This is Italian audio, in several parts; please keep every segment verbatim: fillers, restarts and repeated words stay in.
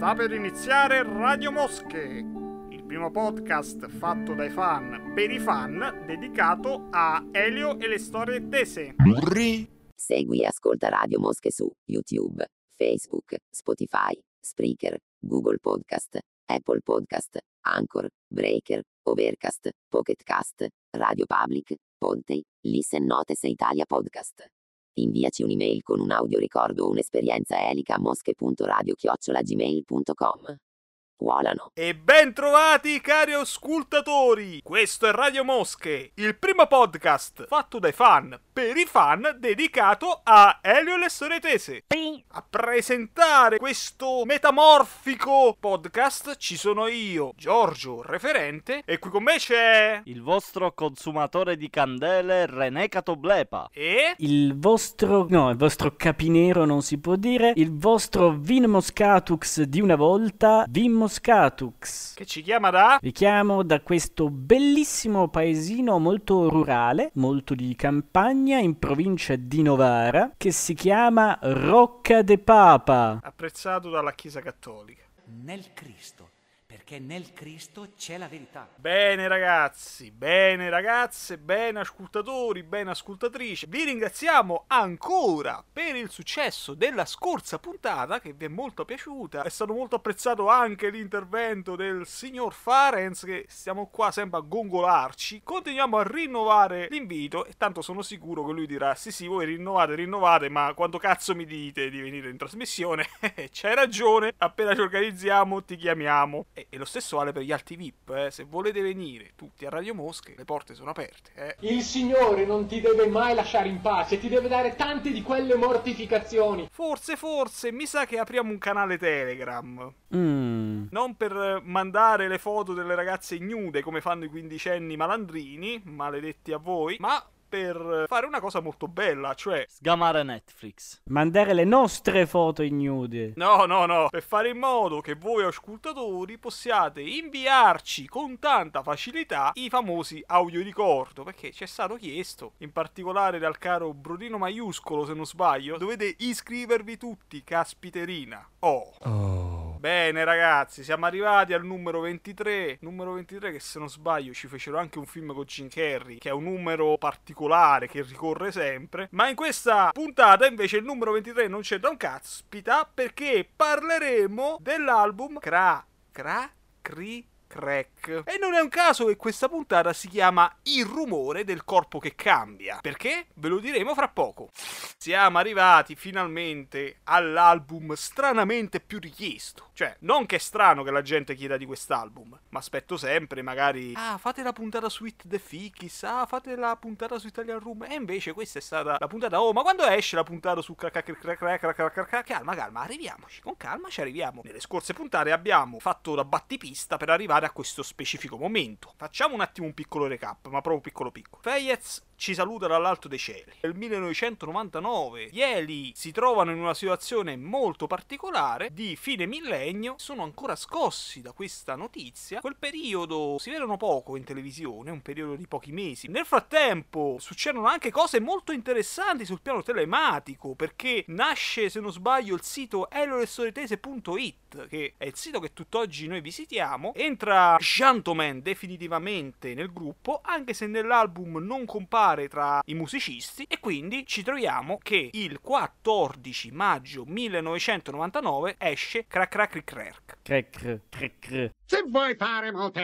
Sta per iniziare Radio Mosche, il primo podcast fatto dai fan per i fan, dedicato a Elio e le storie tese. Segui e ascolta Radio Mosche su YouTube, Facebook, Spotify, Spreaker, Google Podcast, Apple Podcast, Anchor, Breaker, Overcast, Pocket Cast, Radio Public, Podtail, Listen Notes e Italia Podcast. Inviaci un'email con un audio ricordo o un'esperienza elica a mosche punto radio chiocciola gmail punto com. Volano. E ben trovati cari ascoltatori! Questo è Radio Mosche, il primo podcast fatto dai fan per i fan, dedicato a Elio e le storie tese. A presentare questo metamorfico podcast ci sono io, Giorgio, referente, e qui con me c'è... il vostro consumatore di candele, René Catoblepa. E... il vostro... no, il vostro capinero non si può dire. Il vostro Vin Moscatux di una volta, Vin Moscatux. che ci chiama da... Vi chiamo da questo bellissimo paesino molto rurale, molto di campagna, in provincia di Novara, che si chiama Rocca de Papa. apprezzato dalla Chiesa Cattolica. Nel Cristo, perché nel Cristo c'è la verità. Bene ragazzi, bene ragazze, bene ascoltatori, bene ascoltatrici. Vi ringraziamo ancora per il successo della scorsa puntata, che vi è molto piaciuta. È stato molto apprezzato anche l'intervento del signor Farenz, che stiamo qua sempre a gongolarci. Continuiamo a rinnovare l'invito e tanto sono sicuro che lui dirà: sì sì, voi rinnovate, rinnovate, ma quando cazzo mi dite di venire in trasmissione? C'hai ragione, appena ci organizziamo ti chiamiamo. E, e lo stesso vale per gli altri V I P, eh. Se volete venire tutti a Radio Mosche, le porte sono aperte, eh. Il Signore non ti deve mai lasciare in pace, ti deve dare tante di quelle mortificazioni. Forse, forse, mi sa che apriamo un canale Telegram. Mm. Non per mandare le foto delle ragazze ignude come fanno i quindicenni malandrini, maledetti a voi, ma per fare una cosa molto bella, cioè... Sgamare Netflix. Mandare le nostre foto ignude. No, no, no, per fare in modo che voi ascoltatori possiate inviarci con tanta facilità i famosi audio ricordo, perché ci è stato chiesto, in particolare dal caro Brodino Maiuscolo, se non sbaglio. Dovete iscrivervi tutti, caspiterina. Oh. Oh. Bene ragazzi, siamo arrivati al numero ventitré. Numero ventitré che, se non sbaglio, ci fecero anche un film con Jim Carrey, che è un numero particolare che ricorre sempre. Ma in questa puntata invece il numero ventitré non c'è da un caspita, perché parleremo dell'album Cra Cra Cri Crack. E non è un caso che questa puntata si chiama Il rumore del corpo che cambia, perché ve lo diremo fra poco. Siamo arrivati finalmente all'album stranamente più richiesto. Cioè, non che è strano che la gente chieda di quest'album, ma aspetto sempre magari: ah, fate la puntata su It The Fickies, ah, fate la puntata su Italian Room. E invece questa è stata la puntata: oh, ma quando esce la puntata su crack crack crack crack crack crack? Calma, calma, arriviamoci, con calma ci arriviamo. Nelle scorse puntate abbiamo fatto da battipista per arrivare a questo specifico momento. Facciamo un attimo un piccolo recap, ma proprio piccolo piccolo. Feyez ci saluta dall'alto dei cieli. Nel millenovecentonovantanove gli Eli si trovano in una situazione molto particolare di fine millennio, sono ancora scossi da questa notizia. Quel periodo si vedono poco in televisione, un periodo di pochi mesi. Nel frattempo succedono anche cose molto interessanti sul piano telematico, perché nasce, se non sbaglio, il sito eliolestoritese punto it, che è il sito che tutt'oggi noi visitiamo. Entra Gentleman definitivamente nel gruppo, anche se nell'album non compare tra i musicisti, e quindi ci troviamo che il quattordici maggio millenovecentonovantanove esce Crack Crack Crack. Crack crack. Se vuoi fare molte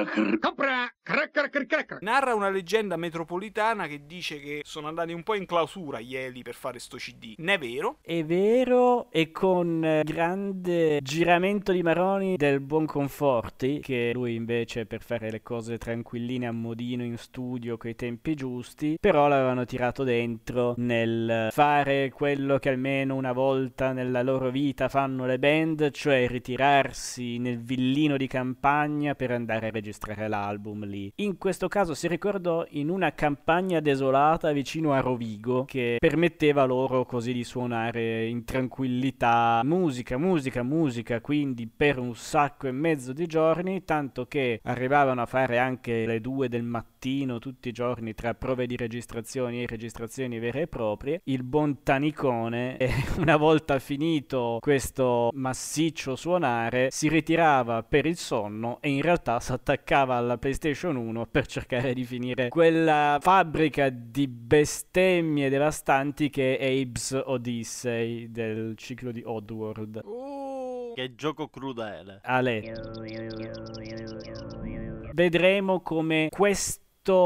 compra crack crack crack. Narra una leggenda metropolitana che dice che sono andati un po' in clausura gli Eli per fare sto C D. Ne è vero? È vero, e con eh, grande giramento di maroni del buon Conforti, che lui invece, per fare le cose tranquilline a modino in studio coi tempi giusti, però l'avevano tirato dentro nel fare quello che almeno una volta nella loro vita fanno le band, cioè ritirarsi nel villino di campagna per andare a registrare l'album lì. In questo caso si ricordò in una campagna desolata vicino a Rovigo, che permetteva loro così di suonare in tranquillità musica, musica, musica, quindi per un sacco e mezzo di giorni, tanto che arrivavano a fare anche le due del mattino tutti i giorni tra prove di registrazioni e registrazioni vere e proprie. Il buon Tanicone, eh, una volta finito questo massiccio suonare, si ritirava per il sonno e in realtà si attaccava alla PlayStation uno per cercare di finire quella fabbrica di bestemmie devastanti che è Abe's Odyssey del ciclo di Oddworld. Oh. Che gioco crudele. Ale. Vedremo come questo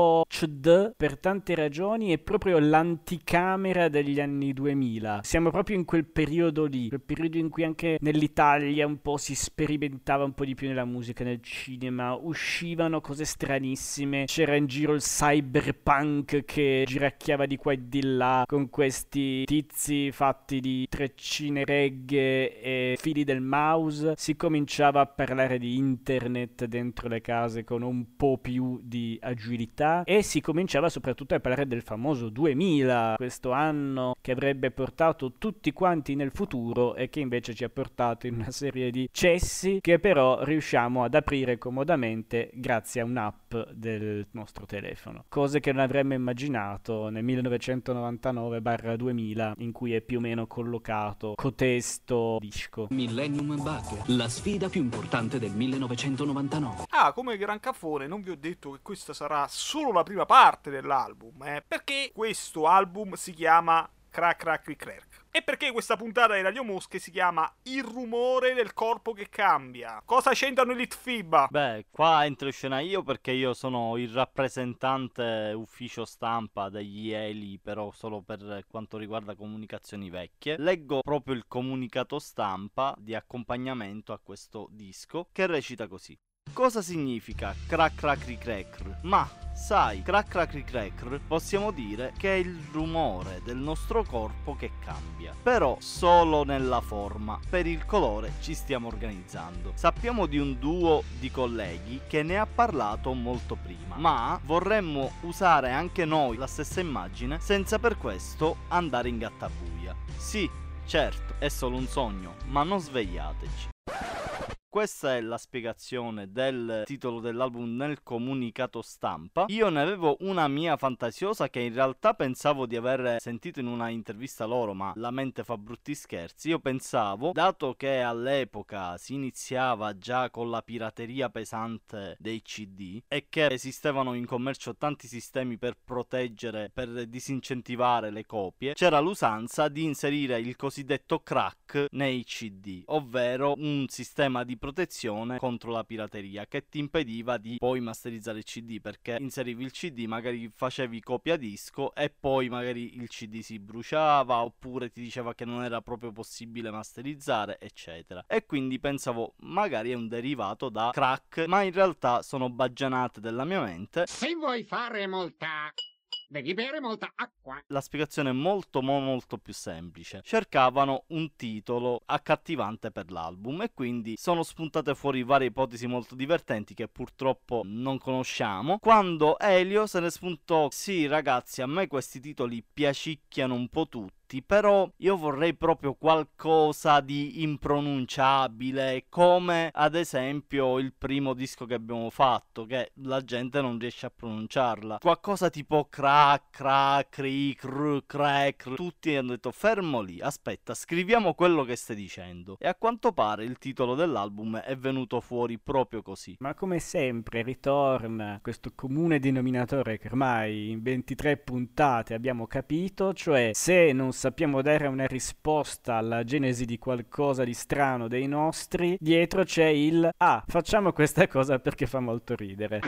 C D per tante ragioni è proprio l'anticamera degli anni duemila. Siamo proprio in quel periodo lì, quel periodo in cui anche nell'Italia un po' si sperimentava un po' di più nella musica, nel cinema, uscivano cose stranissime, c'era in giro il cyberpunk che giracchiava di qua e di là con questi tizi fatti di treccine, reghe e fili del mouse. Si cominciava a parlare di internet dentro le case con un po' più di agilità e si cominciava soprattutto a parlare del famoso duemila, questo anno che avrebbe portato tutti quanti nel futuro e che invece ci ha portato in una serie di cessi che però riusciamo ad aprire comodamente grazie a un'app del nostro telefono, cose che non avremmo immaginato nel millenovecentonovantanove duemila, in cui è più o meno collocato cotesto disco. Millennium Bug, la sfida più importante del millenovecentonovantanove. Ah, come gran cafone, non vi ho detto che questa sarà solo la prima parte dell'album, eh? Perché questo album si chiama Crack Crack Crick Crack. E perché questa puntata di Radio Mosche si chiama Il rumore del corpo che cambia. Cosa c'entrano i Litfiba? Beh, qua entro in scena io perché io sono il rappresentante ufficio stampa degli Eli, però solo per quanto riguarda comunicazioni vecchie. Leggo proprio il comunicato stampa di accompagnamento a questo disco, che recita così. Cosa significa crack crack ricrack? Ma sai, crack crack ricrack possiamo dire che è il rumore del nostro corpo che cambia, però solo nella forma. Per il colore ci stiamo organizzando. Sappiamo di un duo di colleghi che ne ha parlato molto prima, ma vorremmo usare anche noi la stessa immagine senza per questo andare in gattabuia. Sì, certo, è solo un sogno, ma non svegliateci. Questa è la spiegazione del titolo dell'album nel comunicato stampa. Io ne avevo una mia fantasiosa che in realtà pensavo di aver sentito in una intervista loro, ma la mente fa brutti scherzi. Io pensavo, dato che all'epoca si iniziava già con la pirateria pesante dei C D e che esistevano in commercio tanti sistemi per proteggere, per disincentivare le copie, c'era l'usanza di inserire il cosiddetto crack nei C D, ovvero un sistema di protezione contro la pirateria che ti impediva di poi masterizzare il C D, perché inserivi il C D, magari facevi copia disco e poi magari il C D si bruciava oppure ti diceva che non era proprio possibile masterizzare, eccetera. E quindi pensavo magari è un derivato da crack, ma in realtà sono baggianate della mia mente. Se vuoi fare molta... devi bere molta acqua. La spiegazione è molto mo molto più semplice. Cercavano un titolo accattivante per l'album e quindi sono spuntate fuori varie ipotesi molto divertenti che purtroppo non conosciamo. Quando Elio se ne spuntò: sì ragazzi, a me questi titoli piacicchiano un po' tutti, però io vorrei proprio qualcosa di impronunciabile, come ad esempio il primo disco che abbiamo fatto, che la gente non riesce a pronunciarla. Qualcosa tipo crack, crack, cric, r, crack. Tutti hanno detto fermo lì, aspetta, scriviamo quello che stai dicendo. E a quanto pare il titolo dell'album è venuto fuori proprio così. Ma come sempre ritorna questo comune denominatore che ormai in ventitré puntate abbiamo capito, cioè se non sappiamo dare una risposta alla genesi di qualcosa di strano dei nostri, dietro c'è il ah, facciamo questa cosa perché fa molto ridere.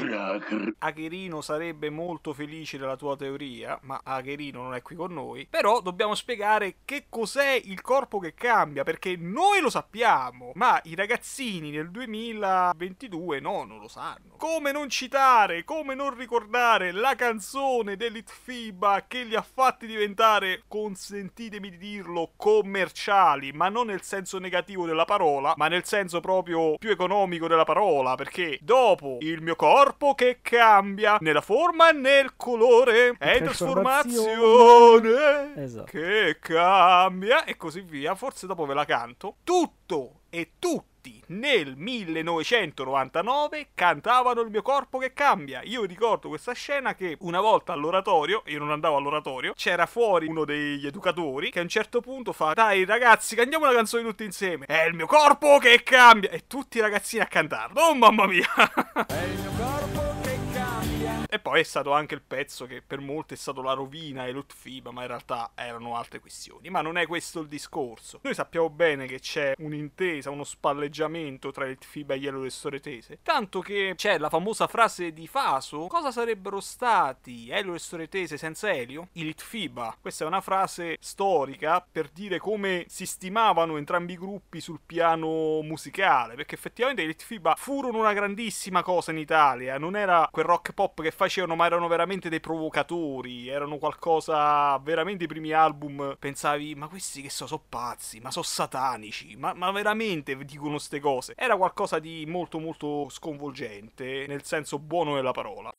Acherino sarebbe molto felice della tua teoria, ma Acherino non è qui con noi. Però dobbiamo spiegare che cos'è il corpo che cambia, perché noi lo sappiamo, ma i ragazzini nel duemilaventidue no, non lo sanno. Come non citare, come non ricordare la canzone dell'Itfiba che li ha fatti diventare conseguenti consentitemi di dirlo, commerciali, ma non nel senso negativo della parola, ma nel senso proprio più economico della parola, perché dopo il mio corpo che cambia nella forma e nel colore, è trasformazione Esatto. che cambia e così via, forse dopo ve la canto. Tutto e tutti nel millenovecentonovantanove cantavano Il mio corpo che cambia. Io ricordo questa scena che una volta all'oratorio, io non andavo all'oratorio, c'era fuori uno degli educatori che a un certo punto fa: dai ragazzi, cantiamo una canzone tutti insieme, è il mio corpo che cambia, e tutti i ragazzini a cantarlo. Oh mamma mia. È il mio corpo che cambia. E poi è stato anche il pezzo che per molti è stato la rovina e l'Utfiba, ma in realtà erano altre questioni. Ma non è questo il discorso. Noi sappiamo bene che c'è un'intesa, uno spalleggiamento tra l'Utfiba e gli Elio e le Storie Tese, tanto che c'è la famosa frase di Faso: cosa sarebbero stati Elio e le Storie Tese senza Elio? I Litfiba. Questa è una frase storica per dire come si stimavano entrambi i gruppi sul piano musicale, perché effettivamente i Litfiba furono una grandissima cosa in Italia. Non era quel rock pop che facevano, ma erano veramente dei provocatori, erano qualcosa, veramente i primi album pensavi: ma questi che so, so pazzi, ma so satanici, ma, ma veramente dicono ste cose. Era qualcosa di molto molto sconvolgente, nel senso buono della parola.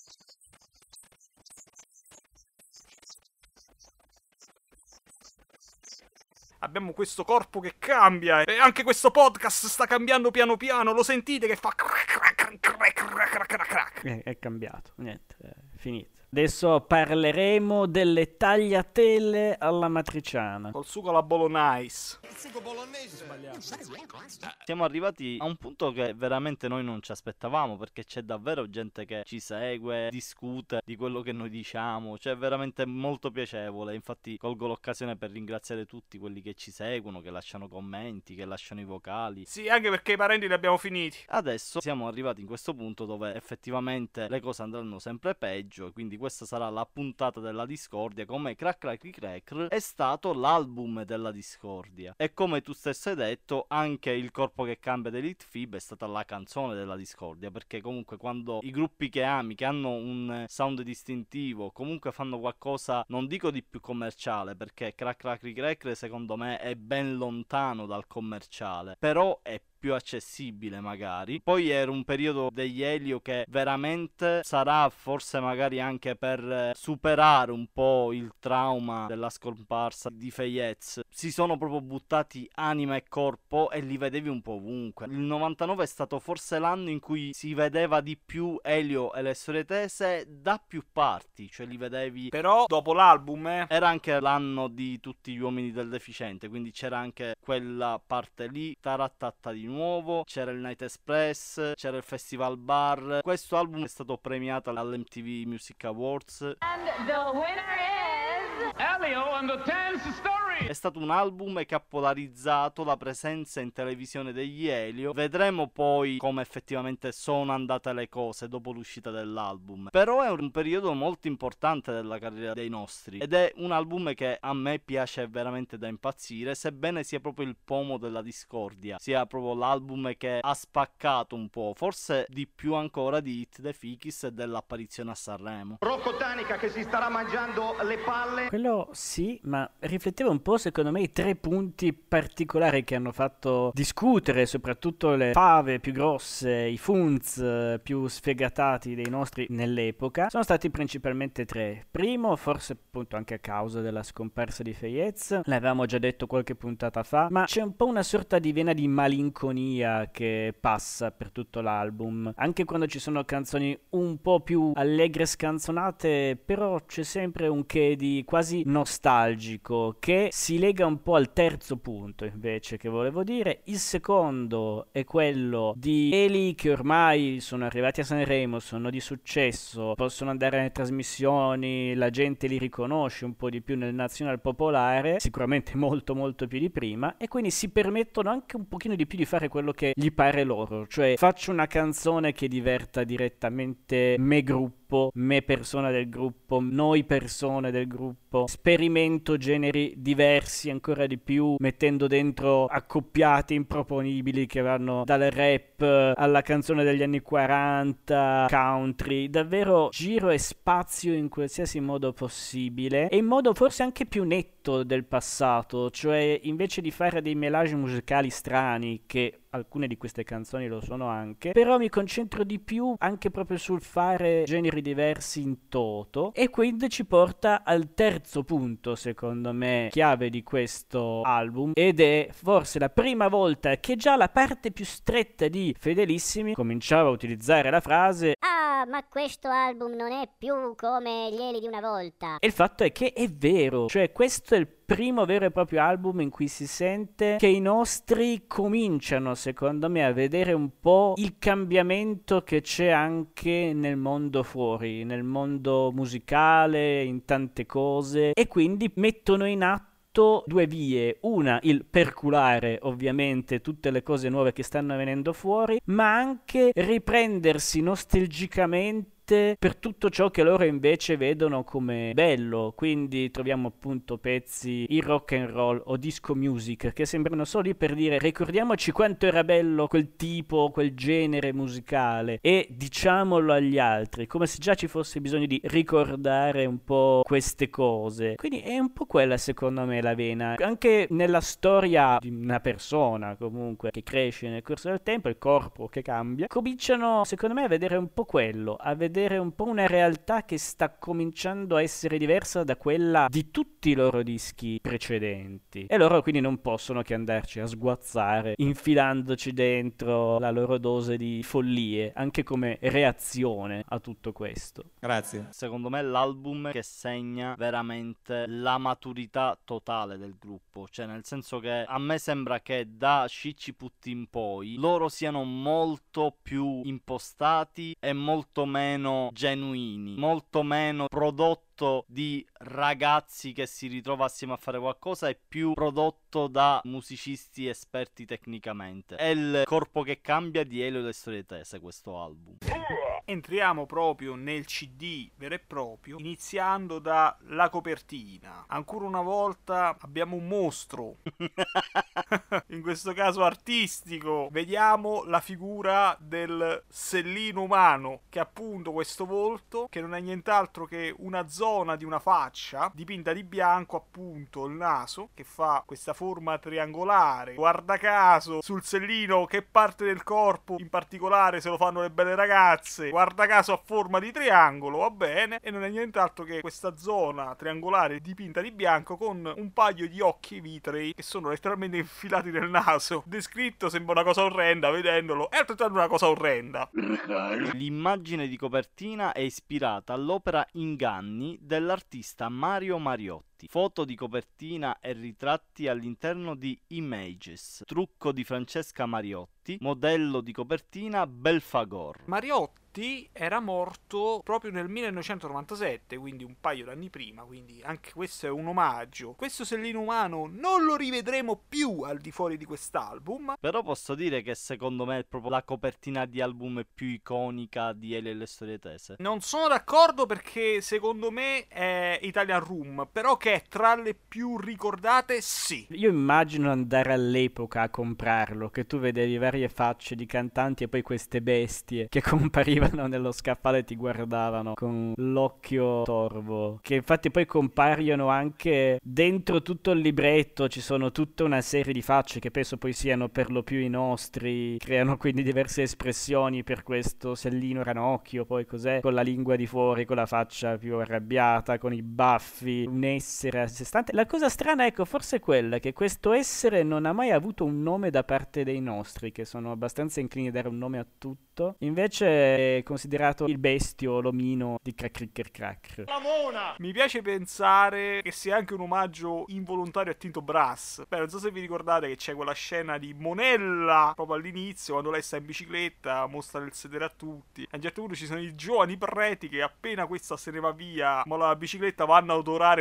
Abbiamo questo corpo che cambia e anche questo podcast sta cambiando piano piano, lo sentite che fa crack crack crack crack crack crack. È, è cambiato, niente, è finito. Adesso parleremo delle tagliatelle alla matriciana. Col sugo alla bolognese. Il sugo bolognese sbagliato. Siamo arrivati a un punto che veramente noi non ci aspettavamo, perché c'è davvero gente che ci segue, discute di quello che noi diciamo, cioè è veramente molto piacevole. Infatti colgo l'occasione per ringraziare tutti quelli che ci seguono, che lasciano commenti, che lasciano i vocali. Sì, anche perché i parenti li abbiamo finiti. Adesso siamo arrivati in questo punto dove effettivamente le cose andranno sempre peggio, quindi questa sarà la puntata della discordia. Come Crack Crack Crack è stato l'album della discordia, e come tu stesso hai detto, anche Il corpo che cambia dei Litfiba è stata la canzone della discordia, perché comunque quando i gruppi che ami, che hanno un sound distintivo, comunque fanno qualcosa, non dico di più commerciale, perché Crack Crack Crack secondo me è ben lontano dal commerciale, però è più accessibile magari. Poi era un periodo degli Elio che veramente sarà forse magari anche per superare un po' il trauma della scomparsa di Feyez, si sono proprio buttati anima e corpo e li vedevi un po' ovunque. Il novantanove è stato forse l'anno in cui si vedeva di più Elio e le Storie Tese da più parti, cioè li vedevi. Però dopo l'album eh, era anche l'anno di Tutti gli uomini del deficiente, quindi c'era anche quella parte lì, tarattatta di nuovo, c'era il Night Express, c'era il Festival Bar. Questo album è stato premiato all'M T V Music Awards. And the winner is Elio and the Dance Story. È stato un album che ha polarizzato la presenza in televisione degli Elio. Vedremo poi come effettivamente sono andate le cose dopo l'uscita dell'album, però è un periodo molto importante della carriera dei nostri, ed è un album che a me piace veramente da impazzire, sebbene sia proprio il pomo della discordia, sia proprio l'album che ha spaccato un po', forse di più ancora di Hit the Fikis e dell'apparizione a Sanremo. Rocco Tanica che si starà mangiando le palle. Quello sì, ma rifletteva un po' secondo me i tre punti particolari che hanno fatto discutere soprattutto le fave più grosse, i funz più sfegatati dei nostri nell'epoca. Sono stati principalmente tre. Primo, forse appunto anche a causa della scomparsa di Feyez, l'avevamo già detto qualche puntata fa, ma c'è un po' una sorta di vena di malinconia che passa per tutto l'album, anche quando ci sono canzoni un po' più allegre, scanzonate, però c'è sempre un che di quasi nostalgico che si lega un po' al terzo punto invece che volevo dire. Il secondo è quello di Eli che ormai sono arrivati a Sanremo, sono di successo, possono andare alle trasmissioni, la gente li riconosce un po' di più nel nazionale popolare, sicuramente molto molto più di prima, e quindi si permettono anche un pochino di più di fare quello che gli pare loro, cioè faccio una canzone che diverta direttamente me gruppo gruppo, me persona del gruppo, noi persone del gruppo, sperimento generi diversi ancora di più, mettendo dentro accoppiati improponibili che vanno dal rap alla canzone degli anni quaranta, country, davvero giro e spazio in qualsiasi modo possibile, e in modo forse anche più netto del passato, cioè invece di fare dei melagi musicali strani, che alcune di queste canzoni lo sono anche, però mi concentro di più anche proprio sul fare generi diversi in toto, e quindi ci porta al terzo punto, secondo me, chiave di questo album, ed è forse la prima volta che già la parte più stretta di Fedelissimi cominciava a utilizzare la frase "Ah, ma questo album non è più come gli Eli di una volta". E il fatto è che è vero, cioè questo è il primo vero e proprio album in cui si sente che i nostri cominciano, secondo me, a vedere un po' il cambiamento che c'è anche nel mondo fuori, nel mondo musicale, in tante cose, e quindi mettono in atto due vie: una, il perculare ovviamente tutte le cose nuove che stanno venendo fuori, ma anche riprendersi nostalgicamente per tutto ciò che loro invece vedono come bello. Quindi troviamo appunto pezzi in rock and roll o disco music che sembrano solo lì per dire ricordiamoci quanto era bello quel tipo, quel genere musicale, e diciamolo agli altri, come se già ci fosse bisogno di ricordare un po' queste cose. Quindi è un po' quella, secondo me, la vena anche nella storia di una persona comunque che cresce nel corso del tempo, il corpo che cambia, cominciano secondo me a vedere un po' quello, a vedere un po' una realtà che sta cominciando a essere diversa da quella di tutti i loro dischi precedenti, e loro quindi non possono che andarci a sguazzare infilandoci dentro la loro dose di follie anche come reazione a tutto questo. Grazie. Secondo me l'album che segna veramente la maturità totale del gruppo, cioè nel senso che a me sembra che da Scicciputti in poi loro siano molto più impostati e molto meno genuini, molto meno prodotto di ragazzi che si ritrova assieme a fare qualcosa, e più prodotto da musicisti esperti tecnicamente. È il corpo che cambia di Elio e le storie tese questo album. Entriamo proprio nel C D vero e proprio, iniziando dalla copertina. Ancora una volta abbiamo un mostro, in questo caso artistico. Vediamo la figura del sellino umano, che è appunto questo volto, che non è nient'altro che una zona di una faccia dipinta di bianco, appunto il naso, che fa questa forma triangolare. Guarda caso, sul sellino che parte del corpo in particolare se lo fanno le belle ragazze, guarda caso a forma di triangolo, va bene, e non è nient'altro che questa zona triangolare dipinta di bianco con un paio di occhi vitrei che sono letteralmente infilati nel naso. Descritto sembra una cosa orrenda, vedendolo è altrettanto una cosa orrenda. L'immagine di copertina è ispirata all'opera Inganni dell'artista Mario Mariotti. Foto di copertina e ritratti all'interno di Images, trucco di Francesca Mariotti, modello di copertina Belfagor. Mariotti era morto proprio nel millenovecentonovantasette, quindi un paio d'anni prima, quindi anche questo è un omaggio. Questo sellino umano non lo rivedremo più al di fuori di quest'album. Però posso dire che secondo me è proprio la copertina di album più iconica di Elio e le storie tese. Non sono d'accordo, perché secondo me è Italian Room, però che è tra le più ricordate, sì. Io immagino andare all'epoca a comprarlo, che tu vedevi varie facce di cantanti e poi queste bestie che comparivano nello scaffale e ti guardavano con l'occhio torvo, che infatti poi compaiono anche dentro tutto il libretto. Ci sono tutta una serie di facce che penso poi siano per lo più i nostri, creano quindi diverse espressioni per questo sellino ranocchio, poi cos'è, con la lingua di fuori, con la faccia più arrabbiata, con i baffi, un essere a sé stante. La cosa strana, ecco, forse è quella che questo essere non ha mai avuto un nome da parte dei nostri, che sono abbastanza inclini a dare un nome a tutto. Invece è considerato il bestio, l'omino di Cracker Cracker. La mona! Mi piace pensare che sia anche un omaggio involontario a Tinto Brass. Beh, non so se vi ricordate che c'è quella scena di Monella proprio all'inizio, quando lei sta in bicicletta, mostra il sedere a tutti. A un certo punto ci sono i giovani preti che appena questa se ne va via, molla la bicicletta, vanno a odorare il sellino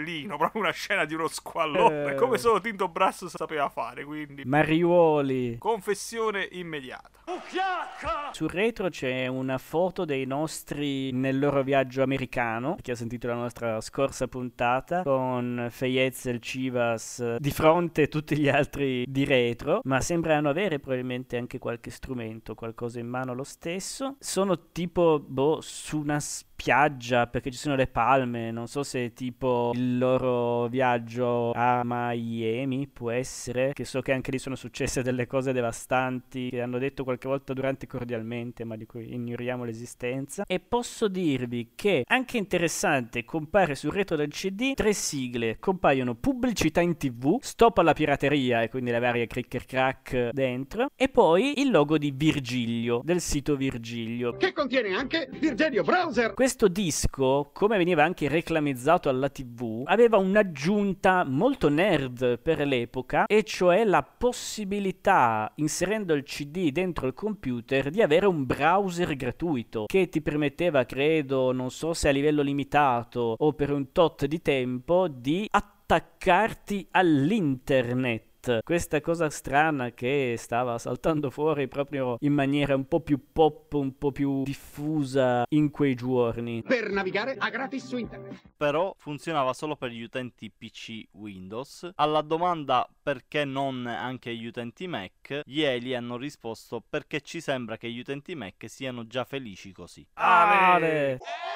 squallino, proprio una scena di uno squallone, Eh. come solo Tinto Brass sapeva fare, quindi Mariuoli. confessione immediata. Sul retro c'è una foto dei nostri nel loro viaggio americano, chi ha sentito la nostra scorsa puntata, con Feyez e il Chivas di fronte e tutti gli altri di retro, ma sembrano avere probabilmente anche qualche strumento, qualcosa in mano lo stesso. Sono tipo, boh, su una spiaggia perché ci sono le palme, non so se è tipo il loro viaggio a Miami, può essere, che so che anche lì sono successe delle cose devastanti che hanno detto qualche volta durante cordialmente, ma di cui ignoriamo l'esistenza. E posso dirvi che anche interessante, compare sul retro del C D tre sigle, compaiono pubblicità in tv, stop alla pirateria e quindi le varie cricker crack dentro, e poi il logo di Virgilio, del sito Virgilio, che contiene anche Virgilio Browser. Questo disco, come veniva anche reclamizzato alla tivù, aveva un'aggiunta molto nerd per l'epoca, e cioè la possibilità, inserendo il C D dentro il computer, di avere un browser gratuito che ti permetteva, credo, non so se a livello limitato o per un tot di tempo, di attaccarti all'internet. Questa cosa strana che stava saltando fuori proprio in maniera un po' più pop, un po' più diffusa in quei giorni. Per navigare a gratis su internet. Però funzionava solo per gli utenti P C Windows. Alla domanda perché non anche gli utenti Mac, gli Eli hanno risposto perché ci sembra che gli utenti Mac siano già felici così. Ale!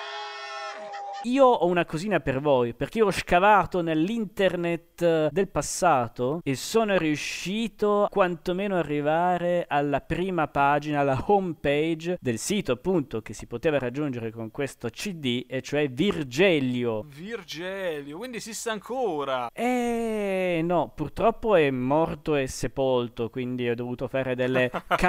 Io ho una cosina per voi, perché io ho scavato nell'internet del passato e sono riuscito quantomeno ad arrivare alla prima pagina, alla home page del sito appunto che si poteva raggiungere con questo C D, e cioè Virgilio. Virgilio, quindi esiste ancora? Eh no, purtroppo è morto e sepolto, quindi ho dovuto fare delle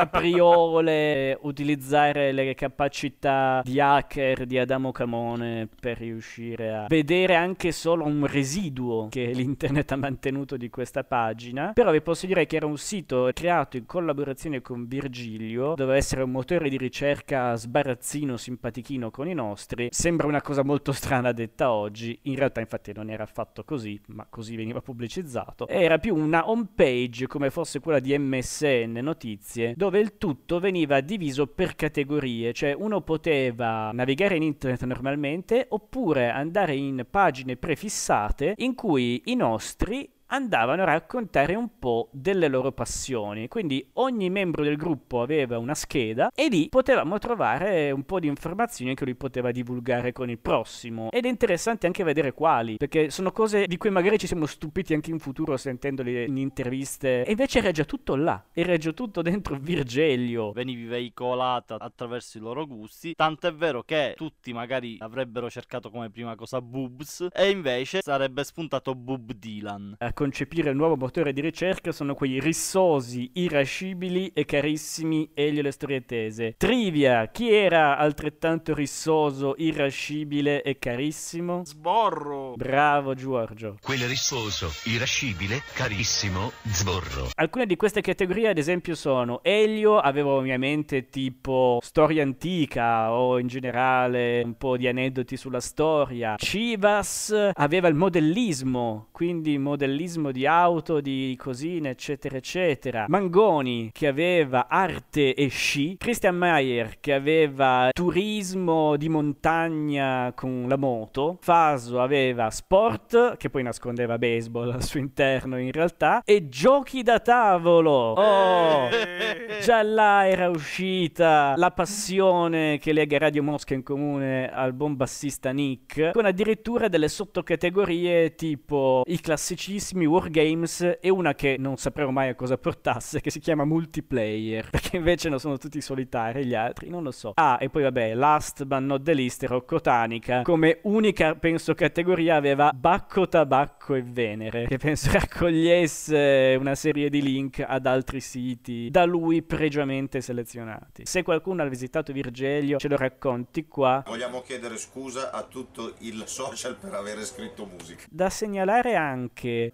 capriole, utilizzare le capacità di hacker di Adamo Camone per riuscire a vedere anche solo un residuo che l'internet ha mantenuto di questa pagina. Però vi posso dire che era un sito creato in collaborazione con Virgilio, doveva essere un motore di ricerca sbarazzino, simpatichino con i nostri. Sembra una cosa molto strana detta oggi, in realtà infatti non era affatto così, ma così veniva pubblicizzato. Era più una home page come fosse quella di M S N Notizie, dove il tutto veniva diviso per categorie, cioè uno poteva navigare in internet normalmente oppure andare in pagine prefissate in cui i nostri andavano a raccontare un po' delle loro passioni. Quindi ogni membro del gruppo aveva una scheda e lì potevamo trovare un po' di informazioni che lui poteva divulgare con il prossimo. Ed è interessante anche vedere quali, perché sono cose di cui magari ci siamo stupiti anche in futuro sentendole in interviste, e invece era già tutto là, era già tutto dentro Virgilio. Venivi veicolata attraverso i loro gusti, tant'è vero che tutti magari avrebbero cercato come prima cosa boobs e invece sarebbe spuntato Bob Dylan. A concepire il nuovo motore di ricerca sono quei rissosi, irascibili e carissimi Elio e le storie tese. Trivia: chi era altrettanto rissoso, irascibile e carissimo? Sborro. Bravo Giorgio. Quel rissoso, irascibile, carissimo Sborro. Alcune di queste categorie ad esempio sono: Elio aveva ovviamente tipo storia antica o in generale un po' di aneddoti sulla storia. Chivas aveva il modellismo, quindi modellismo di auto, di cosine, eccetera eccetera. Mangoni che aveva arte e sci. Christian Meyer che aveva turismo di montagna con la moto. Faso aveva sport, che poi nascondeva baseball al suo interno in realtà, e giochi da tavolo. Oh, già là era uscita la passione che lega Radio Mosca in comune al buon bassista Nick, con addirittura delle sottocategorie tipo i classicissimi Wargames e una che non sapremo mai a cosa portasse, che si chiama Multiplayer, perché invece non sono tutti solitari gli altri, non lo so. Ah, e poi vabbè, last but not the least, Roccotanica come unica, penso, categoria aveva Bacco, Tabacco e Venere, che penso raccogliesse una serie di link ad altri siti da lui pregiamente selezionati. Se qualcuno ha visitato Virgilio ce lo racconti qua. Vogliamo chiedere scusa a tutto il social per aver scritto musica. Da segnalare anche un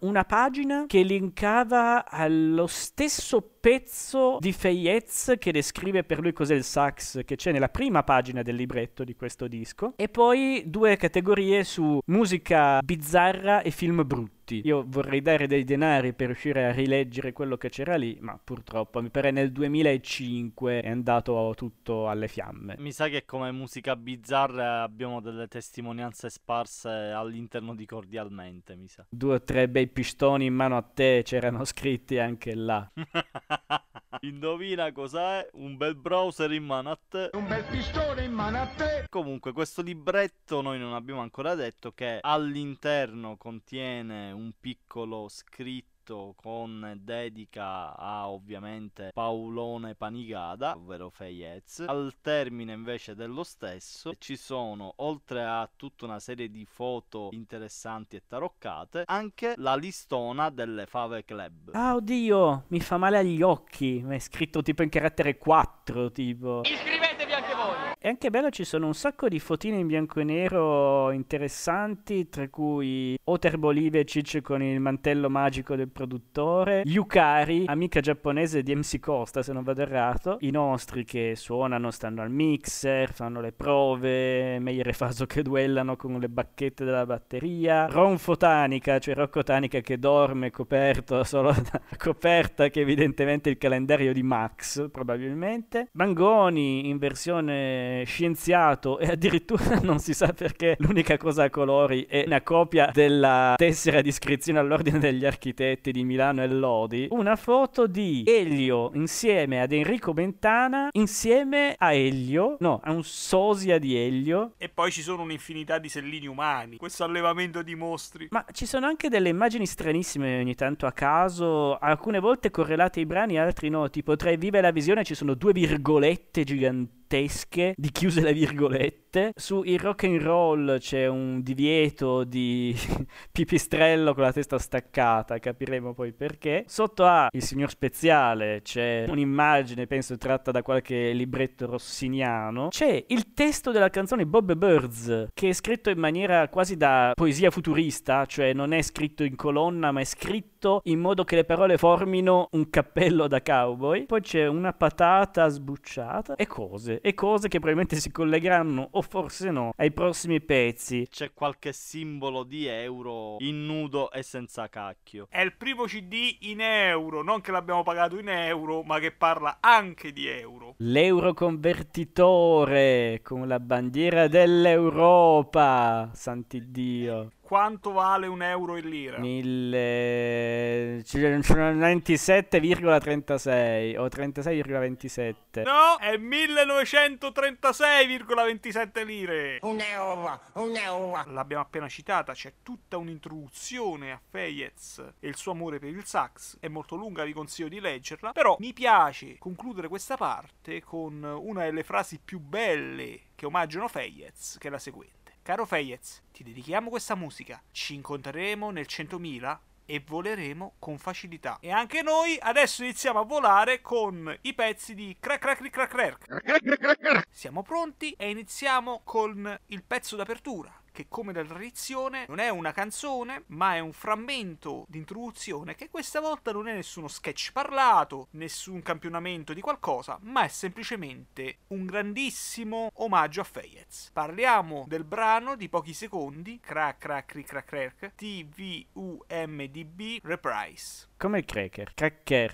una pagina che linkava allo stesso pezzo di Fayez che descrive per lui cos'è il sax, che c'è nella prima pagina del libretto di questo disco, e poi due categorie su musica bizzarra e film brutti. Io vorrei dare dei denari per riuscire a rileggere quello che c'era lì, ma purtroppo mi pare nel duemilacinque è andato tutto alle fiamme. Mi sa che come musica bizzarra abbiamo delle testimonianze sparse all'interno di Cordialmente, mi sa. Due o tre bei pistoni in mano a te c'erano scritti anche là. Indovina cos'è? Un bel browser in mano a te. Un bel pistone in mano a te. Comunque questo libretto noi non abbiamo ancora detto che all'interno contiene un piccolo scritto con dedica a ovviamente Paolone Panigada, ovvero Fayez. Al termine invece dello stesso ci sono, oltre a tutta una serie di foto interessanti e taroccate, anche la listona delle Fave Club. Ah, oddio, mi fa male agli occhi, ma è scritto tipo in carattere quattro, tipo. Iscrivetevi anche voi! È anche bello, ci sono un sacco di fotine in bianco e nero interessanti, tra cui Oter Bolivecic con il mantello magico del produttore, Yukari, amica giapponese di M C Costa se non vado errato, i nostri che suonano, stanno al mixer, fanno le prove, Meyer e Faso che duellano con le bacchette della batteria, Ron Fotanica, cioè Rocco Tanica che dorme coperto solo da coperta che evidentemente è il calendario di Max probabilmente, Mangoni in versione scienziato e addirittura non si sa perché l'unica cosa a colori è una copia della tessera di iscrizione all'ordine degli architetti di Milano e Lodi, una foto di Elio insieme ad Enrico Mentana insieme a Elio, no, a un sosia di Elio, e poi ci sono un'infinità di sellini umani, questo allevamento di mostri. Ma ci sono anche delle immagini stranissime ogni tanto a caso, alcune volte correlate ai brani, altri no, tipo tra Viva e la Visione ci sono due virgolette gigantesche di chiuse le virgolette. Su il rock and roll c'è un divieto di pipistrello con la testa staccata, capiremo poi perché. Sotto a Il Signor Speziale c'è un'immagine, penso tratta da qualche libretto rossiniano. C'è il testo della canzone Bob Birds, che è scritto in maniera quasi da poesia futurista, cioè non è scritto in colonna ma è scritto in modo che le parole formino un cappello da cowboy. Poi c'è una patata sbucciata e cose e cose che probabilmente si collegheranno o forse no ai prossimi pezzi. C'è qualche simbolo di euro in nudo e senza cacchio. È il primo C D in euro, non che l'abbiamo pagato in euro, ma che parla anche di euro. L'euro convertitore con la bandiera dell'Europa, sant'Iddio. Quanto vale un euro in lira? Mille... ventisette virgola trentasei o trentasei virgola ventisette. No, è millenovecentotrentasei virgola ventisette lire. Un euro, un euro. L'abbiamo appena citata, c'è tutta un'introduzione a Fayez e il suo amore per il sax. È molto lunga, vi consiglio di leggerla. Però mi piace concludere questa parte con una delle frasi più belle che omaggiano Fayez, che è la seguente. Caro Fayez, ti dedichiamo questa musica, ci incontreremo nel centomila e voleremo con facilità. E anche noi adesso iniziamo a volare con i pezzi di crack crack crack crack. Siamo pronti e iniziamo con il pezzo d'apertura, che come da tradizione non è una canzone, ma è un frammento di introduzione che questa volta non è nessuno sketch parlato, nessun campionamento di qualcosa, ma è semplicemente un grandissimo omaggio a Fayez. Parliamo del brano di pochi secondi, Crack Crack Crack Crack, T V U M D B Reprise. Come il cracker, cracker.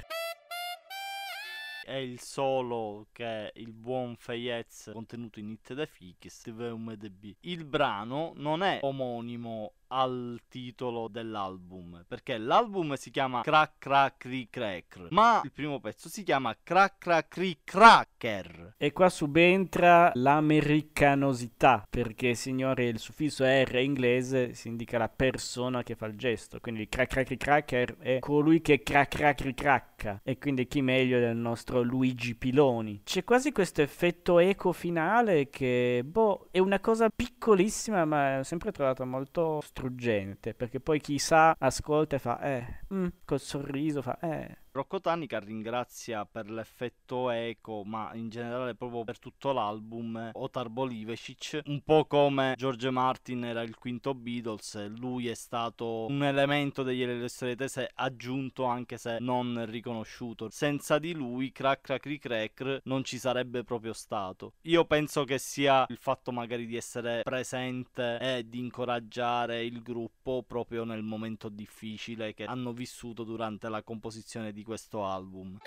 È il solo che il buon Fayez contenuto in It the Fix T V U M D B. Il brano non è omonimo al titolo dell'album, perché l'album si chiama Crack Crack Cri Cracker, ma il primo pezzo si chiama Crack Crack Cri Cracker. E qua subentra l'americanosità, perché signore il suffisso R inglese si indica la persona che fa il gesto, quindi il crack crack cracker è colui che crack crack cracca, e quindi chi meglio del nostro Luigi Piloni. C'è quasi questo effetto eco finale che boh è una cosa piccolissima, ma ho sempre trovato molto struggente, perché poi chi sa ascolta e fa eh mm, col sorriso fa eh Rocco Tanica ringrazia per l'effetto eco, ma in generale proprio per tutto l'album, Otar Bolivesic, un po' come George Martin era il quinto Beatles, lui è stato un elemento degli Elettrostorie aggiunto anche se non riconosciuto. Senza di lui Crack Crack Crack Crack non ci sarebbe proprio stato. Io penso che sia il fatto magari di essere presente e di incoraggiare il gruppo proprio nel momento difficile che hanno vissuto durante la composizione di questo album.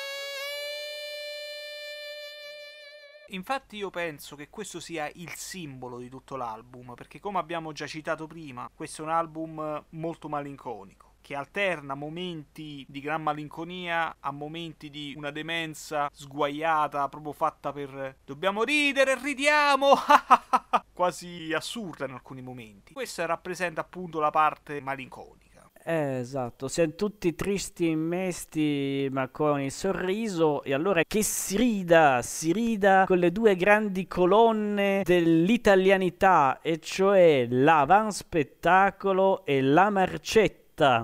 Infatti io penso che questo sia il simbolo di tutto l'album, perché come abbiamo già citato prima, questo è un album molto malinconico, che alterna momenti di gran malinconia a momenti di una demenza sguaiata, proprio fatta per dobbiamo ridere, ridiamo, quasi assurda in alcuni momenti. Questa rappresenta appunto la parte malinconica. Eh, esatto, siamo tutti tristi e mesti ma con il sorriso, e allora che si rida, si rida con le due grandi colonne dell'italianità, e cioè l'avanspettacolo e la marcetta.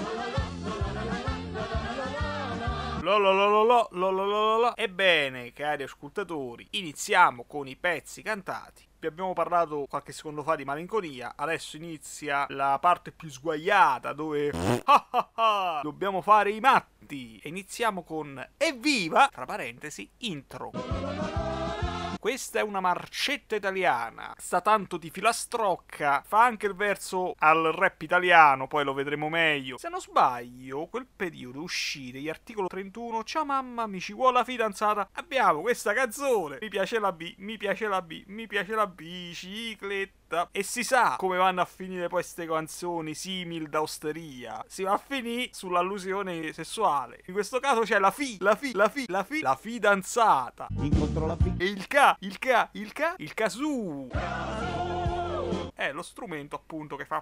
Lo lo lo lo lo lo lo lo lo. Ebbene, cari ascoltatori, iniziamo con i pezzi cantati. Vi abbiamo parlato qualche secondo fa di malinconia, adesso inizia la parte più sguaiata dove dobbiamo fare i matti, e iniziamo con Evviva, tra parentesi, intro. Questa è una marcetta italiana, sta tanto di filastrocca, fa anche il verso al rap italiano, poi lo vedremo meglio. Se non sbaglio, quel periodo uscì degli articolo trentuno, ciao mamma, mi ci vuole la fidanzata, abbiamo questa canzone, mi piace la B, mi piace la B, mi piace la bicicletta. E si sa come vanno a finire poi queste canzoni simil da osteria. Si va a finire sull'allusione sessuale. In questo caso c'è la fi, la fi, la fi, la fi, la fidanzata. Incontrò la fi. E il ca, il ca, il ca, il casù. È lo strumento appunto che fa.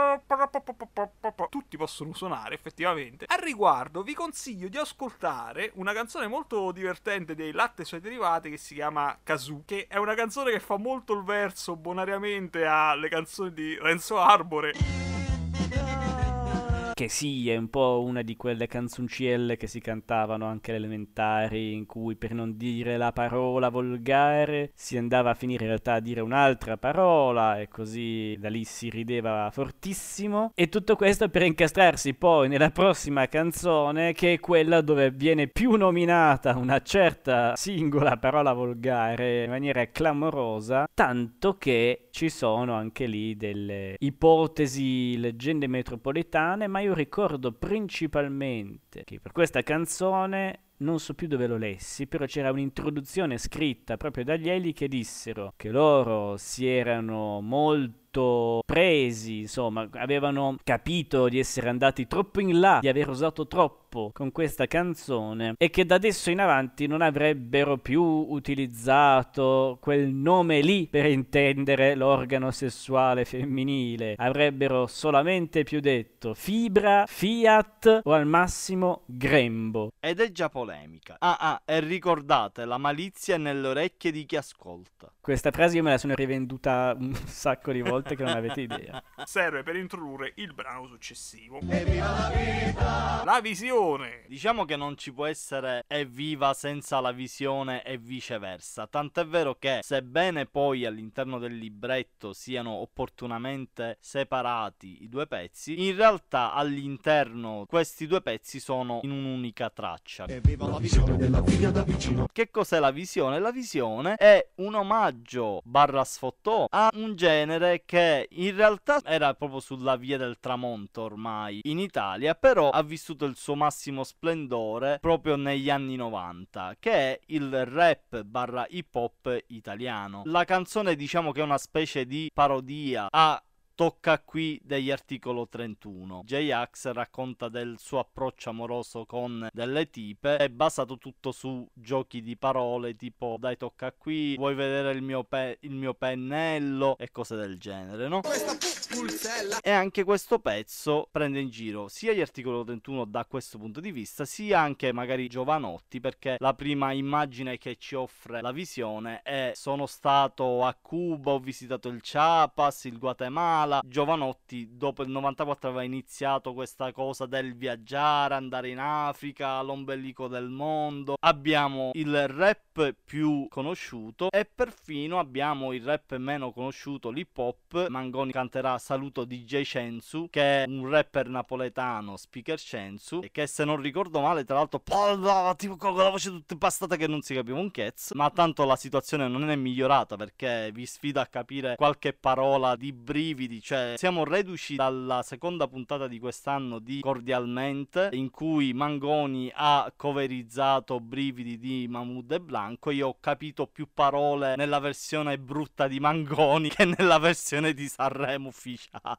Tutti possono suonare effettivamente. Al riguardo vi consiglio di ascoltare una canzone molto divertente dei Latte e i suoi derivati che si chiama Kazoo, che è una canzone che fa molto il verso bonariamente alle canzoni di Renzo Arbore. Che sì, è un po' una di quelle canzoncelle che si cantavano anche alle elementari, in cui per non dire la parola volgare si andava a finire in realtà a dire un'altra parola, e così da lì si rideva fortissimo. E tutto questo per incastrarsi poi nella prossima canzone, che è quella dove viene più nominata una certa singola parola volgare in maniera clamorosa, tanto che ci sono anche lì delle ipotesi, leggende metropolitane, ma io ricordo principalmente che per questa canzone, non so più dove lo lessi, però c'era un'introduzione scritta proprio dagli Eli che dissero che loro si erano molto presi, insomma, avevano capito di essere andati troppo in là, di aver usato troppo con questa canzone, e che da adesso in avanti non avrebbero più utilizzato quel nome lì per intendere l'organo sessuale femminile, avrebbero solamente più detto fibra, fiat o al massimo grembo. Ed è già polemica. Ah ah, e ricordate, la malizia è nelle orecchie di chi ascolta. Questa frase io me la sono rivenduta un sacco di volte che non avete idea. Serve per introdurre il brano successivo. Evviva la vita! La visione! Diciamo che non ci può essere Evviva senza la visione e viceversa. Tant'è vero che, sebbene poi all'interno del libretto siano opportunamente separati i due pezzi, in realtà all'interno questi due pezzi sono in un'unica traccia. Evviva la visione della figlia da vicino. Che cos'è la visione? La visione è un omaggio barra sfottò a un genere che in realtà era proprio sulla via del tramonto ormai in Italia, però ha vissuto il suo massimo splendore proprio negli anni novanta, che è il rap barra hip hop italiano. La canzone diciamo che è una specie di parodia a Tocca qui degli articolo trentuno. J-Ax racconta del suo approccio amoroso con delle tipe, è basato tutto su giochi di parole tipo dai tocca qui, vuoi vedere il mio, pe- il mio pennello e cose del genere, no? Questa E anche questo pezzo prende in giro sia gli articolo trentuno da questo punto di vista, sia anche magari Giovanotti, perché la prima immagine che ci offre la visione è: sono stato a Cuba, ho visitato il Chiapas, il Guatemala. Giovanotti dopo il novantaquattro aveva iniziato questa cosa del viaggiare, andare in Africa, l'ombelico del mondo. Abbiamo il rap più conosciuto e perfino abbiamo il rap meno conosciuto, l'hip hop. Mangoni canterà Saluto D J Censu, che è un rapper napoletano, speaker Censu, e che, se non ricordo male, tra l'altro parla tipo con la voce tutta impastata che non si capiva un cazzo, ma tanto la situazione non è migliorata, perché vi sfido a capire qualche parola di brividi. Cioè, siamo reduci dalla seconda puntata di quest'anno di Cordialmente, in cui Mangoni ha coverizzato Brividi di Mahmood e Blanco. Io ho capito più parole nella versione brutta di Mangoni che nella versione di Sanremo ufficiale.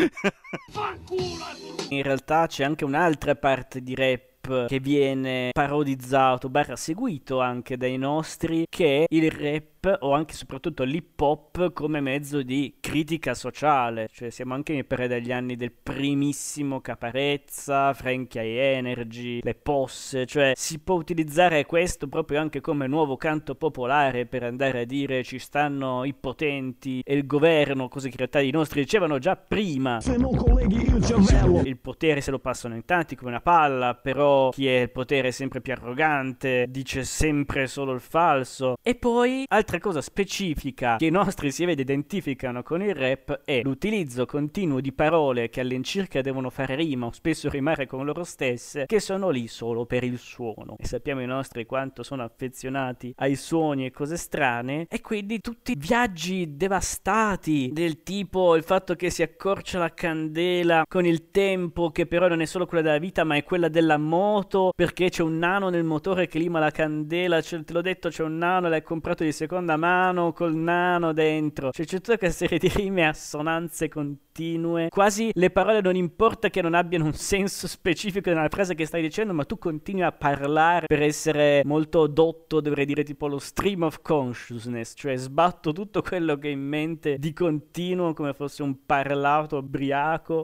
In realtà c'è anche un'altra parte di rap che viene parodizzato barra seguito anche dai nostri, che è il rap o anche e soprattutto l'hip hop come mezzo di critica sociale. Cioè siamo anche mi pare dagli anni del primissimo Caparezza, Frankie High Energy, le Posse. Cioè si può utilizzare questo proprio anche come nuovo canto popolare per andare a dire ci stanno i potenti e il governo, cose che in realtà i nostri dicevano già prima. Se non colleghi il cervello, il potere se lo passano in tanti come una palla, però chi è il potere è sempre più arrogante, dice sempre solo il falso. E poi altra cosa specifica che i nostri si vede identificano con il rap è l'utilizzo continuo di parole che all'incirca devono fare rima o spesso rimare con loro stesse, che sono lì solo per il suono. E sappiamo i nostri quanto sono affezionati ai suoni e cose strane, e quindi tutti viaggi devastati del tipo il fatto che si accorcia la candela con il tempo, che però non è solo quella della vita ma è quella della moto, perché c'è un nano nel motore che lima la candela. Cioè, te l'ho detto, c'è un nano, l'hai comprato di seconda mano col nano dentro. Cioè c'è tutta questa serie di rime, assonanze continue, quasi le parole non importa che non abbiano un senso specifico nella frase che stai dicendo, ma tu continui a parlare per essere molto dotto, dovrei dire tipo lo stream of consciousness, cioè sbatto tutto quello che ho in mente di continuo come fosse un parlato ubriaco,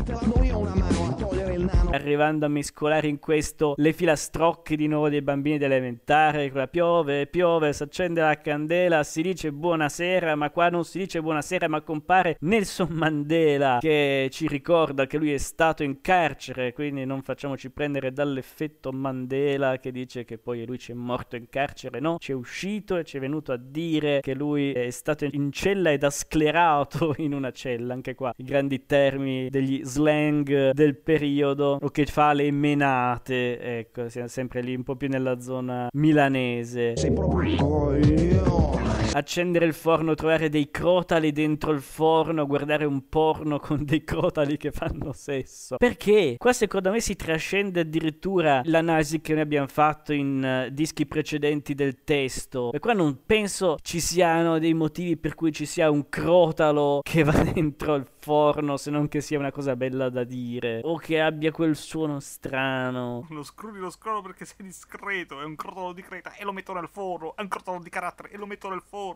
arrivando a mescolare in questo le filastrocche di nuovo dei bambini dell'elementare. Piove, piove, si accende la candela, si dice buonasera, ma qua non si dice buonasera, ma compare Nelson Mandela che ci ricorda che lui è stato in carcere, quindi non facciamoci prendere dall'effetto Mandela che dice che poi lui c'è morto in carcere. No, c'è uscito e ci è venuto a dire che lui è stato in cella ed ha sclerato in una cella. Anche qua i grandi termini degli slang del periodo, o che fa le menate, ecco, siamo sempre lì un po' più nella zona milanese. Sei proprio accendere il forno, trovare dei crotali dentro il forno, guardare un porno con dei crotali che fanno sesso. Perché? Qua secondo me si trascende addirittura l'analisi che noi abbiamo fatto in uh, dischi precedenti del testo. E qua non penso ci siano dei motivi per cui ci sia un crotalo che va dentro il forno, se non che sia una cosa bella da dire, o che abbia quel suono strano. Lo scrudi lo scrollo perché sei discreto, è un crotalo di creta e lo metto nel forno, è un crotalo di carattere e lo metto nel forno.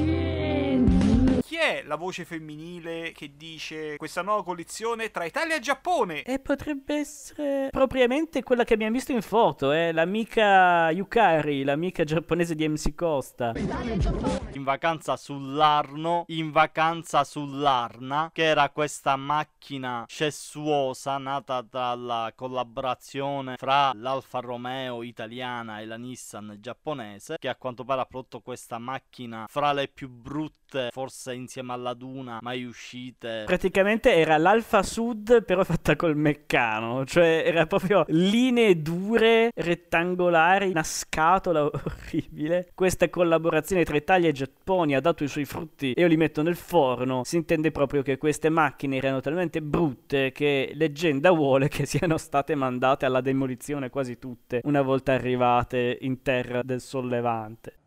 Chi è la voce femminile che dice questa nuova coalizione tra Italia e Giappone? E potrebbe essere propriamente quella che abbiamo visto in foto, eh? L'amica Yukari, l'amica giapponese di M C Costa. In vacanza sull'Arno, in vacanza sull'Arna, che era questa macchina cessuosa nata dalla collaborazione fra l'Alfa Romeo italiana e la Nissan giapponese, che a quanto pare ha prodotto questa macchina fra le più brutte, forse insieme alla Duna, mai uscite. Praticamente era l'Alfa Sud però fatta col meccano, cioè era proprio linee dure, rettangolari, una scatola orribile. Questa collaborazione tra Italia e Giappone ha dato i suoi frutti e io li metto nel forno. Si intende proprio che queste macchine erano talmente brutte che leggenda vuole che siano state mandate alla demolizione quasi tutte una volta arrivate in terra del sollevante.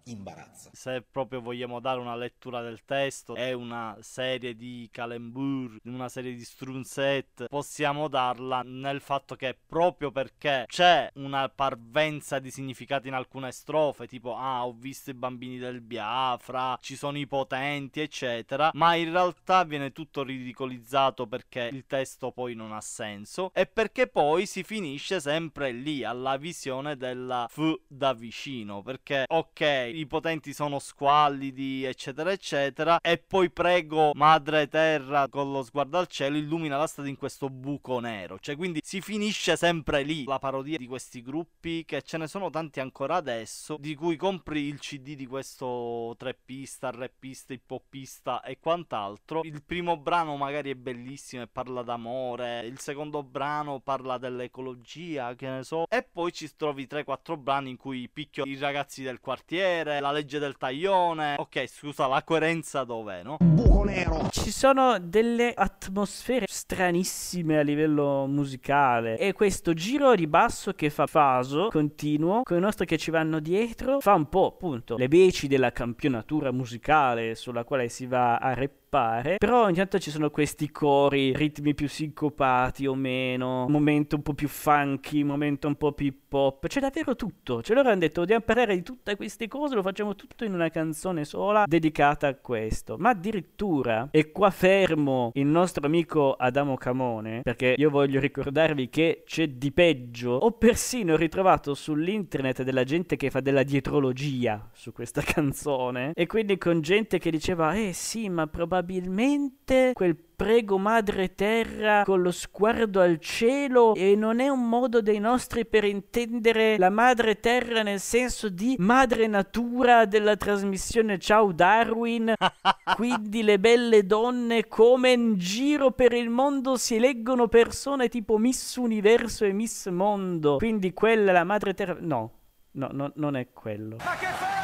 imbarazza. Se proprio vogliamo dare una lettura del testo, è una serie di calembour, una serie di strunzette, possiamo darla nel fatto che proprio perché c'è una parvenza di significati in alcune strofe, tipo ah ho visto i bambini del Biafra, ci sono i potenti eccetera, ma in realtà viene tutto ridicolizzato perché il testo poi non ha senso e perché poi si finisce sempre lì alla visione della F da vicino, perché ok i potenti sono squallidi eccetera eccetera e poi prego madre terra con lo sguardo al cielo illumina la strada in questo buco nero, cioè quindi si finisce sempre lì la parodia di questi gruppi, che ce ne sono tanti ancora adesso, di cui compri il cd di questo treppista, rappista, hip-hopista e quant'altro. Il primo brano magari è bellissimo e parla d'amore, il secondo brano parla dell'ecologia, che ne so, e poi ci trovi tre quattro brani in cui picchio i ragazzi del quartiere, la legge del taglione. Ok, scusa, la coerenza dov'è, no? Buco nero. Ci sono delle atmosfere stranissime a livello musicale e questo giro di basso che fa Faso continuo con i nostri che ci vanno dietro fa un po' appunto le veci della campionatura musicale sulla quale si va a reppare. Però ogni tanto ci sono questi cori, ritmi più sincopati o meno, momento un po' più funky, momento un po' più hip hop, c'è davvero tutto. Cioè loro hanno detto dobbiamo parlare di tutte queste cose, lo facciamo tutto in una canzone sola dedicata a questo. Ma addirittura, e qua fermo il nostro amico Adamo Camone, perché io voglio ricordarvi che c'è di peggio. Ho persino ritrovato sull'internet della gente che fa della dietrologia su questa canzone, e quindi con gente che diceva eh sì ma probabilmente Probabilmente quel prego madre terra con lo sguardo al cielo e non è un modo dei nostri per intendere la madre terra nel senso di madre natura della trasmissione Ciao Darwin. Quindi le belle donne come in giro per il mondo si eleggono persone tipo Miss Universo e Miss Mondo, quindi quella è la madre terra. No, no, no non è quello. Ma che fa?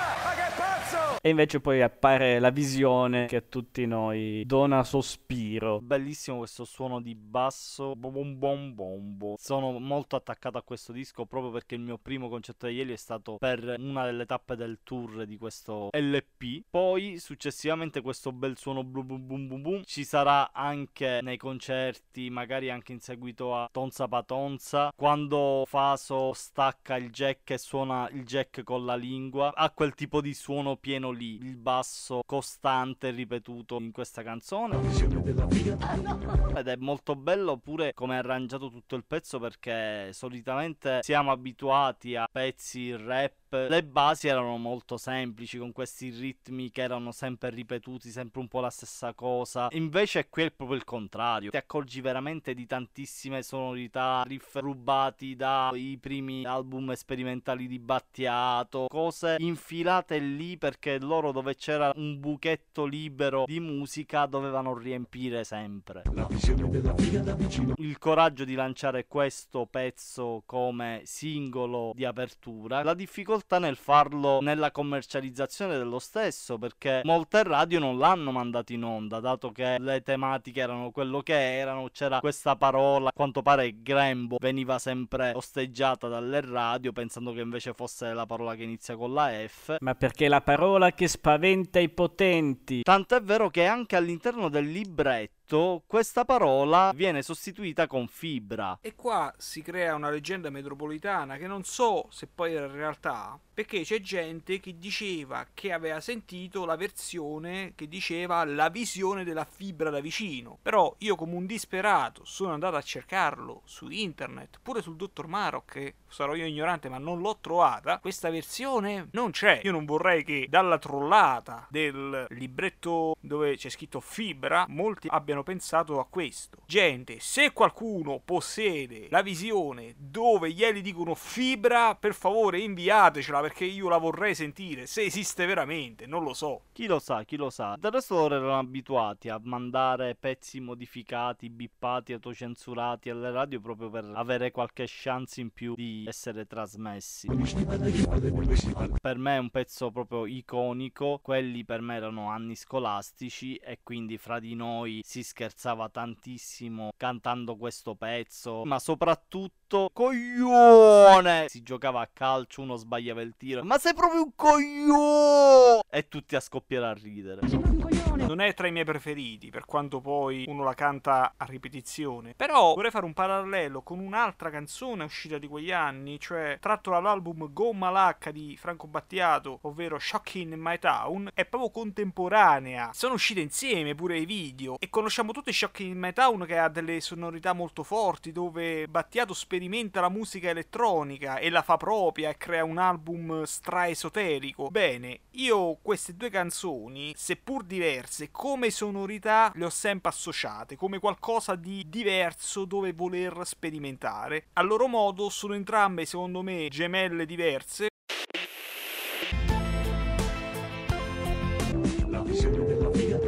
E invece poi appare la visione che a tutti noi dona sospiro. Bellissimo questo suono di basso. Bom bom bom bom. Sono molto attaccato a questo disco proprio perché il mio primo concerto di ieri è stato per una delle tappe del tour di questo L P. Poi successivamente questo bel suono blu bum bum bum bum ci sarà anche nei concerti, magari anche in seguito a Tonza Patonza, quando Faso stacca il jack e suona il jack con la lingua. Ha quel tipo di suono pieno lì, il basso costante ripetuto in questa canzone, ed è molto bello pure come è arrangiato tutto il pezzo, perché solitamente siamo abituati a pezzi rap, le basi erano molto semplici con questi ritmi che erano sempre ripetuti, sempre un po' la stessa cosa. Invece qui è proprio il contrario, ti accorgi veramente di tantissime sonorità, riff rubati dai primi album sperimentali di Battiato, cose infilate lì perché loro, dove c'era un buchetto libero di musica, dovevano riempire sempre. Il coraggio di lanciare questo pezzo come singolo di apertura, la difficoltà nel farlo nella commercializzazione dello stesso, perché molte radio non l'hanno mandato in onda, dato che le tematiche erano quello che erano. C'era questa parola, a quanto pare Grembo veniva sempre osteggiata dalle radio pensando che invece fosse la parola che inizia con la F, ma perché la parola che spaventa i potenti. Tant'è vero che anche all'interno del libretto questa parola viene sostituita con fibra. E qua si crea una leggenda metropolitana che non so se poi era realtà, perché c'è gente che diceva che aveva sentito la versione che diceva la visione della fibra da vicino. Però io, come un disperato, sono andato a cercarlo su internet, pure sul dottor Maroc, che sarò io ignorante ma non l'ho trovata. Questa versione non c'è. Io non vorrei che dalla trollata del libretto dove c'è scritto fibra molti abbiano pensato a questo. Gente, se qualcuno possiede la visione dove gli dicono fibra, per favore inviatecela, perché io la vorrei sentire, se esiste veramente, non lo so. Chi lo sa, chi lo sa. Del resto loro erano abituati a mandare pezzi modificati, bippati, autocensurati alle radio proprio per avere qualche chance in più di essere trasmessi. Per me è un pezzo proprio iconico. Quelli per me erano anni scolastici e quindi fra di noi si scherzava tantissimo cantando questo pezzo, ma soprattutto coglione, si giocava a calcio, uno sbagliava il tiro, ma sei proprio un coglione, e tutti a scoppiare a ridere. Non è tra i miei preferiti, per quanto poi uno la canta a ripetizione, però vorrei fare un parallelo con un'altra canzone uscita di quegli anni, cioè tratto dall'album Gomma Lacca di Franco Battiato, ovvero Shocking in My Town. È proprio contemporanea, sono uscite insieme pure i video, e conosciamo tutti Shocking in My Town, che ha delle sonorità molto forti, dove Battiato sperimenta la musica elettronica e la fa propria e crea un album stra esoterico. Bene, io queste due canzoni, seppur diverse come sonorità, le ho sempre associate come qualcosa di diverso dove voler sperimentare. A loro modo sono entrambe, secondo me, gemelle diverse. La visione della vita.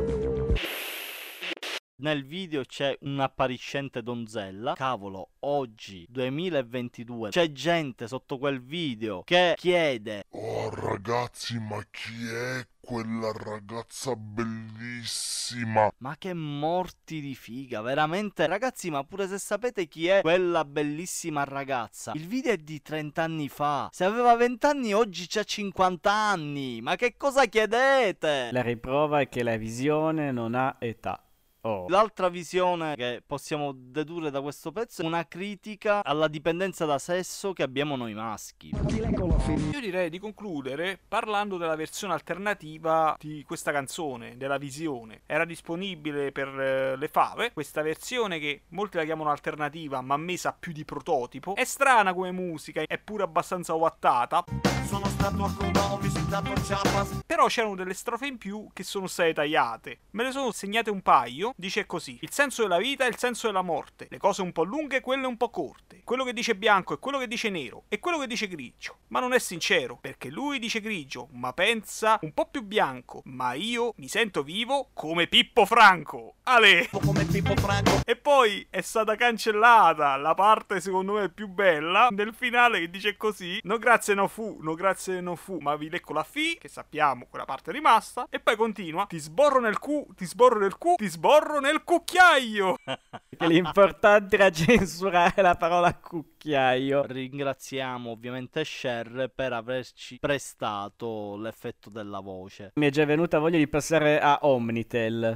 Nel video c'è un'appariscente donzella. Cavolo, oggi, duemilaventidue, c'è gente sotto quel video che chiede: oh ragazzi, ma chi è quella ragazza bellissima? Ma che morti di figa, veramente. Ragazzi, ma pure se sapete chi è quella bellissima ragazza, il video è di trenta anni fa. Se aveva venti anni, oggi c'ha cinquanta anni. Ma che cosa chiedete? La riprova è che la visione non ha età. Oh. L'altra visione che possiamo dedurre da questo pezzo è una critica alla dipendenza da sesso che abbiamo noi maschi. Io direi di concludere parlando della versione alternativa di questa canzone, della visione. Era disponibile per eh, le fave, questa versione che molti la chiamano alternativa, ma a me sa più di prototipo. È strana come musica, è pure abbastanza wattata. Sono stato a Cuba, ho visitato Chiapas. Però c'erano delle strofe in più che sono state tagliate. Me ne sono segnate un paio. Dice così: il senso della vita è il senso della morte, le cose un po' lunghe e quelle un po' corte, quello che dice bianco è quello che dice nero e quello che dice grigio, ma non è sincero, perché lui dice grigio ma pensa un po' più bianco, ma io mi sento vivo come Pippo Franco. Ale! Come Pippo Franco. E poi è stata cancellata la parte secondo me più bella del finale, che dice così: no grazie no fu, no grazie no fu, ma vi lecco la fi, che sappiamo quella parte è rimasta, e poi continua: ti sborro nel cu, ti sborro nel cu, ti sborro nel cucchiaio. Che l'importante era censurare la parola cucchiaio. Ringraziamo ovviamente Cher per averci prestato l'effetto della voce. Mi è già venuta voglia di passare a Omnitel.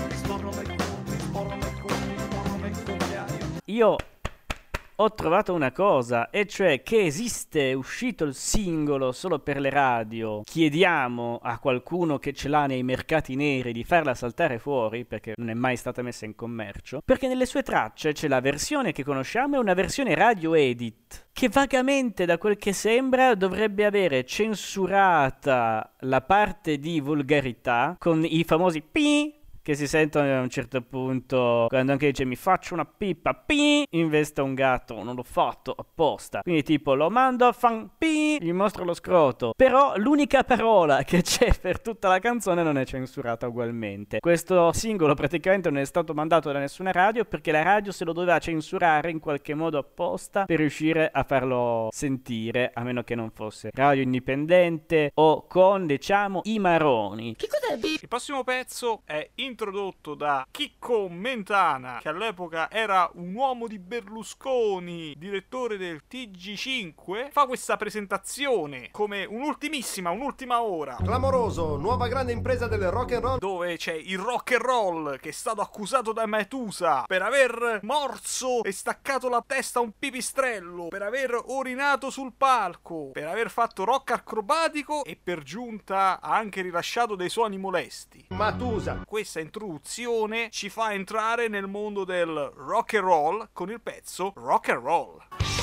Io ho trovato una cosa, e cioè che esiste, è uscito il singolo solo per le radio. Chiediamo a qualcuno che ce l'ha nei mercati neri di farla saltare fuori, perché non è mai stata messa in commercio, perché nelle sue tracce c'è la versione che conosciamo e una versione radio edit, che vagamente, da quel che sembra, dovrebbe avere censurata la parte di volgarità con i famosi pi che si sentono a un certo punto quando anche dice mi faccio una pipa, pi, investa un gatto, non l'ho fatto apposta. Quindi tipo lo mando a fan, pi, gli mostro lo scroto. Però l'unica parola che c'è per tutta la canzone non è censurata ugualmente. Questo singolo praticamente non è stato mandato da nessuna radio, perché la radio se lo doveva censurare in qualche modo apposta per riuscire a farlo sentire, a meno che non fosse radio indipendente o con, diciamo, i maroni. Che cos'è? Il prossimo pezzo è introdotto da Chicco Mentana, che all'epoca era un uomo di Berlusconi, direttore del T G cinque. Fa questa presentazione come un'ultimissima, un'ultima ora. Clamoroso, nuova grande impresa del rock and roll, dove c'è il rock and roll che è stato accusato da Medusa per aver morso e staccato la testa a un pipistrello, per aver orinato sul palco, per aver fatto rock acrobatico e per giunta ha anche rilasciato dei suoni molesti. Matusa. Questa introduzione ci fa entrare nel mondo del rock and roll con il pezzo Rock and Roll.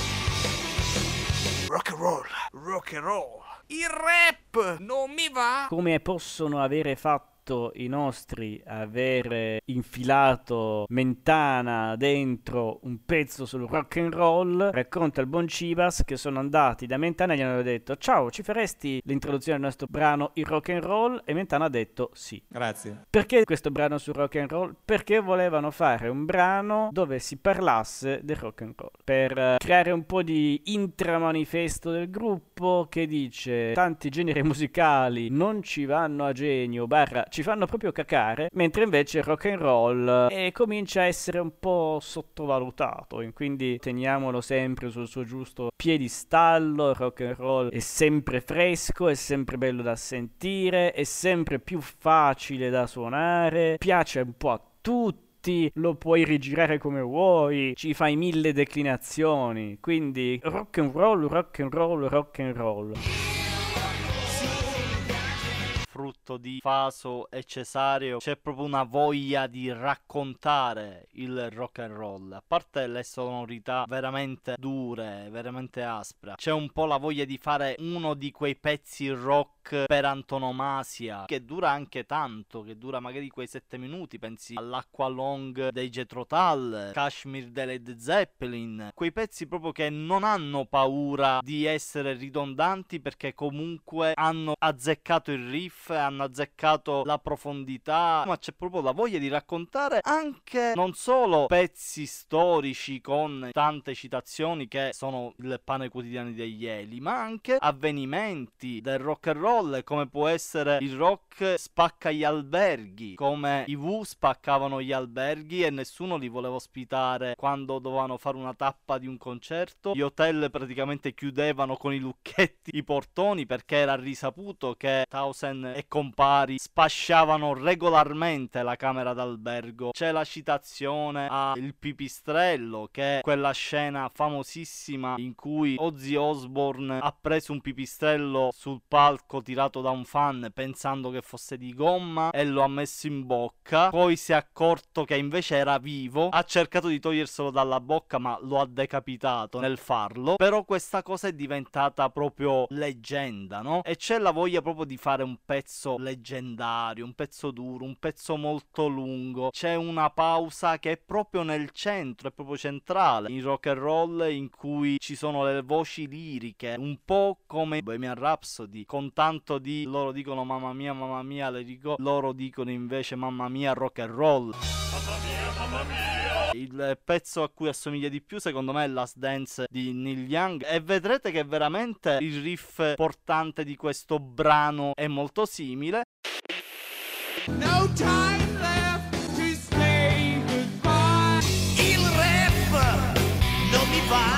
Rock and roll, rock and roll. Il rap non mi va. Come possono avere fatto i nostri avere infilato Mentana dentro un pezzo sul rock and roll? Racconta il buon Cibas che sono andati da Mentana e gli hanno detto ciao, ci faresti l'introduzione del nostro brano il rock and roll? E Mentana ha detto sì. Grazie. Perché questo brano sul rock and roll? Perché volevano fare un brano dove si parlasse del rock and roll, per creare un po' di intramanifesto del gruppo che dice tanti generi musicali non ci vanno a genio barra ci fanno proprio cacare, mentre invece il rock and roll eh, comincia a essere un po' sottovalutato, e quindi teniamolo sempre sul suo giusto piedistallo. Il rock and roll è sempre fresco, è sempre bello da sentire, è sempre più facile da suonare, piace un po' a tutti, lo puoi rigirare come vuoi, ci fai mille declinazioni, quindi rock and roll, rock and roll, rock and roll. Frutto di Faso e Cesario, c'è proprio una voglia di raccontare il rock and roll. A parte le sonorità veramente dure, veramente aspre, c'è un po' la voglia di fare uno di quei pezzi rock per antonomasia, che dura anche tanto, che dura magari quei sette minuti. Pensi all'Acqua Long dei Jethro Tull, Kashmir dei Led Zeppelin, quei pezzi proprio che non hanno paura di essere ridondanti, perché comunque hanno azzeccato il riff, hanno azzeccato la profondità, ma c'è proprio la voglia di raccontare anche non solo pezzi storici con tante citazioni che sono il pane quotidiano degli Eli, ma anche avvenimenti del rock and roll, come può essere il rock spacca gli alberghi, come i Who spaccavano gli alberghi e nessuno li voleva ospitare quando dovevano fare una tappa di un concerto. Gli hotel praticamente chiudevano con i lucchetti i portoni, perché era risaputo che Townsend e compari spasciavano regolarmente la camera d'albergo. C'è la citazione a Il Pipistrello, che è quella scena famosissima in cui Ozzy Osbourne ha preso un pipistrello sul palco tirato da un fan pensando che fosse di gomma e lo ha messo in bocca, poi si è accorto che invece era vivo, ha cercato di toglierselo dalla bocca ma lo ha decapitato nel farlo. Però questa cosa è diventata proprio leggenda, no? E c'è la voglia proprio di fare un pezzo leggendario, un pezzo duro, un pezzo molto lungo. C'è una pausa che è proprio nel centro, è proprio centrale in rock and roll, in cui ci sono le voci liriche, un po' come Bohemian Rhapsody, con tanto di loro dicono mamma mia, mamma mia, le dico, loro dicono invece mamma mia rock and roll. Mamma mia, mamma mia. Il pezzo a cui assomiglia di più secondo me è Last Dance di Neil Young, e vedrete che veramente il riff portante di questo brano è molto simile. No time left to say goodbye. Il rap non mi va.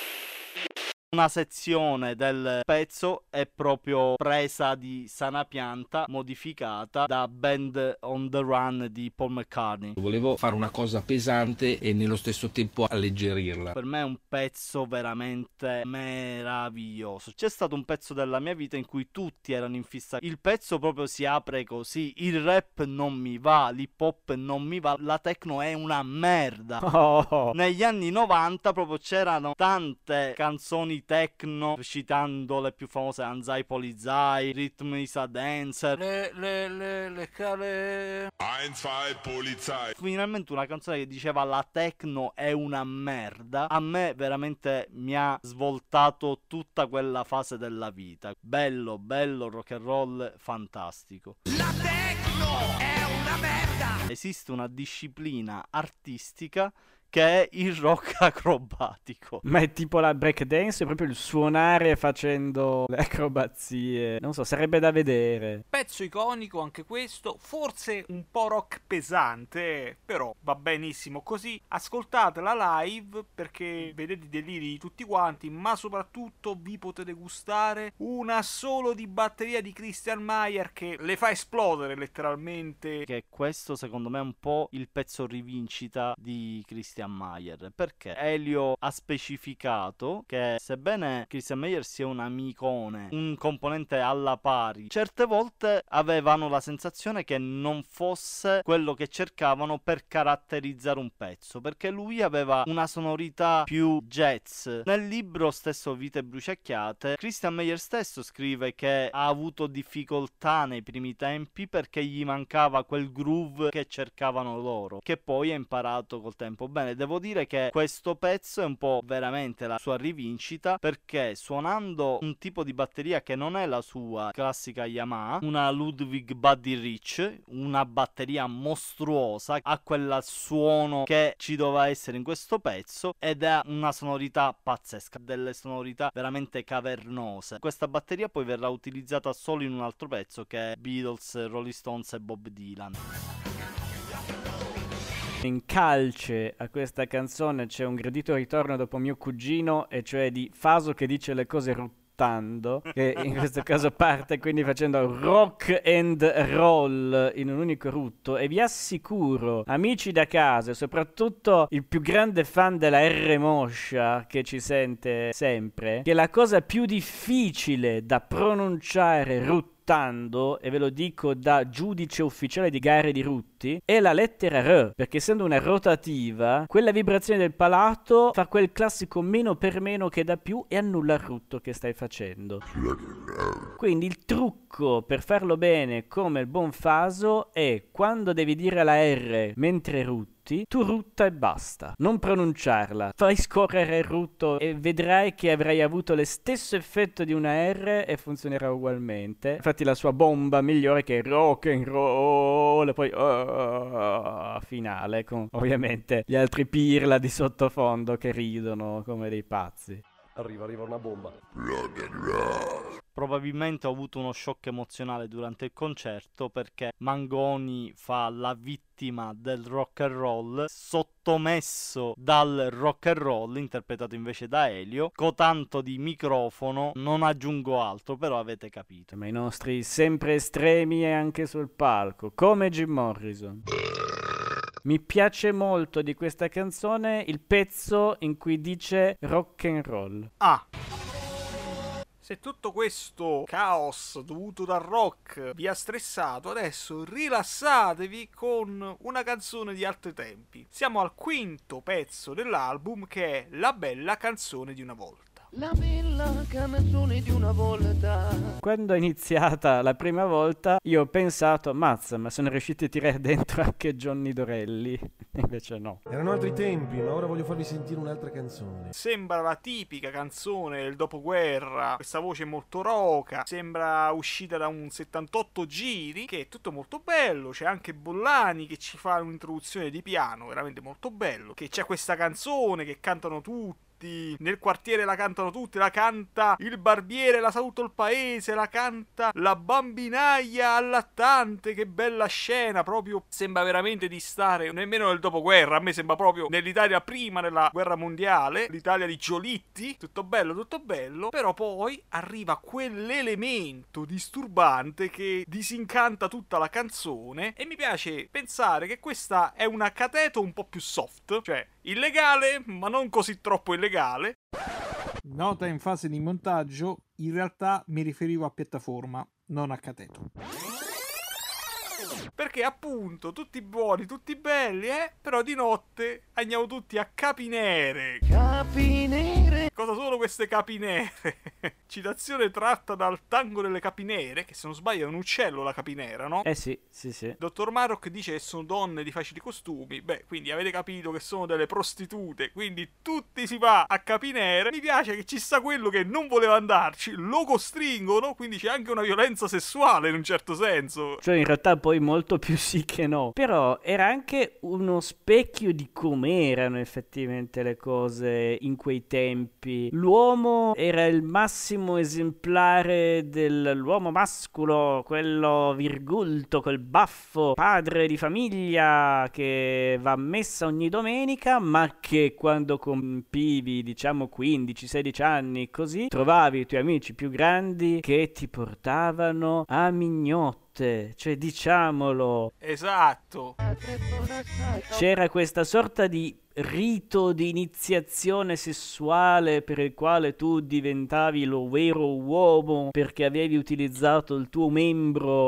Una sezione del pezzo è proprio presa di Sana Pianta, modificata da Band on the Run di Paul McCartney. Volevo fare una cosa pesante e nello stesso tempo alleggerirla. Per me è un pezzo veramente meraviglioso. C'è stato un pezzo della mia vita in cui tutti erano in fissa. Il pezzo proprio si apre così: il rap non mi va, l'hip hop non mi va, la techno è una merda. Oh. Negli anni novanta proprio c'erano tante canzoni techno, citando le più famose Anzai Polizai, Rhythm is a Dancer, le le le le cale Anzai Polizai. Finalmente una canzone che diceva la techno è una merda. A me veramente mi ha svoltato tutta quella fase della vita. Bello, bello rock and roll, fantastico. La techno è una merda. Esiste una disciplina artistica che è il rock acrobatico. Ma è tipo la breakdance, è proprio il suonare facendo le acrobazie. Non so, sarebbe da vedere. Pezzo iconico anche questo, forse un po' rock pesante, però va benissimo così. Ascoltatela live perché vedete i deliri tutti quanti, ma soprattutto vi potete gustare una solo di batteria di Christian Maier che le fa esplodere letteralmente. Che questo secondo me è un po' il pezzo rivincita di Christian Maier, perché Elio ha specificato che sebbene Christian Maier sia un amicone, un componente alla pari, certe volte avevano la sensazione che non fosse quello che cercavano per caratterizzare un pezzo, perché lui aveva una sonorità più jazz. Nel libro stesso Vite bruciacchiate, Christian Maier stesso scrive che ha avuto difficoltà nei primi tempi perché gli mancava quel groove che cercavano loro, che poi ha imparato col tempo. Bene, genere. Devo dire che questo pezzo è un po' veramente la sua rivincita, perché suonando un tipo di batteria che non è la sua classica Yamaha, una Ludwig Buddy Rich, una batteria mostruosa, ha quel suono che ci doveva essere in questo pezzo ed ha una sonorità pazzesca, delle sonorità veramente cavernose. Questa batteria poi verrà utilizzata solo in un altro pezzo che è Beatles, Rolling Stones e Bob Dylan. In calce a questa canzone c'è un gradito ritorno dopo Mio Cugino, e cioè di Faso che dice le cose ruttando, che in questo caso parte quindi facendo rock and roll in un unico rutto. E vi assicuro, amici da casa, e soprattutto il più grande fan della R Moscia che ci sente sempre, che la cosa più difficile da pronunciare ruttando, e ve lo dico da giudice ufficiale di gare di rutti, è la lettera R, perché essendo una rotativa, quella vibrazione del palato fa quel classico meno per meno che dà più e annulla il rutto che stai facendo. Quindi il trucco per farlo bene come il buon Faso è, quando devi dire la R mentre rutti, tu rutta e basta, non pronunciarla, fai scorrere il rutto e vedrai che avrai avuto lo stesso effetto di una R e funzionerà ugualmente. Infatti la sua bomba migliore che è rock and roll e poi uh, finale con ovviamente gli altri pirla di sottofondo che ridono come dei pazzi. Arriva, arriva una bomba. Probabilmente ho avuto uno shock emozionale durante il concerto, perché Mangoni fa la vittima del rock and roll, sottomesso dal rock and roll, interpretato invece da Elio, con tanto di microfono. Non aggiungo altro, però avete capito. Ma i nostri sempre estremi e anche sul palco, come Jim Morrison. Mi piace molto di questa canzone il pezzo in cui dice rock and roll. Ah, se tutto questo caos dovuto dal rock vi ha stressato, adesso rilassatevi con una canzone di altri tempi. Siamo al quinto pezzo dell'album, che è La bella canzone di una volta. La bella canzone di una volta. Quando è iniziata la prima volta io ho pensato, mazza, ma sono riusciti a tirare dentro anche Johnny Dorelli. Invece no. Erano altri tempi, ma ora voglio farvi sentire un'altra canzone. Sembra la tipica canzone del dopoguerra, questa voce molto roca, sembra uscita da un settantotto giri, che è tutto molto bello. C'è anche Bollani che ci fa un'introduzione di piano veramente molto bello, che c'è questa canzone che cantano tutti, nel quartiere la cantano tutti, la canta il barbiere, la sa tutto il paese, la canta la bambinaia allattante. Che bella scena, proprio sembra veramente di stare nemmeno nel dopoguerra, a me sembra proprio nell'Italia prima della guerra mondiale, l'Italia di Giolitti. Tutto bello, tutto bello, però poi arriva quell'elemento disturbante che disincanta tutta la canzone, e mi piace pensare che questa è una cateto un po' più soft, cioè illegale ma non così troppo illegale. Nota in fase di montaggio, in realtà mi riferivo a piattaforma, non a cateto. Perché appunto tutti buoni, tutti belli, eh? Però di notte andiamo tutti a capi nere. Capi nere. Cosa sono queste capi nere? Citazione tratta dal Tango delle capinere, che se non sbaglio è un uccello la capinera, no? Eh sì, sì, sì. Dottor Marok dice che sono donne di facili costumi. Beh, quindi avete capito che sono delle prostitute, quindi tutti si va a capinere. Mi piace che ci sta quello che non voleva andarci, lo costringono, quindi c'è anche una violenza sessuale in un certo senso. Cioè in realtà poi molto più sì che no. Però era anche uno specchio di com'erano effettivamente le cose in quei tempi. L'uomo era il massimo esemplare dell'uomo mascolo, quello virgulto col baffo, padre di famiglia che va a messa ogni domenica, ma che quando compivi diciamo quindici sedici anni così, trovavi i tuoi amici più grandi che ti portavano a mignotte, cioè diciamolo. Esatto. C'era questa sorta di rito di iniziazione sessuale per il quale tu diventavi lo vero uomo perché avevi utilizzato il tuo membro a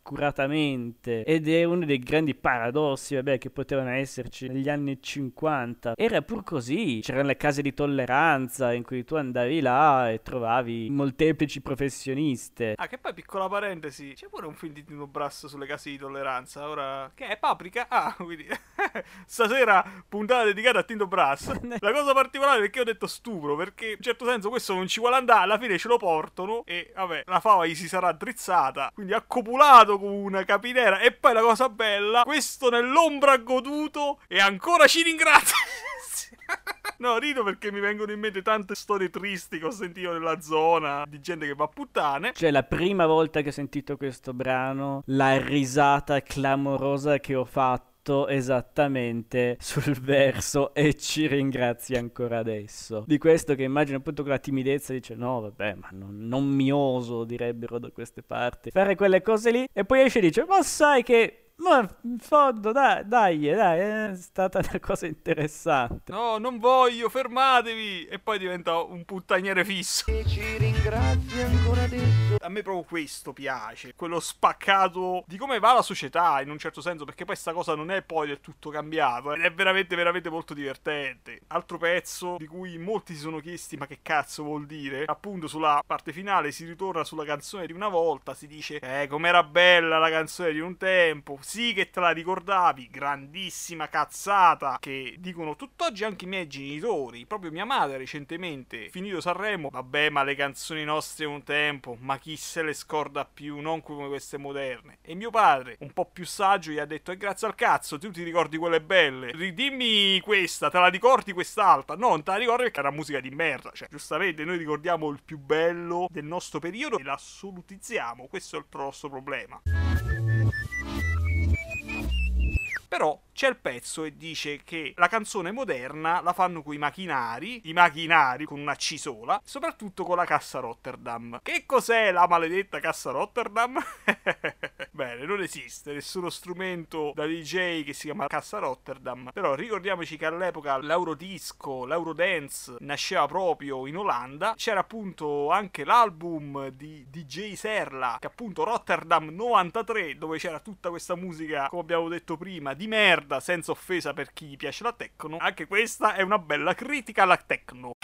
accuratamente, ed è uno dei grandi paradossi, vabbè, che potevano esserci negli anni cinquanta. Era pur così, c'erano le case di tolleranza in cui tu andavi là e trovavi molteplici professioniste. Ah, che poi, piccola parentesi, c'è pure un film di Tino Brass sulle case di tolleranza, ora... Che è Paprika? Ah, quindi... Stasera puntata dedicata a Tino Brass. La cosa particolare è perché ho detto stupro, perché in un certo senso questo non ci vuole andare, alla fine ce lo portano e vabbè, la fava gli si sarà drizzata, quindi ha copulato con una capinera. E poi la cosa bella, questo nell'ombra ha goduto e ancora ci ringrazia. No, rido perché mi vengono in mente tante storie tristi che ho sentito nella zona di gente che va a puttane. Cioè, la prima volta che ho sentito questo brano, la risata clamorosa che ho fatto esattamente sul verso "e ci ringrazi ancora adesso", di questo che immagino appunto con la timidezza dice no vabbè, ma non, non mi oso, direbbero da queste parti, fare quelle cose lì, e poi esce e dice ma sai che ma in fondo dai, dai, dai, è stata una cosa interessante. No, non voglio, fermatevi. E poi diventa un puttaniere fisso. E ci ringrazi ancora adesso. A me proprio questo piace, quello spaccato di come va la società in un certo senso, perché poi sta cosa non è poi del tutto cambiata, ed è veramente veramente molto divertente. Altro pezzo di cui molti si sono chiesti ma che cazzo vuol dire, appunto sulla parte finale si ritorna sulla canzone di una volta, si dice eh com'era bella la canzone di un tempo, sì che te la ricordavi, grandissima cazzata che dicono tutt'oggi anche i miei genitori. Proprio mia madre recentemente, finito Sanremo, vabbè ma le canzoni nostre un tempo, ma chi se le scorda più, non come queste moderne. E mio padre, un po' più saggio, gli ha detto e grazie al cazzo, tu ti ricordi quelle belle, ridimmi questa, te la ricordi quest'altra? No, non te la ricordi perché era musica di merda. Cioè, giustamente noi ricordiamo il più bello del nostro periodo e l'assolutizziamo, questo è il nostro problema. Però c'è il pezzo e dice che la canzone moderna la fanno coi macchinari, i macchinari con una C sola, soprattutto con la cassa Rotterdam. Che cos'è la maledetta cassa Rotterdam? Bene, non esiste nessuno strumento da D J che si chiama cassa Rotterdam, però ricordiamoci che all'epoca l'Eurodisco, l'Eurodance nasceva proprio in Olanda. C'era appunto anche l'album di D J Serla, che appunto Rotterdam novantatré, dove c'era tutta questa musica, come abbiamo detto prima, di merda, senza offesa per chi gli piace la techno. Anche questa è una bella critica alla techno.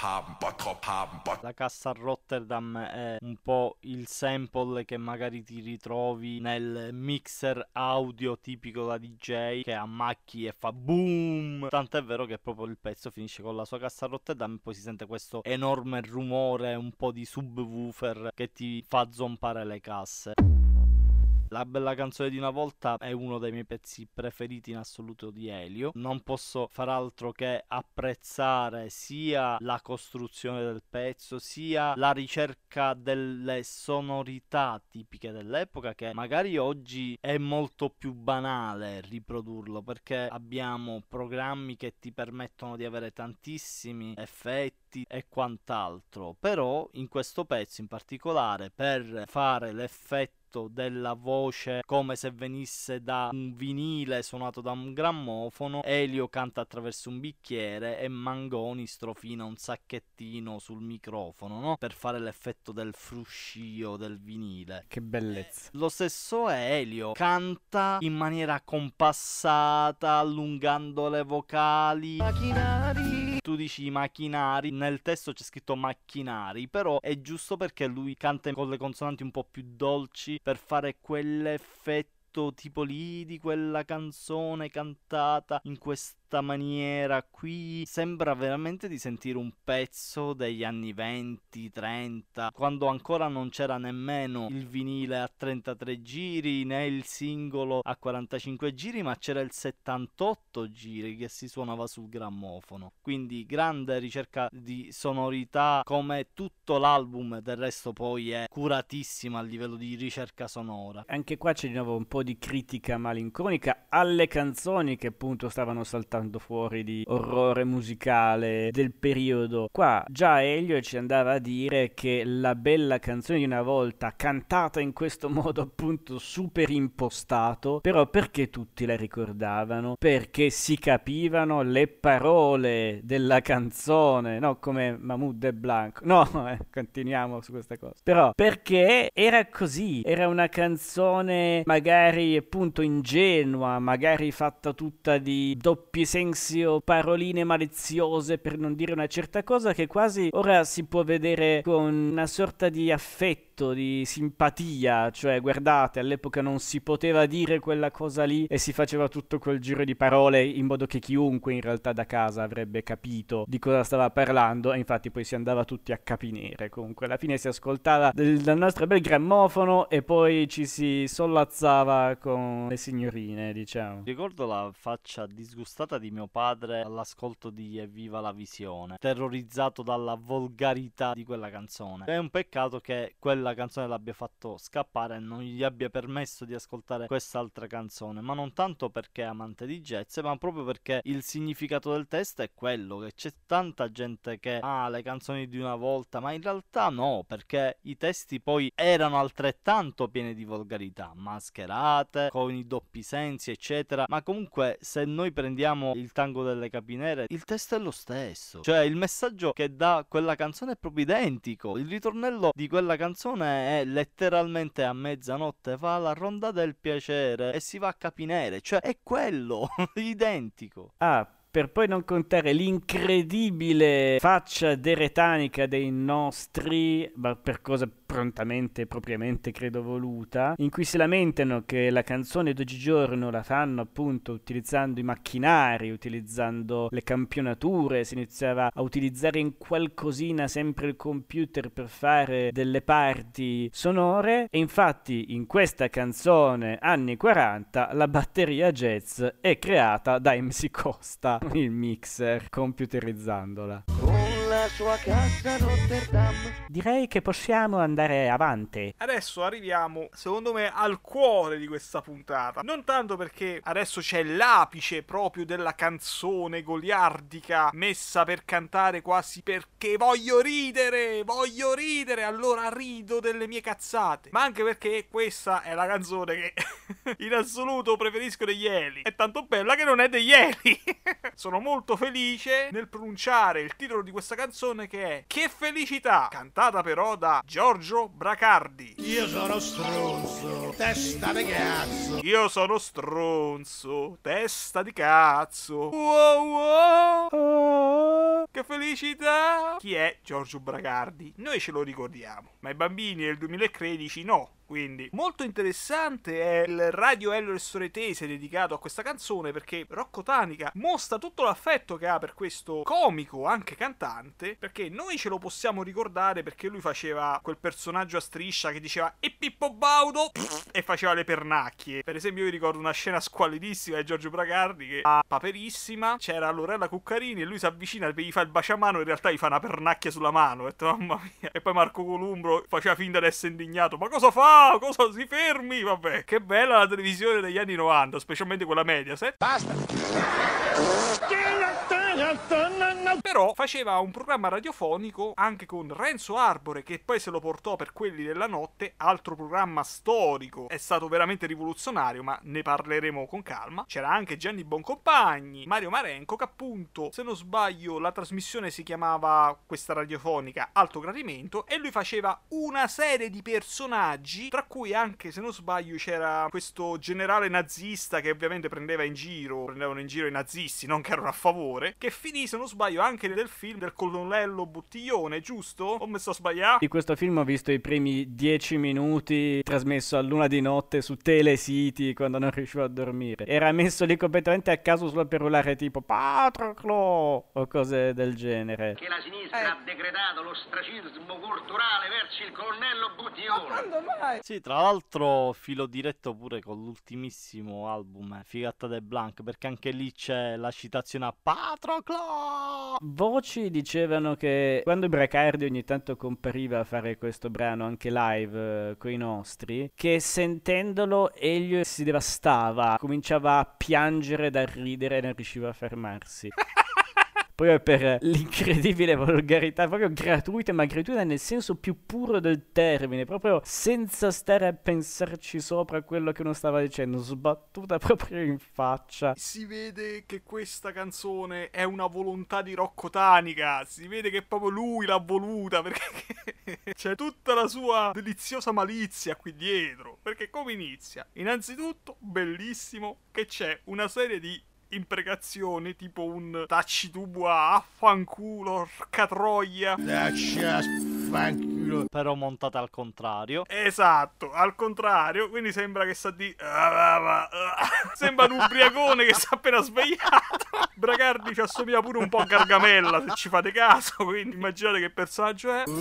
La cassa Rotterdam è un po' il sample che magari ti ritrovi nel mixer audio tipico da D J che ammacchi e fa boom. Tant'è vero che proprio il pezzo finisce con la sua cassa Rotterdam e poi si sente questo enorme rumore, un po' di subwoofer che ti fa zompare le casse. La bella canzone di una volta è uno dei miei pezzi preferiti in assoluto di Elio. Non posso far altro che apprezzare sia la costruzione del pezzo, sia la ricerca delle sonorità tipiche dell'epoca, che magari oggi è molto più banale riprodurlo, perché abbiamo programmi che ti permettono di avere tantissimi effetti e quant'altro. Però in questo pezzo in particolare, per fare l'effetto della voce come se venisse da un vinile suonato da un grammofono, Elio canta attraverso un bicchiere e Mangoni strofina un sacchettino sul microfono, no? Per fare l'effetto del fruscio del vinile. Che bellezza. Lo stesso è Elio, canta in maniera compassata, allungando le vocali. Macchinari. Tu dici i macchinari, nel testo c'è scritto macchinari, però è giusto perché lui canta con le consonanti un po' più dolci per fare quell'effetto tipo lì di quella canzone cantata in questa maniera qui. Sembra veramente di sentire un pezzo degli anni venti trenta, quando ancora non c'era nemmeno il vinile a trentatré giri né il singolo a quarantacinque giri, ma c'era il settantotto giri che si suonava sul grammofono. Quindi grande ricerca di sonorità, come tutto l'album del resto poi è curatissima a livello di ricerca sonora. Anche qua c'è di nuovo un po' di critica malinconica alle canzoni che appunto stavano saltando saltando fuori di orrore musicale del periodo. Qua già Elio ci andava a dire che la bella canzone di una volta, cantata in questo modo appunto super impostato, però perché tutti la ricordavano? Perché si capivano le parole della canzone, no come Mahmoud e Blanco, no, eh, continuiamo su questa cosa, però perché era così, era una canzone magari appunto ingenua, magari fatta tutta di doppi sensi o paroline maliziose per non dire una certa cosa, che quasi ora si può vedere con una sorta di affetto, di simpatia, cioè guardate, all'epoca non si poteva dire quella cosa lì e si faceva tutto quel giro di parole in modo che chiunque in realtà da casa avrebbe capito di cosa stava parlando, e infatti poi si andava tutti a capinere. Comunque alla fine si ascoltava del, del nostro bel grammofono e poi ci si sollazzava con le signorine, diciamo. Ricordo la faccia disgustata di mio padre all'ascolto di Evviva la visione, terrorizzato dalla volgarità di quella canzone. È un peccato che quella canzone l'abbia fatto scappare e non gli abbia permesso di ascoltare quest'altra canzone, ma non tanto perché è amante di jazz, ma proprio perché il significato del testo è quello, che c'è tanta gente che ah le canzoni di una volta, ma in realtà no, perché i testi poi erano altrettanto pieni di volgarità, mascherate, con i doppi sensi eccetera, ma comunque se noi prendiamo il tango delle capinere il testo è lo stesso, cioè il messaggio che dà quella canzone è proprio identico. Il ritornello di quella canzone è letteralmente a mezzanotte va la ronda del piacere e si va a capinere, cioè è quello, identico. Ah, per poi non contare l'incredibile faccia deretanica dei nostri, ma per cosa prontamente, propriamente credo voluta, in cui si lamentano che la canzone d'oggigiorno la fanno appunto utilizzando i macchinari, utilizzando le campionature, si iniziava a utilizzare in qualcosina sempre il computer per fare delle parti sonore, e infatti in questa canzone anni quaranta la batteria jazz è creata da M C Costa, il mixer, computerizzandola. La sua casa a Rotterdam. Direi che possiamo andare avanti. Adesso arriviamo, secondo me, al cuore di questa puntata. Non tanto perché adesso c'è l'apice proprio della canzone goliardica messa per cantare quasi perché voglio ridere, voglio ridere, allora rido delle mie cazzate. Ma anche perché questa è la canzone che in assoluto preferisco degli Eli. È tanto bella che non è degli Eli. Sono molto felice nel pronunciare il titolo di questa canzone, che è Che felicità, cantata però da Giorgio Bracardi. Io sono stronzo, testa di cazzo. Io sono stronzo, testa di cazzo. Wow, wow. Oh, che felicità. Chi è Giorgio Bracardi? Noi ce lo ricordiamo, ma i bambini del duemilatredici no. Quindi molto interessante è il Radio Elio e Storie Tese dedicato a questa canzone, perché Rocco Tanica mostra tutto l'affetto che ha per questo comico, anche cantante, perché noi ce lo possiamo ricordare perché lui faceva quel personaggio a striscia che diceva e Pippo Baudo e faceva le pernacchie. Per esempio io ricordo una scena squallidissima di Giorgio Bracardi che a Paperissima c'era Lorella Cuccarini e lui si avvicina e gli fa il baciamano, in realtà gli fa una pernacchia sulla mano. Ho detto mamma mia. E poi Marco Columbro faceva finta di essere indignato, ma cosa fa? Cosa si fermi? Vabbè, che bella la televisione degli anni novanta, specialmente quella Mediaset. Basta. Però faceva un programma radiofonico anche con Renzo Arbore, che poi se lo portò per Quelli della Notte, altro programma storico. È stato veramente rivoluzionario, ma ne parleremo con calma. C'era anche Gianni Boncompagni, Mario Marenco, che appunto, se non sbaglio, la trasmissione si chiamava, questa radiofonica, Alto Gradimento, e lui faceva una serie di personaggi, tra cui anche, se non sbaglio, c'era questo generale nazista che ovviamente prendeva in giro, prendevano in giro i nazisti, non che erano a favore, che finì, se non sbaglio, anche nel film del colonnello Buttiglione, giusto? O mi sto sbagliando? Di questo film ho visto i primi dieci minuti trasmesso a luna di notte su Telesiti quando non riuscivo a dormire. Era messo lì completamente a caso solo per urlare tipo Patroclo o cose del genere. Che la sinistra eh. ha decretato l'ostracismo culturale verso il colonnello Buttiglione. Ma quando mai? Sì, tra l'altro filo diretto pure con l'ultimissimo album Figata de Blanc, perché anche lì c'è la citazione a Patroclo. Patroclo! Voci dicevano che quando Bracardi ogni tanto compariva a fare questo brano anche live eh, coi nostri, che sentendolo Elio si devastava, cominciava a piangere da ridere e non riusciva a fermarsi. Proprio per l'incredibile volgarità, proprio gratuita, ma gratuita nel senso più puro del termine, proprio senza stare a pensarci sopra quello che uno stava dicendo, sbattuta proprio in faccia. Si vede che questa canzone è una volontà di Rocco Tanica, si vede che proprio lui l'ha voluta, perché c'è tutta la sua deliziosa malizia qui dietro. Perché come inizia? Innanzitutto, bellissimo, che c'è una serie di imprecazioni tipo un tacci tu bua, affanculo, orca troia, Fanculo. Però montata al contrario. Esatto, al contrario, quindi sembra che sa di sembra un ubriacone che si è appena svegliato. Bracardi ci assomiglia pure un po' a Gargamella, se ci fate caso, quindi immaginate che personaggio è.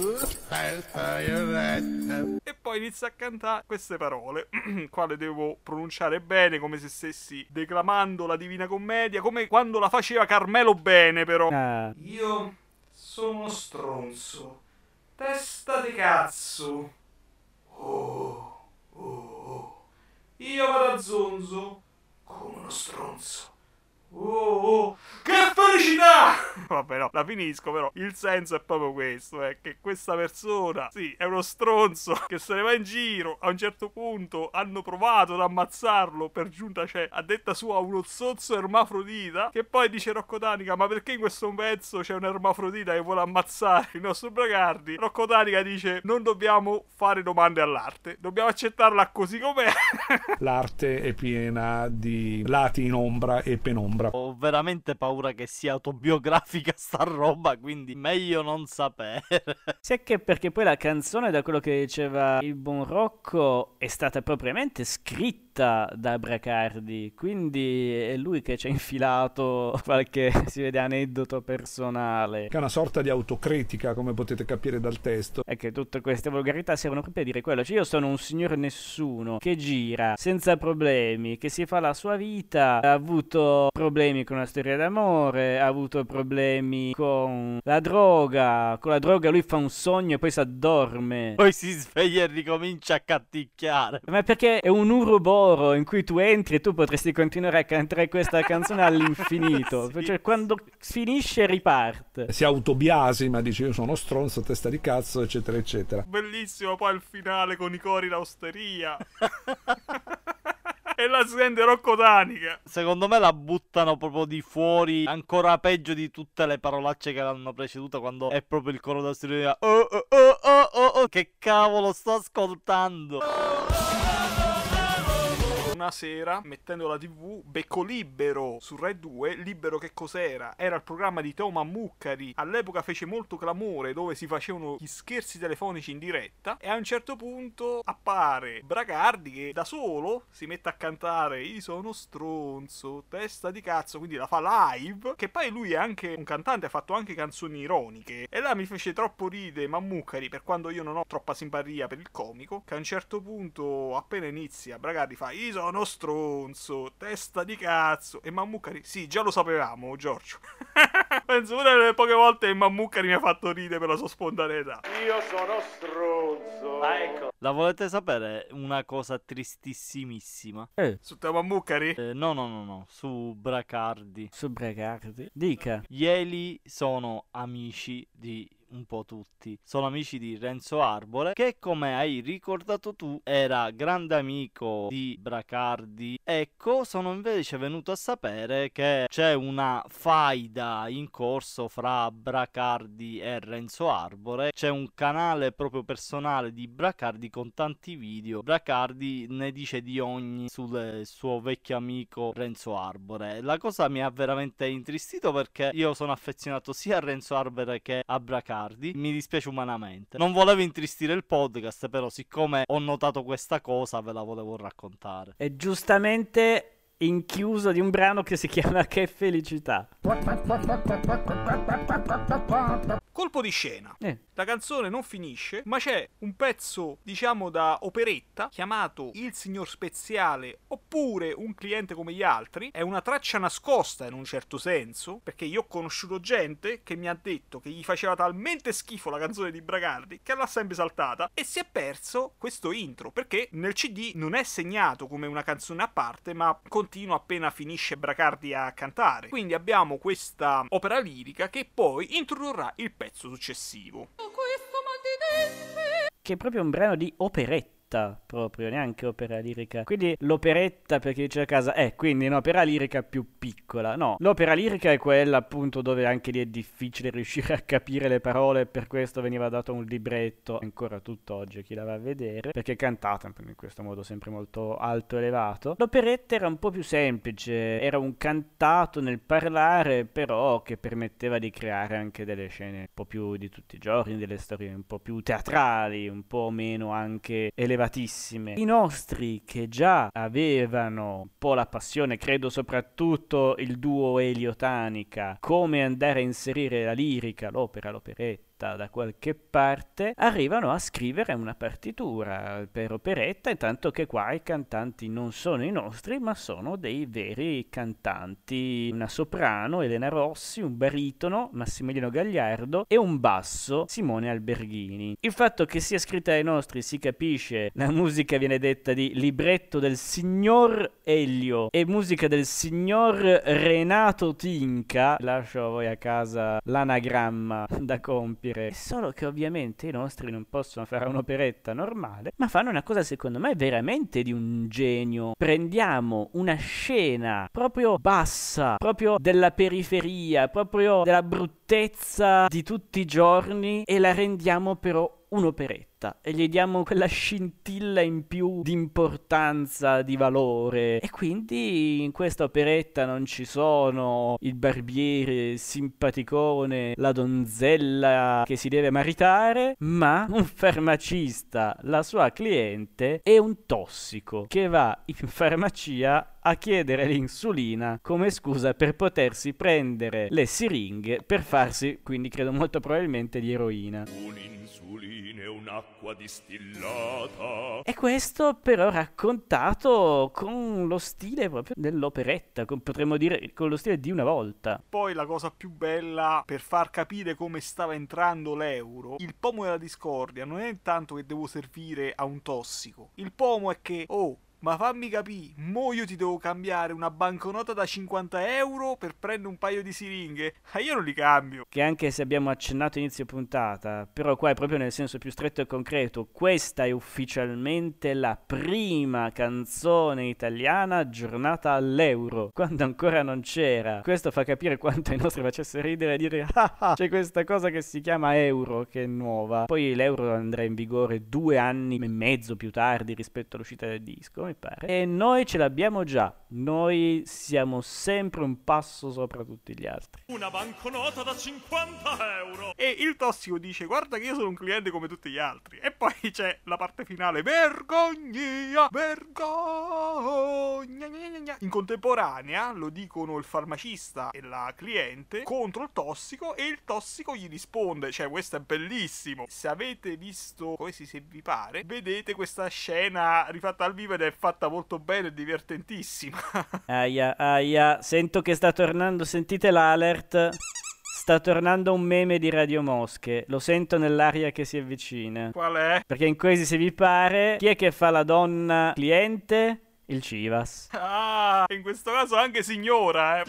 E poi inizia a cantare queste parole, quale devo pronunciare bene, come se stessi declamando la Divina Commedia, come quando la faceva Carmelo Bene, però. Ah. Io sono uno stronzo, testa di cazzo. Oh, oh, oh. Io vado a zonzo come uno stronzo. Oh, oh, che felicità! Vabbè, no, la finisco, però il senso è proprio questo, è che questa persona, sì, è uno stronzo che se ne va in giro. A un certo punto hanno provato ad ammazzarlo, per giunta c'è, a detta sua, uno zozzo ermafrodita, che poi dice Rocco Tanica: ma perché in questo pezzo c'è un ermafrodita che vuole ammazzare il nostro Bracardi? Rocco Tanica dice: non dobbiamo fare domande all'arte, dobbiamo accettarla così com'è. L'arte è piena di lati in ombra e penombra. Ho veramente paura che sia autobiografica sta roba, quindi meglio non sapere. Sì, è che perché poi la canzone, da quello che diceva il buon Rocco, è stata propriamente scritta da Bracardi, quindi è lui che ci ha infilato qualche, si vede, aneddoto personale. Che è una sorta di autocritica, come potete capire dal testo. E che tutte queste volgarità servono proprio a dire quello. Cioè, io sono un signor nessuno che gira senza problemi, che si fa la sua vita, ha avuto problemi con la storia d'amore, ha avuto problemi con la droga, con la droga lui fa un sogno e poi si addorme, poi si sveglia e ricomincia a canticchiare. Ma perché è un uruboro in cui tu entri e tu potresti continuare a cantare questa canzone all'infinito. Sì, cioè quando finisce riparte, si autobiasima, dice io sono stronzo, testa di cazzo, eccetera eccetera. Bellissimo poi il finale con i cori d'osteria. E la sente Rocco Tanica. Secondo me la buttano proprio di fuori, ancora peggio di tutte le parolacce che l'hanno preceduta, quando è proprio il coro d'osteria. Oh oh oh oh oh oh, che cavolo sto ascoltando? Una sera, mettendo la tivù, becco Libero su Rai due. Libero che cos'era? Era il programma di Teo Mammucari. All'epoca fece molto clamore, dove si facevano gli scherzi telefonici in diretta. E a un certo punto appare Bracardi che da solo si mette a cantare io sono stronzo, testa di cazzo, quindi la fa live. Che poi lui è anche un cantante, ha fatto anche canzoni ironiche. E là mi fece troppo ridere Mammucari, per quando io non ho troppa simpatia per il comico, che a un certo punto, appena inizia, Bracardi fa io sono uno stronzo, testa di cazzo. E Mammucari, sì, già lo sapevamo, Giorgio. Penso una delle poche volte che Mammucari mi ha fatto ridere per la sua spontaneità. Io sono stronzo. Ah, ecco. La volete sapere una cosa tristissimissima? Eh. Su te Mammucari? Eh, no, no, no, no, su Bracardi. Su Bracardi? Dica. Gli Eli sono amici di un po' tutti. Sono amici di Renzo Arbore, che come hai ricordato tu era grande amico di Bracardi. Ecco, sono invece venuto a sapere che c'è una faida in corso fra Bracardi e Renzo Arbore. C'è un canale proprio personale di Bracardi con tanti video. Bracardi ne dice di ogni sul suo vecchio amico Renzo Arbore. La cosa mi ha veramente intristito, perché io sono affezionato sia a Renzo Arbore che a Bracardi. Mi dispiace umanamente. Non volevo intristire il podcast, però siccome ho notato questa cosa ve la volevo raccontare. E giustamente in chiuso di un brano che si chiama Che felicità. Colpo di scena. Eh. La canzone non finisce, ma c'è un pezzo, diciamo, da operetta chiamato Il Signor Speziale oppure Un cliente come gli altri. È una traccia nascosta in un certo senso, perché io ho conosciuto gente che mi ha detto che gli faceva talmente schifo la canzone di Bracardi che l'ha sempre saltata e si è perso questo intro, perché nel C D non è segnato come una canzone a parte, ma continua appena finisce Bracardi a cantare. Quindi abbiamo questa opera lirica che poi introdurrà il pezzo successivo, che è proprio un brano di operetta. Proprio, neanche opera lirica. Quindi l'operetta, per chi dice a casa, è quindi un'opera lirica più piccola. No, l'opera lirica è quella appunto dove anche lì è difficile riuscire a capire le parole, per questo veniva dato un libretto, ancora tutt'oggi chi la va a vedere, perché è cantata in questo modo sempre molto alto e elevato. L'operetta era un po' più semplice, era un cantato nel parlare, però che permetteva di creare anche delle scene un po' più di tutti i giorni, delle storie un po' più teatrali, un po' meno anche elevate. I nostri, che già avevano un po' la passione, credo soprattutto il duo Elio Tanica, come andare a inserire la lirica, l'opera, l'operetta da qualche parte, arrivano a scrivere una partitura per operetta, intanto che qua i cantanti non sono i nostri, ma sono dei veri cantanti, una soprano, Elena Rossi, un baritono, Massimiliano Gagliardo, e un basso, Simone Alberghini. Il fatto che sia scritta ai nostri si capisce, la musica viene detta di libretto del signor Elio e musica del signor Renato Tinca. Lascio a voi a casa l'anagramma da compiere. Solo che ovviamente i nostri non possono fare un'operetta normale, ma fanno una cosa secondo me veramente di un genio. Prendiamo una scena proprio bassa, proprio della periferia, proprio della bruttezza di tutti i giorni e la rendiamo però un'operetta e gli diamo quella scintilla in più di importanza, di valore. E quindi in questa operetta non ci sono il barbiere simpaticone, la donzella che si deve maritare, ma un farmacista, la sua cliente e un tossico che va in farmacia a chiedere l'insulina come scusa per potersi prendere le siringhe per farsi, quindi credo molto probabilmente, di eroina. Un'insulina e un'acqua distillata. E questo però raccontato con lo stile proprio dell'operetta, con, potremmo dire con lo stile di Una volta. Poi la cosa più bella, per far capire come stava entrando l'euro, il pomo della discordia non è tanto che devo servire a un tossico, il pomo è che, oh, ma fammi capire, mo io ti devo cambiare una banconota da cinquanta euro per prendere un paio di siringhe? Ma io non li cambio. Che anche se abbiamo accennato inizio puntata, però qua è proprio nel senso più stretto e concreto, questa è ufficialmente la prima canzone italiana aggiornata all'euro, quando ancora non c'era. Questo fa capire quanto i nostri facesse ridere e dire ah ah, c'è questa cosa che si chiama euro che è nuova. Poi l'euro andrà in vigore due anni e mezzo più tardi rispetto all'uscita del disco, mi pare, e noi ce l'abbiamo già, noi siamo sempre un passo sopra tutti gli altri. Una banconota da cinquanta euro. E il tossico dice guarda che io sono un cliente come tutti gli altri, e poi c'è la parte finale, vergogna, vergogna. In contemporanea lo dicono il farmacista e la cliente contro il tossico, e il tossico gli risponde, cioè questo è bellissimo. Se avete visto Questi se vi pare, vedete questa scena rifatta al vivo ed è fatta molto bene e divertentississima. Aia, aia, sento che sta tornando, sentite l'alert. Sta tornando un meme di Radio Mosche, lo sento nell'aria che si avvicina. Qual è? Perché in Questi se vi pare, chi è che fa la donna cliente? Il Civas. Ah, in questo caso anche signora, eh.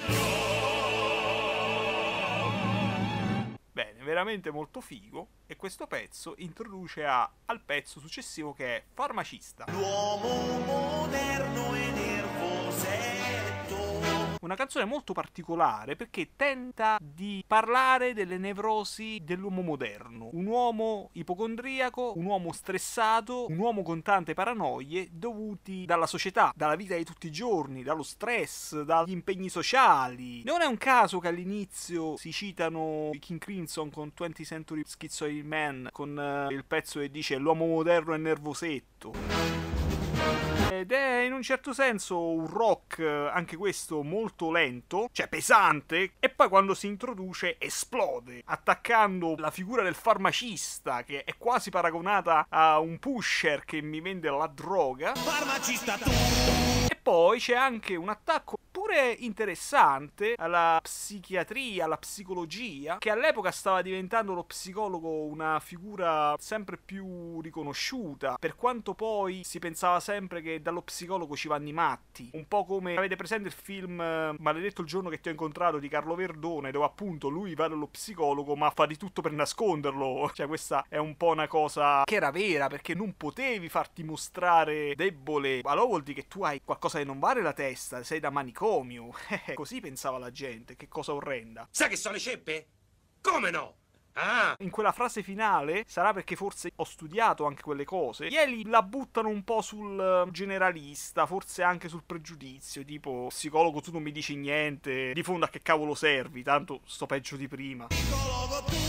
Bene, veramente molto figo. E questo pezzo introduce a, al pezzo successivo, che è Farmacista. L'uomo moderno e nervosetto. Una canzone molto particolare perché tenta di parlare delle nevrosi dell'uomo moderno. Un uomo ipocondriaco, un uomo stressato, un uomo con tante paranoie dovuti dalla società, dalla vita di tutti i giorni, dallo stress, dagli impegni sociali. Non è un caso che all'inizio si citano i King Crimson con twentieth Century Schizoid Man, con uh, il pezzo che dice l'uomo moderno è nervosetto. ed è in un certo senso un rock, anche questo molto lento, cioè pesante, e poi quando si introduce esplode, attaccando la figura del farmacista, che è quasi paragonata a un pusher che mi vende la droga. Farmacista tu! E poi c'è anche un attacco pure interessante alla psichiatria, alla psicologia, che all'epoca stava diventando lo psicologo una figura sempre più riconosciuta, per quanto poi si pensava sempre che dallo psicologo ci vanno i matti, un po' come avete presente il film Maledetto il giorno che ti ho incontrato di Carlo Verdone, dove appunto lui va dallo psicologo ma fa di tutto per nasconderlo. Cioè questa è un po' una cosa che era vera, perché non potevi farti mostrare debole, allora vuol dire che tu hai qualcosa che non va nella testa, sei da manicomio. Così pensava la gente, che cosa orrenda. Sai che sono le ceppe? Come no? Ah. In quella frase finale, sarà perché forse ho studiato anche quelle cose, gli Eli la buttano un po' sul generalista, forse anche sul pregiudizio, tipo psicologo tu non mi dici niente, di fondo a che cavolo servi, tanto sto peggio di prima. Psicologo tu.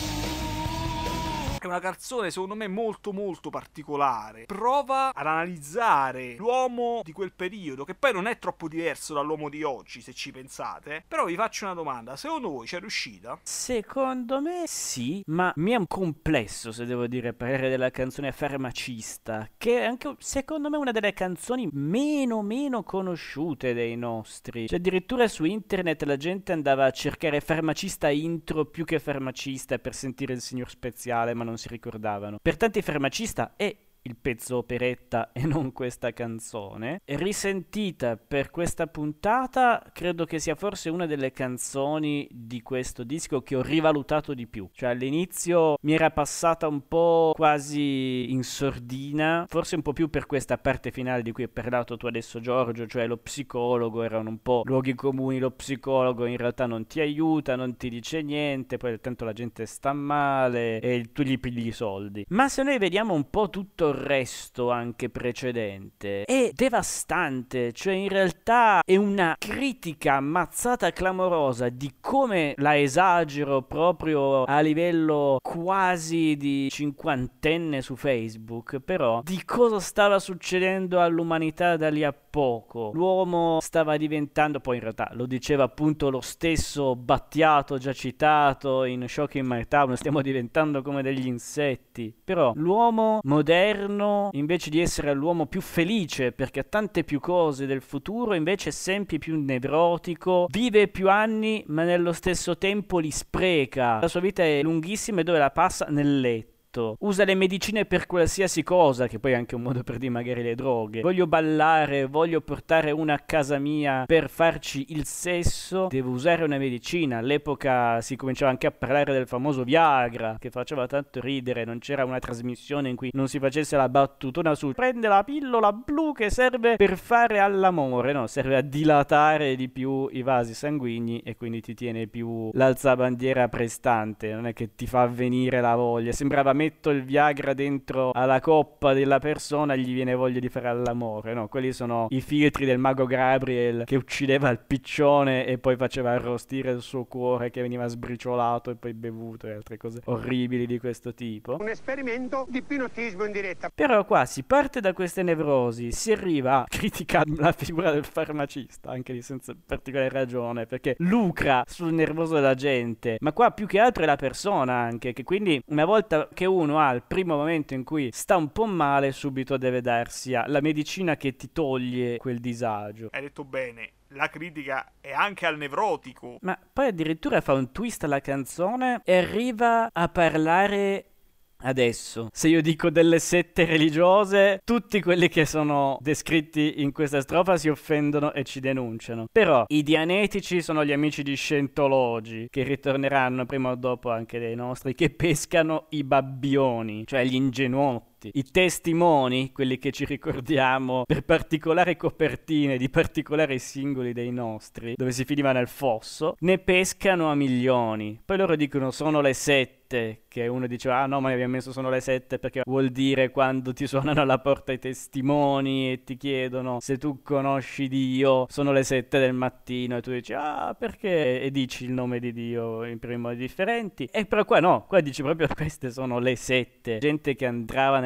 È una canzone secondo me molto molto particolare, prova ad analizzare l'uomo di quel periodo, che poi non è troppo diverso dall'uomo di oggi se ci pensate, però vi faccio una domanda, secondo voi c'è riuscita? Secondo me sì, ma mi è un complesso, se devo dire, parlare della canzone Farmacista, che è anche secondo me una delle canzoni meno meno conosciute dei nostri, cioè addirittura su internet la gente andava a cercare Farmacista intro più che Farmacista per sentire il signor Speziale, ma non si ricordavano. Per tanti Farmacista è il pezzo operetta e non questa canzone. Risentita per questa puntata, credo che sia forse una delle canzoni di questo disco che ho rivalutato di più. Cioè all'inizio mi era passata un po' quasi in sordina, forse un po' più per questa parte finale di cui hai parlato tu adesso Giorgio, cioè lo psicologo, erano un po' luoghi comuni, lo psicologo in realtà non ti aiuta, non ti dice niente, poi tanto la gente sta male e tu gli pigli i soldi. Ma se noi vediamo un po' tutto il resto anche precedente è devastante, cioè in realtà è una critica ammazzata clamorosa di come la esagero proprio a livello quasi di cinquantenne su Facebook, però di cosa stava succedendo all'umanità da lì a poco. L'uomo stava diventando, poi in realtà lo diceva appunto lo stesso Battiato già citato in Shocking My Town, stiamo diventando come degli insetti, però l'uomo moderno invece di essere l'uomo più felice perché ha tante più cose del futuro, invece è sempre più nevrotico, vive più anni ma nello stesso tempo li spreca, la sua vita è lunghissima e dove la passa nel letto. Usa le medicine per qualsiasi cosa, che poi è anche un modo per dire magari le droghe. Voglio ballare, voglio portare una a casa mia per farci il sesso, devo usare una medicina. All'epoca si cominciava anche a parlare del famoso Viagra, che faceva tanto ridere, non c'era una trasmissione in cui non si facesse la battutona su prende la pillola blu che serve per fare all'amore, no, serve a dilatare di più i vasi sanguigni e quindi ti tiene più l'alzabandiera prestante, non è che ti fa venire la voglia. Sembrava metto il Viagra dentro alla coppa della persona, gli viene voglia di fare all'amore, no? Quelli sono i filtri del mago Gabriel che uccideva il piccione e poi faceva arrostire il suo cuore che veniva sbriciolato e poi bevuto e altre cose orribili di questo tipo. Un esperimento di ipnotismo in diretta. Però qua si parte da queste nevrosi, si arriva a criticare la figura del farmacista, anche lì senza particolare ragione, perché lucra sul nervoso della gente, ma qua più che altro è la persona anche, che quindi una volta che uno ha il primo momento in cui sta un po' male, subito deve darsi alla medicina che ti toglie quel disagio. Hai detto bene, la critica è anche al nevrotico. Ma poi addirittura fa un twist alla canzone e arriva a parlare. Adesso, se io dico delle sette religiose, tutti quelli che sono descritti in questa strofa si offendono e ci denunciano. Però i dianetici sono gli amici di scientologi, che ritorneranno prima o dopo anche dei nostri, che pescano i babbioni, cioè gli ingenuotti. I testimoni, quelli che ci ricordiamo per particolari copertine di particolari singoli dei nostri, dove si finiva nel fosso, ne pescano a milioni. Poi loro dicono sono le sette, che uno diceva ah no ma abbiamo messo sono le sette perché vuol dire quando ti suonano alla porta i testimoni e ti chiedono se tu conosci Dio, sono le sette del mattino e tu dici ah perché e dici il nome di Dio in primi modi differenti. E però qua no, qua dici proprio queste sono le sette, gente che entrava nel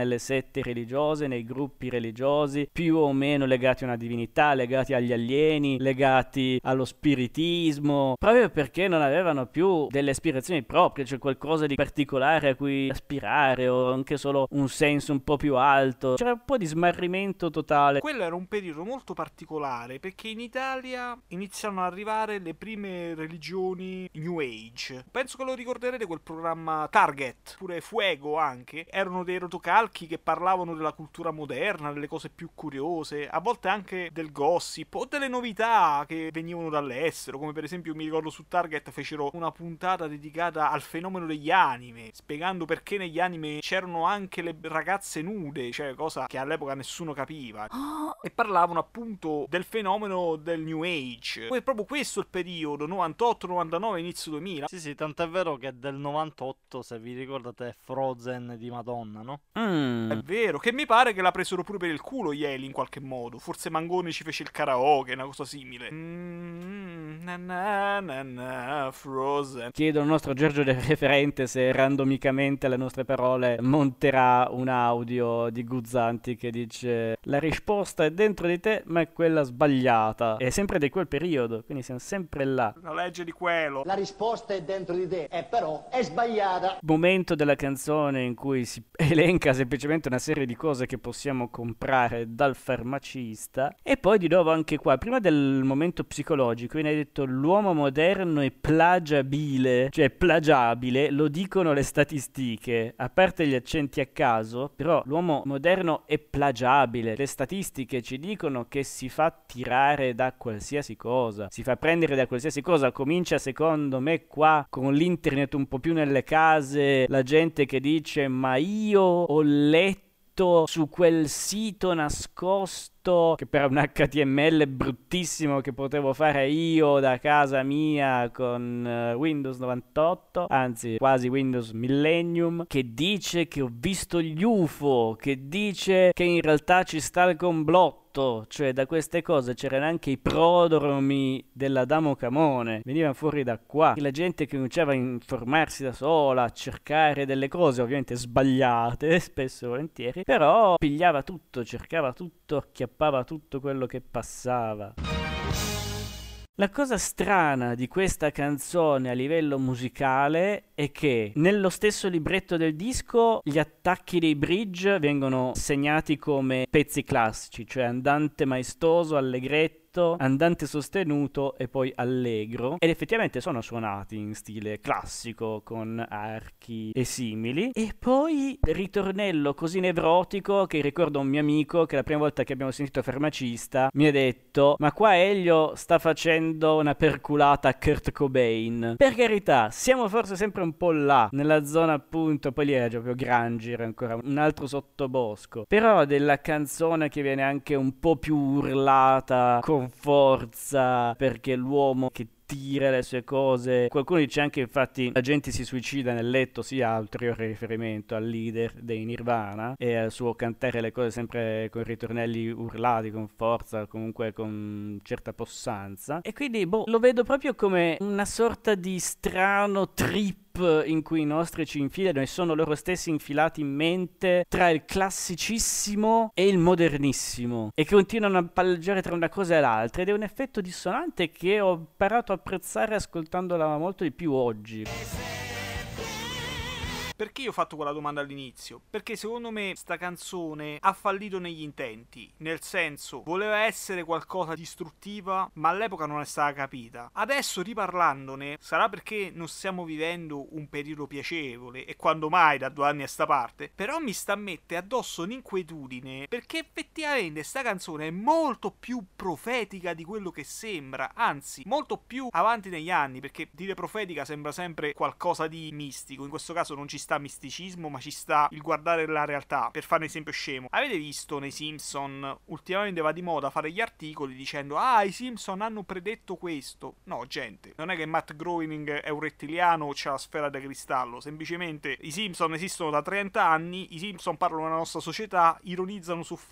nelle sette religiose, nei gruppi religiosi, più o meno legati a una divinità, legati agli alieni, legati allo spiritismo, proprio perché non avevano più delle aspirazioni proprie, cioè qualcosa di particolare a cui aspirare o anche solo un senso un po' più alto. C'era un po' di smarrimento totale. Quello era un periodo molto particolare perché in Italia iniziano ad arrivare le prime religioni New Age. Penso che lo ricorderete quel programma Target, pure Fuego anche, erano dei rotocalchi che parlavano della cultura moderna, delle cose più curiose, a volte anche del gossip o delle novità che venivano dall'estero, come per esempio mi ricordo su Target fecero una puntata dedicata al fenomeno degli anime, spiegando perché negli anime c'erano anche le ragazze nude, cioè cosa che all'epoca nessuno capiva, e parlavano appunto del fenomeno del New Age. Poi proprio questo è il periodo novantotto novantanove inizio duemila. Sì sì, tant'è vero che del novantotto, se vi ricordate, Frozen di Madonna, no? Mm. È vero, che mi pare che la presero pure per il culo gli Eli in qualche modo. Forse Mangoni ci fece il karaoke, una cosa simile. Mm, na na na na, Frozen. Chiedo al nostro Giorgio del referente se randomicamente alle nostre parole monterà un audio di Guzzanti che dice: la risposta è dentro di te ma è quella sbagliata. È sempre di quel periodo, quindi siamo sempre là. La legge di quello. La risposta è dentro di te, eh, però è sbagliata. Momento della canzone in cui si elenca semplicemente una serie di cose che possiamo comprare dal farmacista. E poi di nuovo anche qua, prima del momento psicologico, viene detto l'uomo moderno è plagiabile, cioè plagiabile, lo dicono le statistiche, a parte gli accenti a caso, però l'uomo moderno è plagiabile. Le statistiche ci dicono che si fa tirare da qualsiasi cosa, si fa prendere da qualsiasi cosa. Comincia secondo me qua con l'internet un po' più nelle case, la gente che dice ma io ho letto su quel sito nascosto che per un H T M L bruttissimo che potevo fare io da casa mia con uh, Windows novantotto, anzi quasi Windows Millennium, che dice che ho visto gli U F O, che dice che in realtà ci sta il complotto. Cioè da queste cose c'erano anche i prodromi dell'Adamo Camone, venivano fuori da qua. La gente che cominciava a informarsi da sola, a cercare delle cose ovviamente sbagliate, spesso e volentieri, però pigliava tutto, cercava tutto, acchiappava tutto quello che passava. La cosa strana di questa canzone a livello musicale è che nello stesso libretto del disco gli attacchi dei bridge vengono segnati come pezzi classici, cioè andante maestoso, allegretto, andante sostenuto e poi allegro, ed effettivamente sono suonati in stile classico con archi e simili. E poi ritornello così nevrotico che ricordo un mio amico che la prima volta che abbiamo sentito Farmacista mi ha detto: ma qua Elio sta facendo una perculata a Kurt Cobain. Per carità, siamo forse sempre un po' là nella zona, appunto, poi lì era proprio Granger, ancora un altro sottobosco, però della canzone che viene anche un po' più urlata con forza, perché l'uomo che tira le sue cose, qualcuno dice anche infatti la gente si suicida nel letto, sia ulteriore riferimento al leader dei Nirvana e al suo cantare le cose sempre con ritornelli urlati con forza, comunque con certa possanza, e quindi boh, lo vedo proprio come una sorta di strano trip in cui i nostri ci infilano e sono loro stessi infilati in mente tra il classicissimo e il modernissimo e che continuano a palleggiare tra una cosa e l'altra, ed è un effetto dissonante che ho imparato a apprezzare ascoltandola molto di più oggi. Perché io ho fatto quella domanda all'inizio? Perché secondo me sta canzone ha fallito negli intenti, nel senso, voleva essere qualcosa di istruttiva, ma all'epoca non è stata capita. Adesso riparlandone, sarà perché non stiamo vivendo un periodo piacevole, e quando mai da due anni a sta parte, però mi sta a mettere addosso un'inquietudine, perché effettivamente sta canzone è molto più profetica di quello che sembra, anzi, molto più avanti negli anni, perché dire profetica sembra sempre qualcosa di mistico, in questo caso non ci sta misticismo, ma ci sta il guardare la realtà. Per fare un esempio scemo, avete visto nei Simpson ultimamente va di moda fare gli articoli dicendo ah, i Simpson hanno predetto questo. No, gente, non è che Matt Groening è un rettiliano o c'ha la sfera di cristallo, semplicemente i Simpson esistono da trenta anni, i Simpson parlano della nostra società, ironizzano su fatti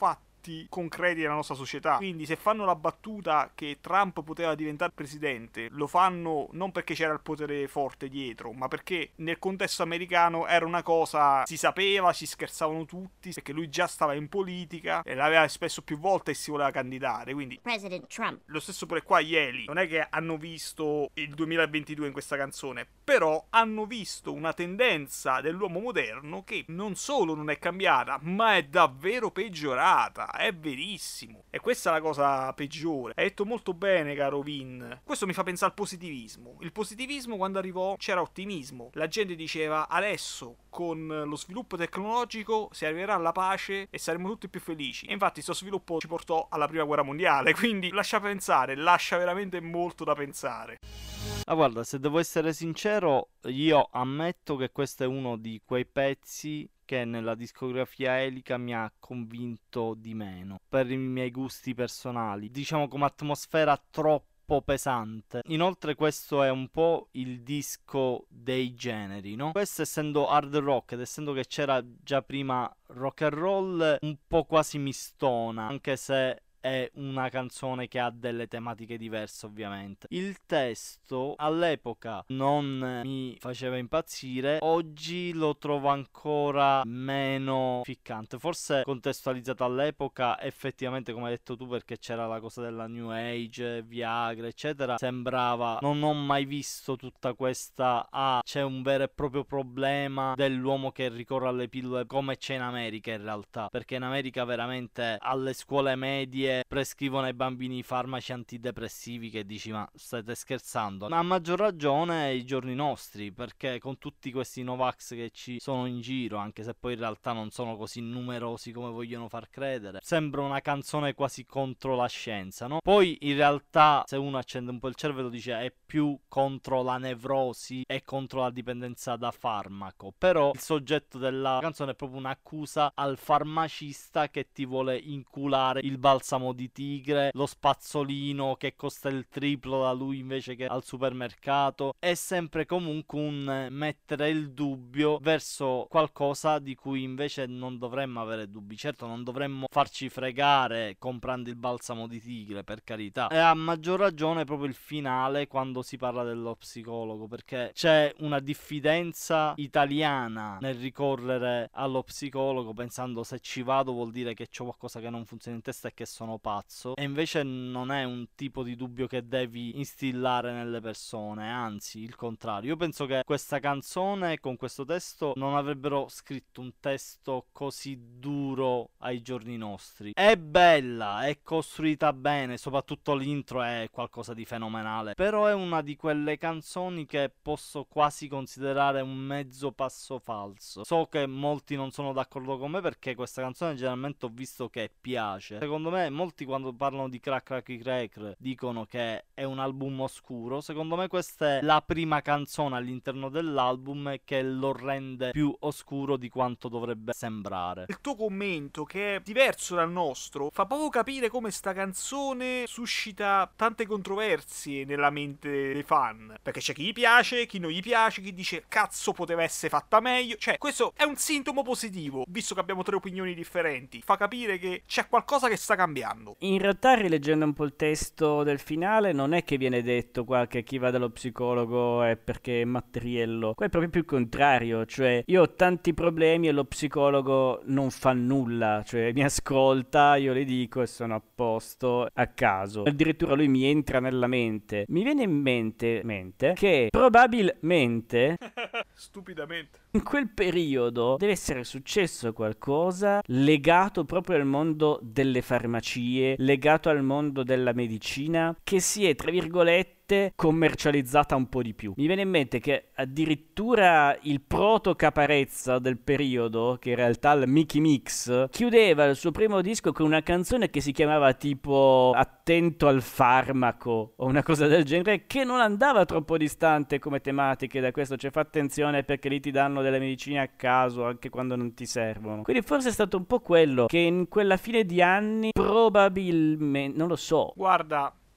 fatti concreti della nostra società. Quindi se fanno la battuta che Trump poteva diventare presidente, lo fanno non perché c'era il potere forte dietro, ma perché nel contesto americano era una cosa, si sapeva, ci scherzavano tutti, perché lui già stava in politica e l'aveva spesso più volte e si voleva candidare. Quindi President Trump. Lo stesso pure qua gli Eli non è che hanno visto il duemilaventidue in questa canzone, però hanno visto una tendenza dell'uomo moderno che non solo non è cambiata, ma è davvero peggiorata. È verissimo. E questa è la cosa peggiore. Hai detto molto bene, caro Vin. Questo mi fa pensare al positivismo. Il positivismo, quando arrivò, c'era ottimismo. La gente diceva: adesso con lo sviluppo tecnologico si arriverà alla pace e saremo tutti più felici. E infatti questo sviluppo ci portò alla prima guerra mondiale. Quindi lascia pensare, lascia veramente molto da pensare. Ah, guarda, se devo essere sincero, io ammetto che questo è uno di quei pezzi che nella discografia Elica mi ha convinto di meno, per i miei gusti personali. Diciamo come atmosfera troppo pesante. Inoltre questo è un po' il disco dei generi, no? Questo, essendo hard rock ed essendo che c'era già prima rock and roll, un po' quasi mistona, anche se è una canzone che ha delle tematiche diverse, ovviamente. Il testo all'epoca non mi faceva impazzire, oggi lo trovo ancora meno ficcante, forse contestualizzato all'epoca, effettivamente come hai detto tu, perché c'era la cosa della New Age, Viagra eccetera, sembrava, non ho mai visto tutta questa ah, c'è un vero e proprio problema dell'uomo che ricorre alle pillole come c'è in America in realtà, perché in America veramente alle scuole medie prescrivono ai bambini i farmaci antidepressivi che dici: ma state scherzando? Ma a maggior ragione ai giorni nostri, perché con tutti questi Novax che ci sono in giro, anche se poi in realtà non sono così numerosi come vogliono far credere, sembra una canzone quasi contro la scienza, no? Poi in realtà se uno accende un po' il cervello dice è più contro la nevrosi e contro la dipendenza da farmaco, però il soggetto della canzone è proprio un'accusa al farmacista che ti vuole inculare il balsamo di tigre, lo spazzolino che costa il triplo da lui invece che al supermercato. È sempre comunque un mettere il dubbio verso qualcosa di cui invece non dovremmo avere dubbi. Certo, non dovremmo farci fregare comprando il balsamo di tigre, per carità. E a maggior ragione proprio il finale, quando si parla dello psicologo, perché c'è una diffidenza italiana nel ricorrere allo psicologo pensando: se ci vado vuol dire che c'ho qualcosa che non funziona in testa e che sono pazzo. E invece non è un tipo di dubbio che devi instillare nelle persone, anzi il contrario. Io penso che questa canzone con questo testo non avrebbero scritto un testo così duro ai giorni nostri. È bella, è costruita bene, soprattutto l'intro è qualcosa di fenomenale, però è una di quelle canzoni che posso quasi considerare un mezzo passo falso. So che molti non sono d'accordo con me, perché questa canzone generalmente ho visto che piace. Secondo me molti quando parlano di Crack Cracky Crack dicono che è un album oscuro. Secondo me questa è la prima canzone all'interno dell'album che lo rende più oscuro di quanto dovrebbe sembrare. Il tuo commento, che è diverso dal nostro, fa proprio capire come sta canzone suscita tante controversie nella mente dei fan, perché c'è chi gli piace, chi non gli piace, chi dice cazzo poteva essere fatta meglio. Cioè, questo è un sintomo positivo, visto che abbiamo tre opinioni differenti. Fa capire che c'è qualcosa che sta cambiando. In realtà, rileggendo un po' il testo del finale, non è che viene detto qua che chi va dallo psicologo è perché è matteriello. Qua è proprio più il contrario, cioè io ho tanti problemi e lo psicologo non fa nulla, cioè mi ascolta, io le dico e sono a posto a caso. Addirittura lui mi entra nella mente. Mi viene in mente, mente che probabilmente stupidamente in quel periodo deve essere successo qualcosa legato proprio al mondo delle farmacie, legato al mondo della medicina, che si è, tra virgolette, commercializzata un po' di più. Mi viene in mente che addirittura il proto Caparezza del periodo, che in realtà il Mickey Mix, chiudeva il suo primo disco con una canzone che si chiamava tipo Attento al farmaco o una cosa del genere, che non andava troppo distante come tematiche da questo, cioè fa attenzione perché lì ti danno delle medicine a caso anche quando non ti servono. Quindi forse è stato un po' quello che in quella fine di anni probabilmente, non lo so. Guarda,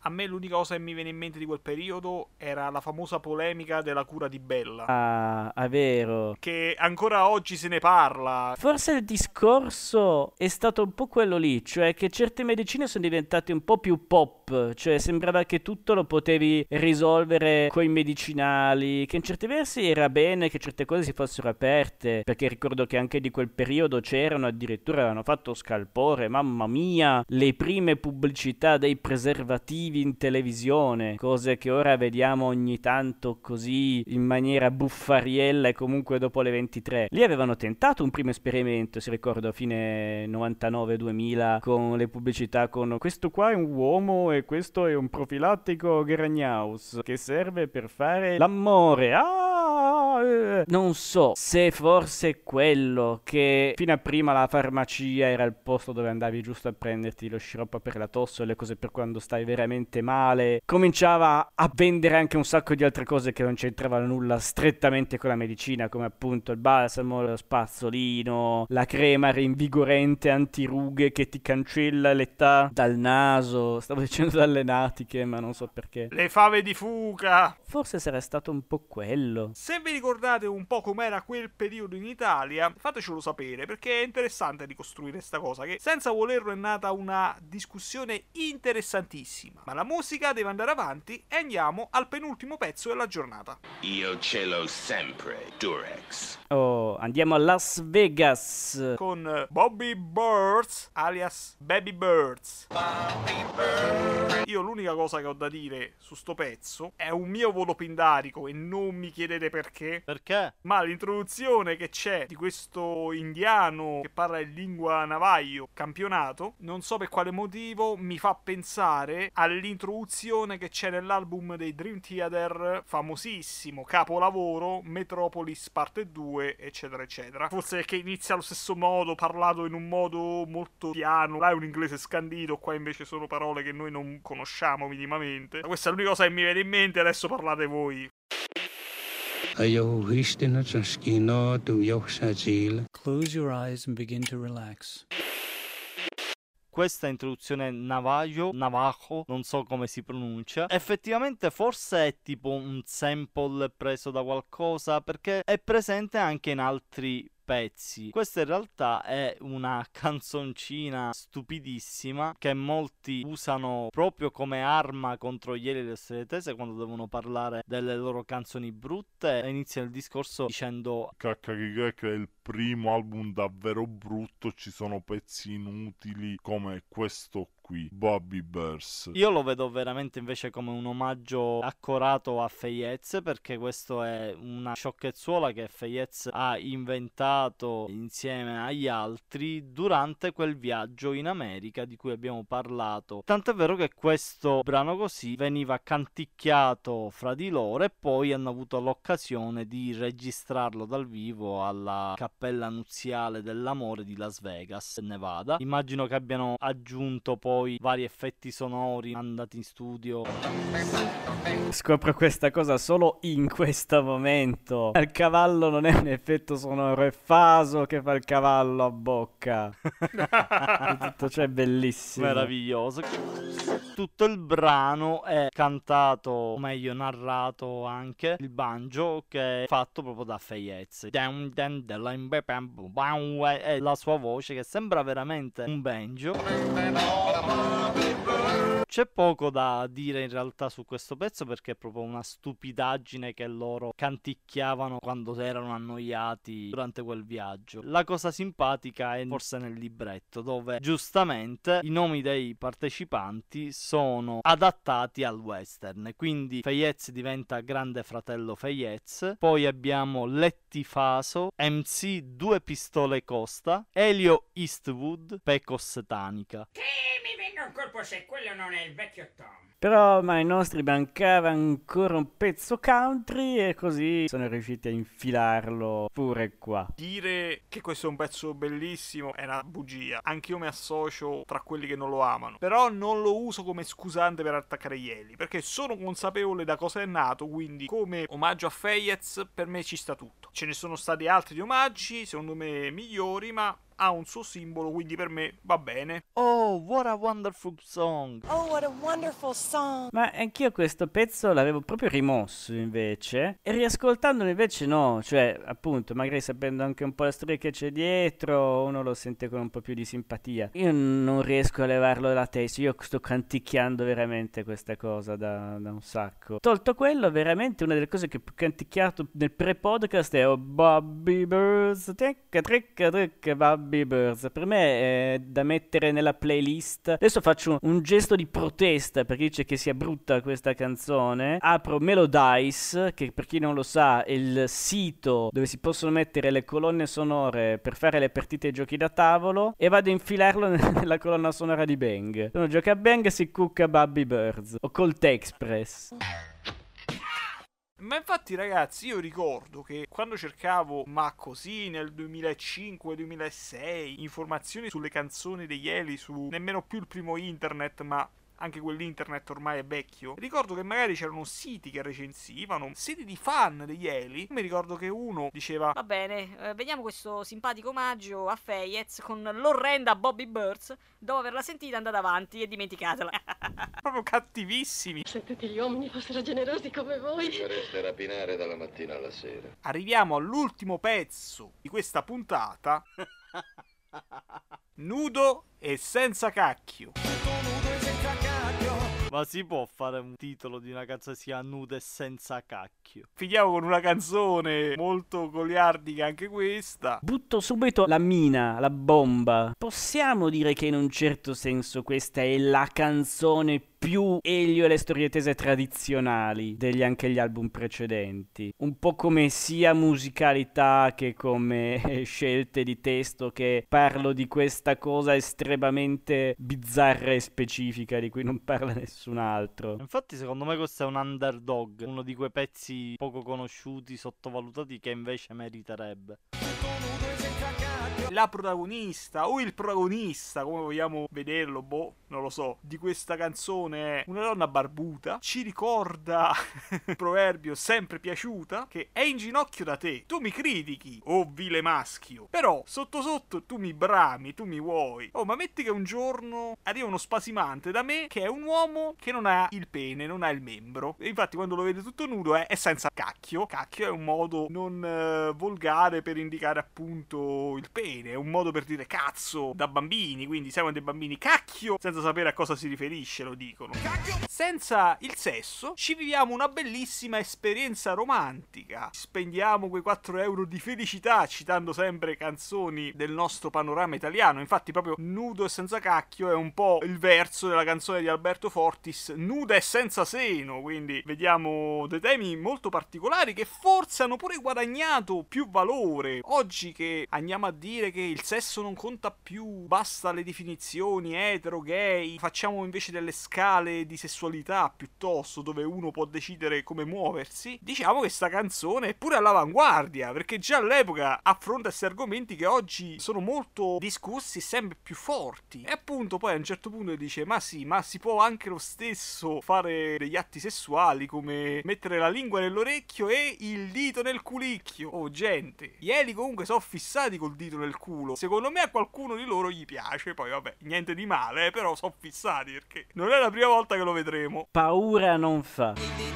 A me l'unica cosa che mi viene in mente di quel periodo era la famosa polemica della cura di Bella. Ah, è vero. Che ancora oggi se ne parla. Forse il discorso è stato un po' quello lì, cioè che certe medicine sono diventate un po' più pop, cioè sembrava che tutto lo potevi risolvere coi medicinali, che in certi versi era bene che certe cose si fossero aperte, perché ricordo che anche di quel periodo c'erano, addirittura avevano fatto scalpore, mamma mia, le prime pubblicità dei preservativi in televisione, cose che ora vediamo ogni tanto così in maniera buffariella e comunque dopo le ventitré. Lì avevano tentato un primo esperimento, si ricordo a fine novantanove duemila, con le pubblicità con questo qua è un uomo e questo è un profilattico Geragnaus che serve per fare l'amore. Ah, eh. Non so se forse quello che fino a prima la farmacia era il posto dove andavi giusto a prenderti lo sciroppo per la tosse o le cose per quando stai veramente male, cominciava a vendere anche un sacco di altre cose che non c'entravano nulla strettamente con la medicina, come appunto il balsamo, lo spazzolino, la crema rinvigorente antirughe che ti cancella l'età dal naso, stavo dicendo dalle natiche ma non so perché. Le fave di fuca. Forse sarà stato un po' quello. Se vi ricordate un po' com'era quel periodo in Italia, fatecelo sapere, perché è interessante ricostruire sta cosa, che senza volerlo è nata una discussione interessantissima. Ma la musica deve andare avanti e andiamo al penultimo pezzo della giornata. Io ce l'ho sempre, Durex. Oh, andiamo a Las Vegas con Bobby Birds alias Baby Birds. Bobby Birds. Io l'unica cosa che ho da dire su sto pezzo è un mio volo pindarico e non mi chiedete perché. Perché? Ma l'introduzione che c'è di questo indiano che parla in lingua navajo campionato, non so per quale motivo, mi fa pensare all'introduzione che c'è nell'album dei Dream Theater, famosissimo, capolavoro, Metropolis parte due, eccetera eccetera. Forse che inizia allo stesso modo, parlato in un modo molto piano, là è un inglese scandito, qua invece sono parole che noi non conosciamo minimamente. Questa è l'unica cosa che mi viene in mente, adesso parlate voi. Close your eyes and begin to relax. Questa introduzione navajo, navajo, non so come si pronuncia, effettivamente forse è tipo un sample preso da qualcosa, perché è presente anche in altri pezzi. Questa in realtà è una canzoncina stupidissima che molti usano proprio come arma contro gli Eli delle Tese quando devono parlare delle loro canzoni brutte, e inizia il discorso dicendo cacca che è il primo album davvero brutto, ci sono pezzi inutili come questo qui, Bobby Birds. Io lo vedo veramente invece come un omaggio accorato a Feyez, perché questo è una sciocchezzuola che Feyez ha inventato insieme agli altri durante quel viaggio in America di cui abbiamo parlato. Tant'è vero che questo brano così veniva canticchiato fra di loro e poi hanno avuto l'occasione di registrarlo dal vivo alla cappella nuziale dell'amore di Las Vegas, Nevada. Immagino che abbiano aggiunto poi vari effetti sonori andati in studio. Scopro questa cosa solo in questo momento. Il cavallo non è un effetto sonoro, è Faso che fa il cavallo a bocca. Tutto ciò è bellissimo, meraviglioso. Tutto il brano è cantato, o meglio narrato anche, il banjo, che è fatto proprio da Feyez. È la sua voce che sembra veramente un banjo. C'è poco da dire in realtà su questo pezzo, perché è proprio una stupidaggine che loro canticchiavano quando erano annoiati durante quel viaggio. La cosa simpatica è forse nel libretto, dove giustamente i nomi dei partecipanti sono adattati al western, quindi Feyez diventa Grande Fratello Feyez, poi abbiamo Letty Faso, M C Due Pistole Costa, Elio Eastwood, Pecos Tanica. Che mi venga un colpo se quello non è il vecchio Tom. Però ma ai nostri mancava ancora un pezzo country e così sono riusciti a infilarlo pure qua. Dire che questo è un pezzo bellissimo è una bugia. Anch'io mi associo tra quelli che non lo amano, però non lo uso come scusante per attaccare gli Eli, perché sono consapevole da cosa è nato, quindi come omaggio a Feyez per me ci sta tutto. Ce ne sono stati altri di omaggi, secondo me migliori, ma ha un suo simbolo, quindi per me va bene. Oh, what a wonderful song. Oh, what a wonderful song. Ma anch'io questo pezzo l'avevo proprio rimosso invece, e riascoltandolo invece no, cioè appunto magari sapendo anche un po' la storia che c'è dietro uno lo sente con un po' più di simpatia. Io non riesco a levarlo dalla testa, io sto canticchiando veramente questa cosa da, da un sacco. Tolto quello, veramente una delle cose che ho canticchiato nel pre-podcast è oh, Bobby Birds, trecca trecca trecca Bobby Birds. Per me è da mettere nella playlist. Adesso faccio un, un gesto di protesta perché dice che sia brutta questa canzone. Apro Melodice, che per chi non lo sa è il sito dove si possono mettere le colonne sonore per fare le partite ai giochi da tavolo, e vado a infilarlo nella colonna sonora di Bang. Uno gioca a Bang e si cucca Bobby Birds o Colt Express. Ma infatti ragazzi, io ricordo che quando cercavo, ma così nel duemilacinque duemilasei, informazioni sulle canzoni degli Eli su nemmeno più il primo internet, ma anche quell'internet ormai è vecchio, ricordo che magari c'erano siti che recensivano, siti di fan degli Eli. Mi ricordo che uno diceva: va bene, eh, vediamo questo simpatico omaggio a Feyez con l'orrenda Bobby Birds. Dopo averla sentita andate avanti e dimenticatela. Proprio cattivissimi. Se tutti gli uomini fossero generosi come voi, mi fareste rapinare dalla mattina alla sera. Arriviamo all'ultimo pezzo di questa puntata. Nudo e senza cacchio. Ma si può fare un titolo di una canzone sia nuda e senza cacchio? Finiamo con una canzone molto goliardica anche questa. Butto subito la mina, la bomba. Possiamo dire che in un certo senso questa è la canzone più Elio e le storie tese tradizionali degli anche gli album precedenti, un po' come sia musicalità che come scelte di testo, che parlo di questa cosa estremamente bizzarra e specifica di cui non parla nessun altro. Infatti secondo me questo è un underdog, uno di quei pezzi poco conosciuti, sottovalutati, che invece meriterebbe. La protagonista o il protagonista, come vogliamo vederlo, boh, non lo so, di questa canzone è una donna barbuta. Ci ricorda il proverbio sempre piaciuta, che è in ginocchio da te, tu mi critichi, oh vile maschio, però sotto sotto tu mi brami, tu mi vuoi. Oh, ma metti che un giorno arriva uno spasimante da me che è un uomo che non ha il pene, non ha il membro, e infatti quando lo vede tutto nudo è, è senza cacchio. Cacchio è un modo non uh, volgare per indicare appunto il pene, è un modo per dire cazzo da bambini, quindi siamo dei bambini, cacchio, senza sapere a cosa si riferisce, lo dicono. Cacchio. Senza il sesso ci viviamo una bellissima esperienza romantica, spendiamo quei quattro euro di felicità citando sempre canzoni del nostro panorama italiano. Infatti proprio Nudo e senza cacchio è un po' il verso della canzone di Alberto Fortis, Nuda e senza seno, quindi vediamo dei temi molto particolari che forse hanno pure guadagnato più valore oggi, che andiamo a dire che il sesso non conta più, basta le definizioni etero, gay, facciamo invece delle scale di sessualità piuttosto dove uno può decidere come muoversi. Diciamo che sta canzone è pure all'avanguardia, perché già all'epoca affronta questi argomenti che oggi sono molto discussi e sempre più forti. E appunto poi a un certo punto dice: ma sì, ma si può anche lo stesso fare degli atti sessuali, come mettere la lingua nell'orecchio e il dito nel culicchio. Oh gente, gli Eli comunque sono fissati col dito nel culo. Secondo me a qualcuno di loro gli piace, poi vabbè, niente di male, eh, però sono fissati perché non è la prima volta che lo vedremo. Paura non fa.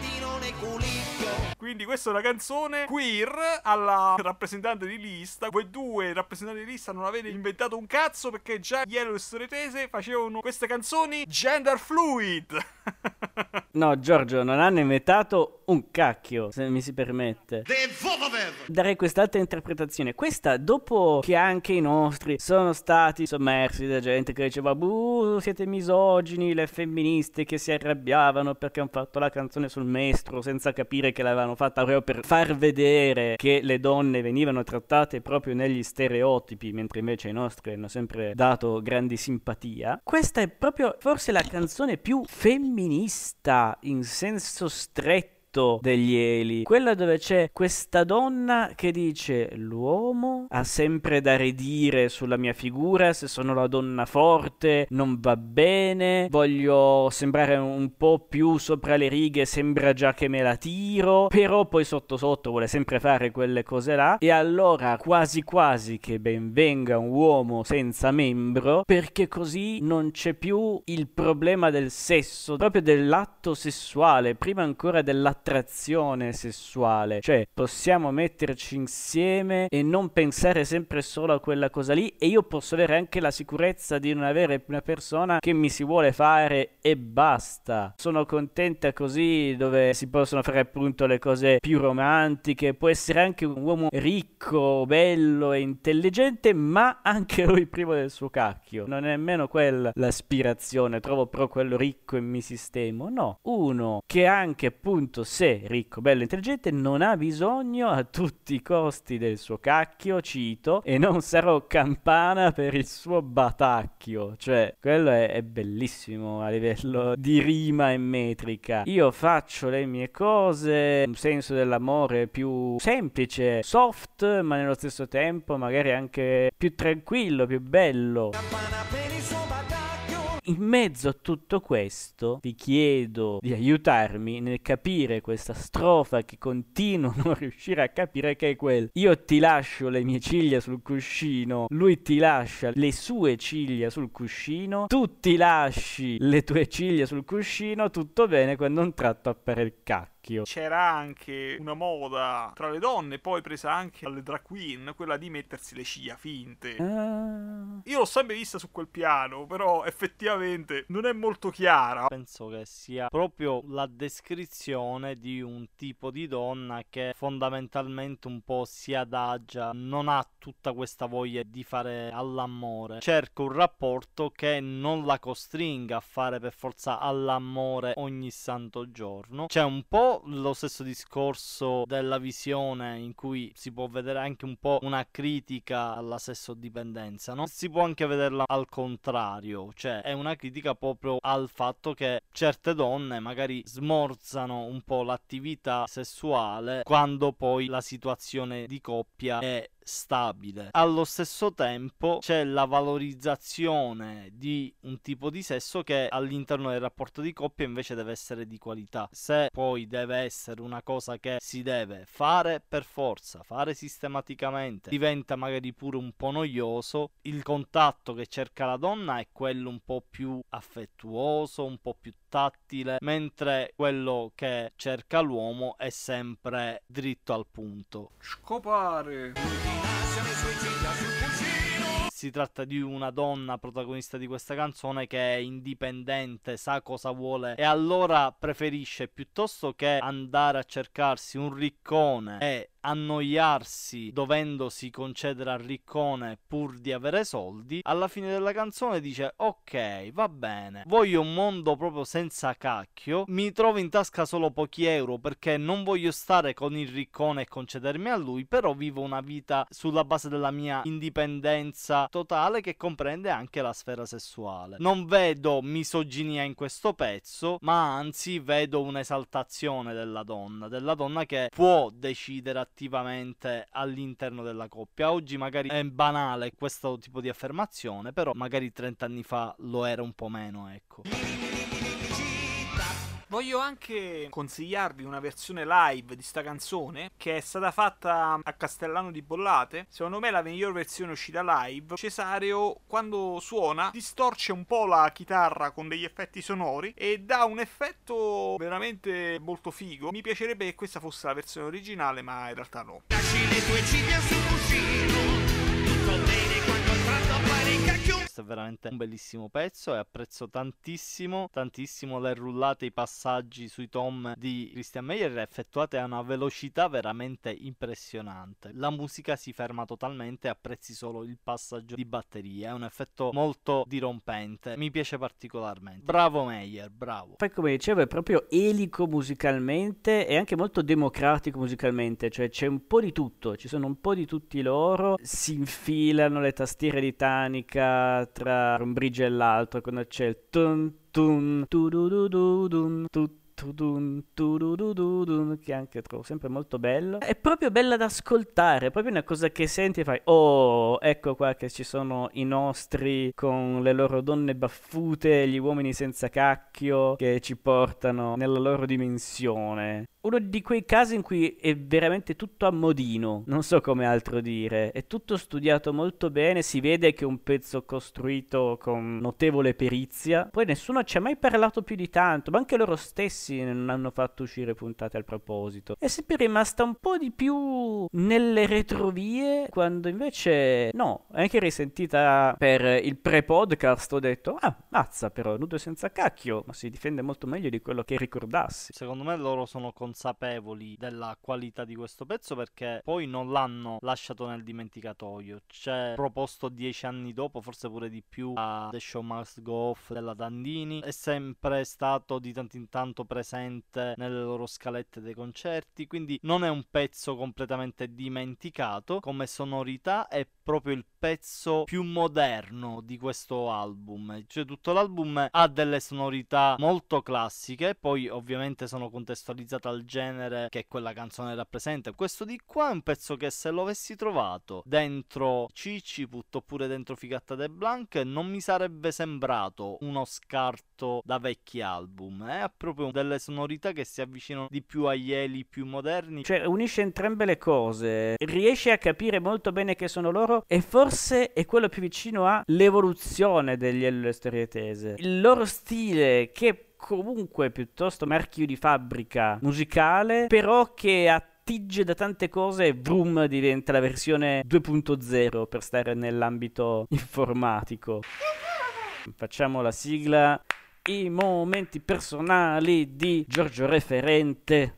Quindi questa è una canzone queer alla rappresentante di lista. Voi due rappresentanti di lista non avete inventato un cazzo, perché già gli Elio e le storie tese facevano queste canzoni gender fluid. No, Giorgio, non hanno inventato un cacchio, se mi si permette. Darei quest'altra interpretazione. Questa dopo che anche i nostri sono stati sommersi da gente che diceva: buh, siete misogini, le femministe che si arrabbiavano perché hanno fatto la canzone sul maestro senza capire che l'avevano fatta proprio per far vedere che le donne venivano trattate proprio negli stereotipi, mentre invece i nostri hanno sempre dato grandi simpatia. Questa è proprio forse la canzone più femminista in senso stretto letto degli Eli, quella dove c'è questa donna che dice: l'uomo ha sempre da ridire sulla mia figura, se sono la donna forte non va bene, voglio sembrare un po' più sopra le righe, sembra già che me la tiro, però poi sotto sotto vuole sempre fare quelle cose là, e allora quasi quasi che ben venga un uomo senza membro, perché così non c'è più il problema del sesso, proprio dell'atto sessuale, prima ancora dell'attrazione sessuale, cioè possiamo metterci insieme e non pensare sempre solo a quella cosa lì, e io posso avere anche la sicurezza di non avere una persona che mi si vuole fare e basta. Sono contenta così, dove si possono fare appunto le cose più romantiche, può essere anche un uomo ricco, bello e intelligente, ma anche lui primo del suo cacchio. Non è nemmeno quella l'aspirazione, trovo però quello ricco e mi sistemo, no. Uno che anche appunto, se ricco, bello e intelligente, non ha bisogno a tutti i costi del suo cacchio, cito, e non sarò campana per il suo batacchio. Cioè, quello è, è bellissimo a livello di rima e metrica. Io faccio le mie cose, un senso dell'amore più semplice, soft, ma nello stesso tempo magari anche più tranquillo, più bello. In mezzo a tutto questo vi chiedo di aiutarmi nel capire questa strofa che continuo a non riuscire a capire, che è quel: io ti lascio le mie ciglia sul cuscino, lui ti lascia le sue ciglia sul cuscino, tu ti lasci le tue ciglia sul cuscino, tutto bene quando un tratto appare il cacchio. C'era anche una moda tra le donne, poi presa anche dalle drag queen, quella di mettersi le ciglia finte. Ah. Io l'ho sempre vista su quel piano, però effettivamente non è molto chiara. Penso che sia proprio la descrizione di un tipo di donna che fondamentalmente un po' si adagia, non ha tutta questa voglia di fare all'amore, cerca un rapporto che non la costringa a fare per forza all'amore ogni santo giorno. C'è un po' lo stesso discorso della visione in cui si può vedere anche un po' una critica alla sessodipendenza, no? Si può anche vederla al contrario, cioè è una critica proprio al fatto che certe donne magari smorzano un po' l'attività sessuale quando poi la situazione di coppia è stabile. Allo stesso tempo c'è la valorizzazione di un tipo di sesso che all'interno del rapporto di coppia invece deve essere di qualità. Se poi deve essere una cosa che si deve fare per forza, fare sistematicamente, diventa magari pure un po' noioso. Il contatto che cerca la donna è quello un po' più affettuoso, un po' più tattile, mentre quello che cerca l'uomo è sempre dritto al punto. Scopare. Si tratta di una donna protagonista di questa canzone che è indipendente, sa cosa vuole e allora preferisce, piuttosto che andare a cercarsi un riccone e annoiarsi dovendosi concedere al riccone pur di avere soldi, alla fine della canzone dice: ok, va bene, voglio un mondo proprio senza cacchio, mi trovo in tasca solo pochi euro perché non voglio stare con il riccone e concedermi a lui, però vivo una vita sulla base della mia indipendenza totale che comprende anche la sfera sessuale. Non vedo misoginia in questo pezzo, ma anzi vedo un'esaltazione della donna, della donna che può decidere attivamente all'interno della coppia. Oggi magari è banale questo tipo di affermazione, però magari trenta anni fa lo era un po' meno, ecco. Voglio anche consigliarvi una versione live di sta canzone che è stata fatta a Castellano di Bollate. Secondo me la miglior versione uscita live. Cesareo quando suona distorce un po' la chitarra con degli effetti sonori e dà un effetto veramente molto figo. Mi piacerebbe che questa fosse la versione originale, ma in realtà no. Lasci le tue ciglia sul cuscino, tutto bene quando il tratto appare in cacchio. Questo è veramente un bellissimo pezzo e apprezzo tantissimo, tantissimo le rullate, i passaggi sui tom di Christian Meyer effettuate a una velocità veramente impressionante. La musica si ferma totalmente e apprezzi solo il passaggio di batteria, è un effetto molto dirompente, mi piace particolarmente. Bravo Meyer, bravo. Poi come dicevo è proprio elico musicalmente e anche molto democratico musicalmente, cioè c'è un po' di tutto, ci sono un po' di tutti loro, si infilano le tastiere di Tanica tra un bridge e l'altro, quando c'è il tun tun tu du du du dun tu tudun, tududududun, che anche trovo sempre molto bello. È proprio bella da ascoltare, è proprio una cosa che senti e fai, oh, ecco qua che ci sono i nostri con le loro donne baffute, gli uomini senza cacchio che ci portano nella loro dimensione. Uno di quei casi in cui è veramente tutto a modino, non so come altro dire, è tutto studiato molto bene, si vede che è un pezzo costruito con notevole perizia, poi nessuno ci ha mai parlato più di tanto, ma anche loro stessi non hanno fatto uscire puntate al proposito. È sempre rimasta un po' di più nelle retrovie, quando invece no, anche risentita per il pre-podcast ho detto, ah, mazza però, nudo e senza cacchio, ma si difende molto meglio di quello che ricordassi. Secondo me loro sono consapevoli della qualità di questo pezzo perché poi non l'hanno lasciato nel dimenticatoio. C'è proposto dieci anni dopo, forse pure di più, a The Show Must Go Off della Dandini. È sempre stato di tanto in tanto presente nelle loro scalette dei concerti, quindi non è un pezzo completamente dimenticato. Come sonorità è proprio il pezzo più moderno di questo album, cioè tutto l'album ha delle sonorità molto classiche, poi ovviamente sono contestualizzate al genere che quella canzone rappresenta. Questo di qua è un pezzo che se lo avessi trovato dentro Ciciput oppure dentro Figatta de Blanc non mi sarebbe sembrato uno scarto da vecchi album, eh? Ha proprio delle sonorità che si avvicinano di più agli eli più moderni, cioè unisce entrambe le cose, riesce a capire molto bene che sono loro e forse è quello più vicino all'evoluzione degli Elio e le Storie Tese. Il loro stile che comunque piuttosto marchio di fabbrica musicale, però che attinge da tante cose e vroom diventa la versione due punto zero per stare nell'ambito informatico. Facciamo la sigla. I momenti personali di Giorgio Referente.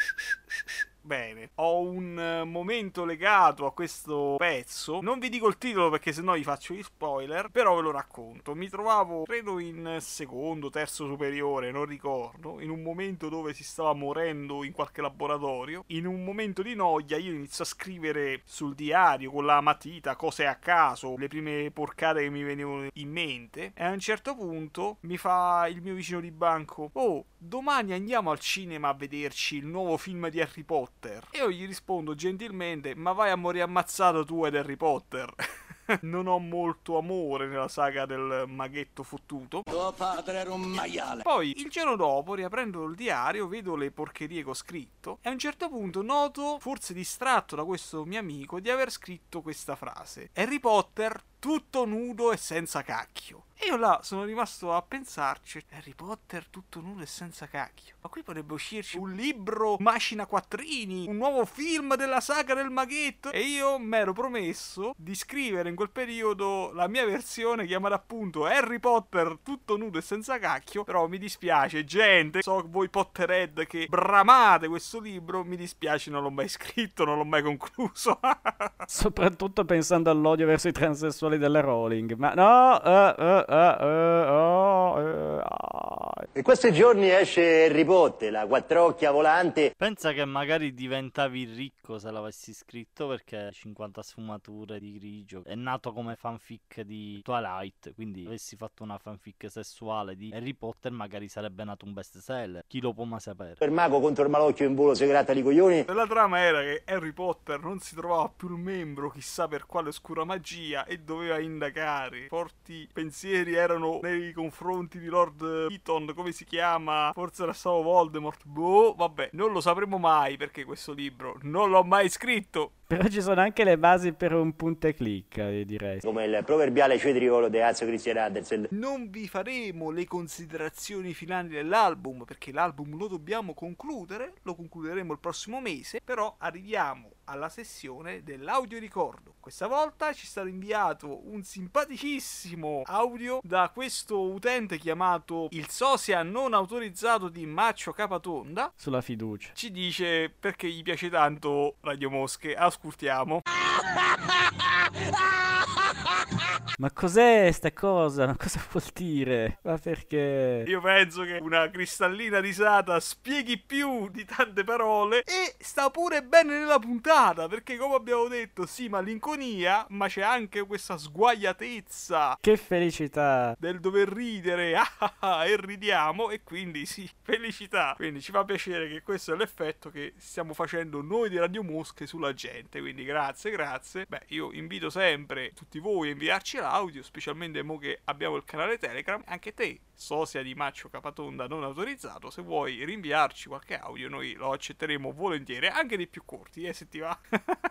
Bene, ho un uh, momento legato a questo pezzo. Non vi dico il titolo perché sennò vi faccio gli spoiler, però ve lo racconto. Mi trovavo, credo in secondo, terzo superiore, non ricordo, in un momento dove si stava morendo in qualche laboratorio. In un momento di noia io inizio a scrivere sul diario con la matita cose a caso, le prime porcate che mi venivano in mente, e a un certo punto mi fa il mio vicino di banco: oh, domani andiamo al cinema a vederci il nuovo film di Harry Potter. E io gli rispondo gentilmente: ma vai a morire ammazzato tu ed Harry Potter. Non ho molto amore nella saga del maghetto fottuto. Tuo padre era un maiale. Poi il giorno dopo, riaprendo il diario, vedo le porcherie che ho scritto e a un certo punto noto, forse distratto da questo mio amico, di aver scritto questa frase: Harry Potter tutto nudo e senza cacchio. E io là sono rimasto a pensarci: Harry Potter tutto nudo e senza cacchio, ma qui potrebbe uscirci un libro macina quattrini, un nuovo film della saga del maghetto. E io mi ero promesso di scrivere in quel periodo la mia versione chiamata appunto Harry Potter tutto nudo e senza cacchio. Però mi dispiace gente, so voi Potterhead che bramate questo libro, mi dispiace, non l'ho mai scritto, non l'ho mai concluso. Soprattutto pensando all'odio verso i transessuali della Rowling. Ma no, uh, uh, uh, uh, oh, uh, oh. In questi giorni esce Harry Potter, la quattrocchia volante. Pensa che magari diventavi ricco se l'avessi scritto, perché cinquanta sfumature di grigio è nato come fanfic di Twilight, quindi avessi fatto una fanfic sessuale di Harry Potter magari sarebbe nato un best seller, chi lo può mai sapere. Per mago contro il malocchio in volo si gratta di coglioni. La trama era che Harry Potter non si trovava più il membro chissà per quale oscura magia e doveva indagare. Forti pensieri erano nei confronti di Lord Eaton, come si chiama? Forse era stato Voldemort. Boh, vabbè, non lo sapremo mai perché questo libro non l'ho mai scritto. Però ci sono anche le basi per un punta e clicca, direi. Come il proverbiale cetriolo di Hans Christian Andersen. Non vi faremo le considerazioni finali dell'album perché l'album lo dobbiamo concludere, lo concluderemo il prossimo mese, però arriviamo alla sessione dell'audio ricordo. Questa volta ci è stato inviato un simpaticissimo audio da questo utente chiamato il sosia non autorizzato di Maccio Capatonda. Sulla fiducia. Ci dice perché gli piace tanto Radio Mosche. Ascoltiamo. Ma cos'è sta cosa? Ma cosa vuol dire? Ma perché? Io penso che una cristallina risata spieghi più di tante parole e sta pure bene nella puntata, perché come abbiamo detto, sì, malinconia, ma c'è anche questa sguaiatezza. Che felicità. Del dover ridere, ah, ah, ah, e ridiamo, e quindi sì, felicità. Quindi ci fa piacere che questo è l'effetto che stiamo facendo noi di Radio Mosche sulla gente, quindi grazie, grazie. Beh, io invito sempre tutti voi a inviarci l'audio, specialmente mo che abbiamo il canale Telegram. Anche te, sosia di Maccio Capatonda non autorizzato, se vuoi rinviarci qualche audio noi lo accetteremo volentieri, anche dei più corti, eh, se ti va.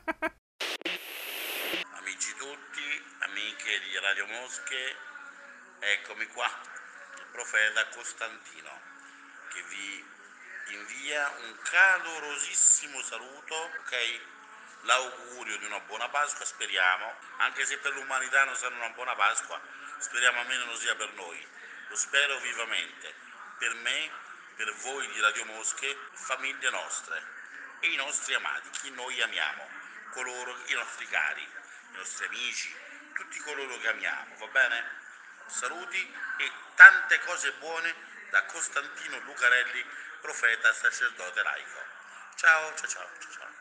Amici tutti, amiche di Radio Mosche, eccomi qua, il profeta Costantino, che vi invia un calorosissimo saluto, ok? L'augurio di una buona Pasqua, speriamo, anche se per l'umanità non sarà una buona Pasqua, speriamo almeno non sia per noi, lo spero vivamente, per me, per voi di Radio Mosche, famiglie nostre e i nostri amati, chi noi amiamo, coloro, i nostri cari, i nostri amici, tutti coloro che amiamo, va bene? Saluti e tante cose buone da Costantino Lucarelli, profeta sacerdote laico. Ciao, ciao, ciao, ciao, ciao.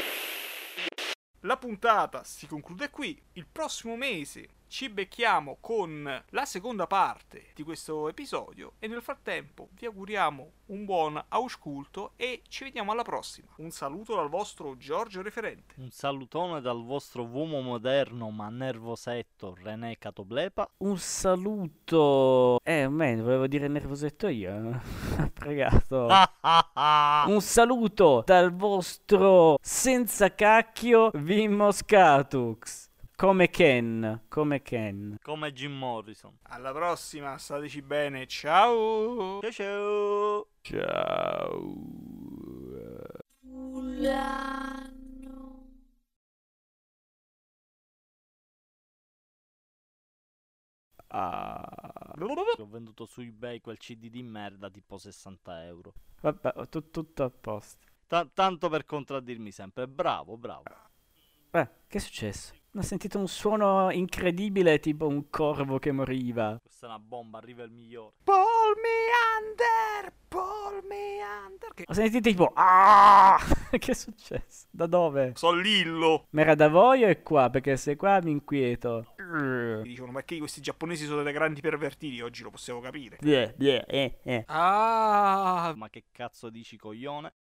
La puntata si conclude qui. Il prossimo mese ci becchiamo con la seconda parte di questo episodio e nel frattempo vi auguriamo un buon ausculto e ci vediamo alla prossima. Un saluto dal vostro Giorgio Referente. Un salutone dal vostro uomo moderno ma nervosetto René Catoblepa. Un saluto... Eh, man, volevo dire nervosetto io. Pregato. Un saluto dal vostro senza cacchio Vim Moscatux. Come Ken, come Ken. Come Jim Morrison. Alla prossima, stateci bene, ciao. Ciao ciao. Ciao. Ah. Ho venduto su eBay quel C D di merda tipo sessanta euro. Vabbè, tu, tutto a posto. Ta- tanto per contraddirmi sempre. Bravo, bravo. Beh, che è successo? Ho sentito un suono incredibile, tipo un corvo che moriva. Questa è una bomba, arriva il migliore. Pull me under, pull me under. Che... Ho sentito tipo... Ah! Che è successo? Da dove? So Lillo. Ma era da voi o è qua? Perché se qua mi inquieto. Dicono, ma che questi giapponesi sono dei grandi pervertiti, oggi lo possiamo capire. Yeah, yeah, eh, eh. Ah, ma che cazzo dici, coglione?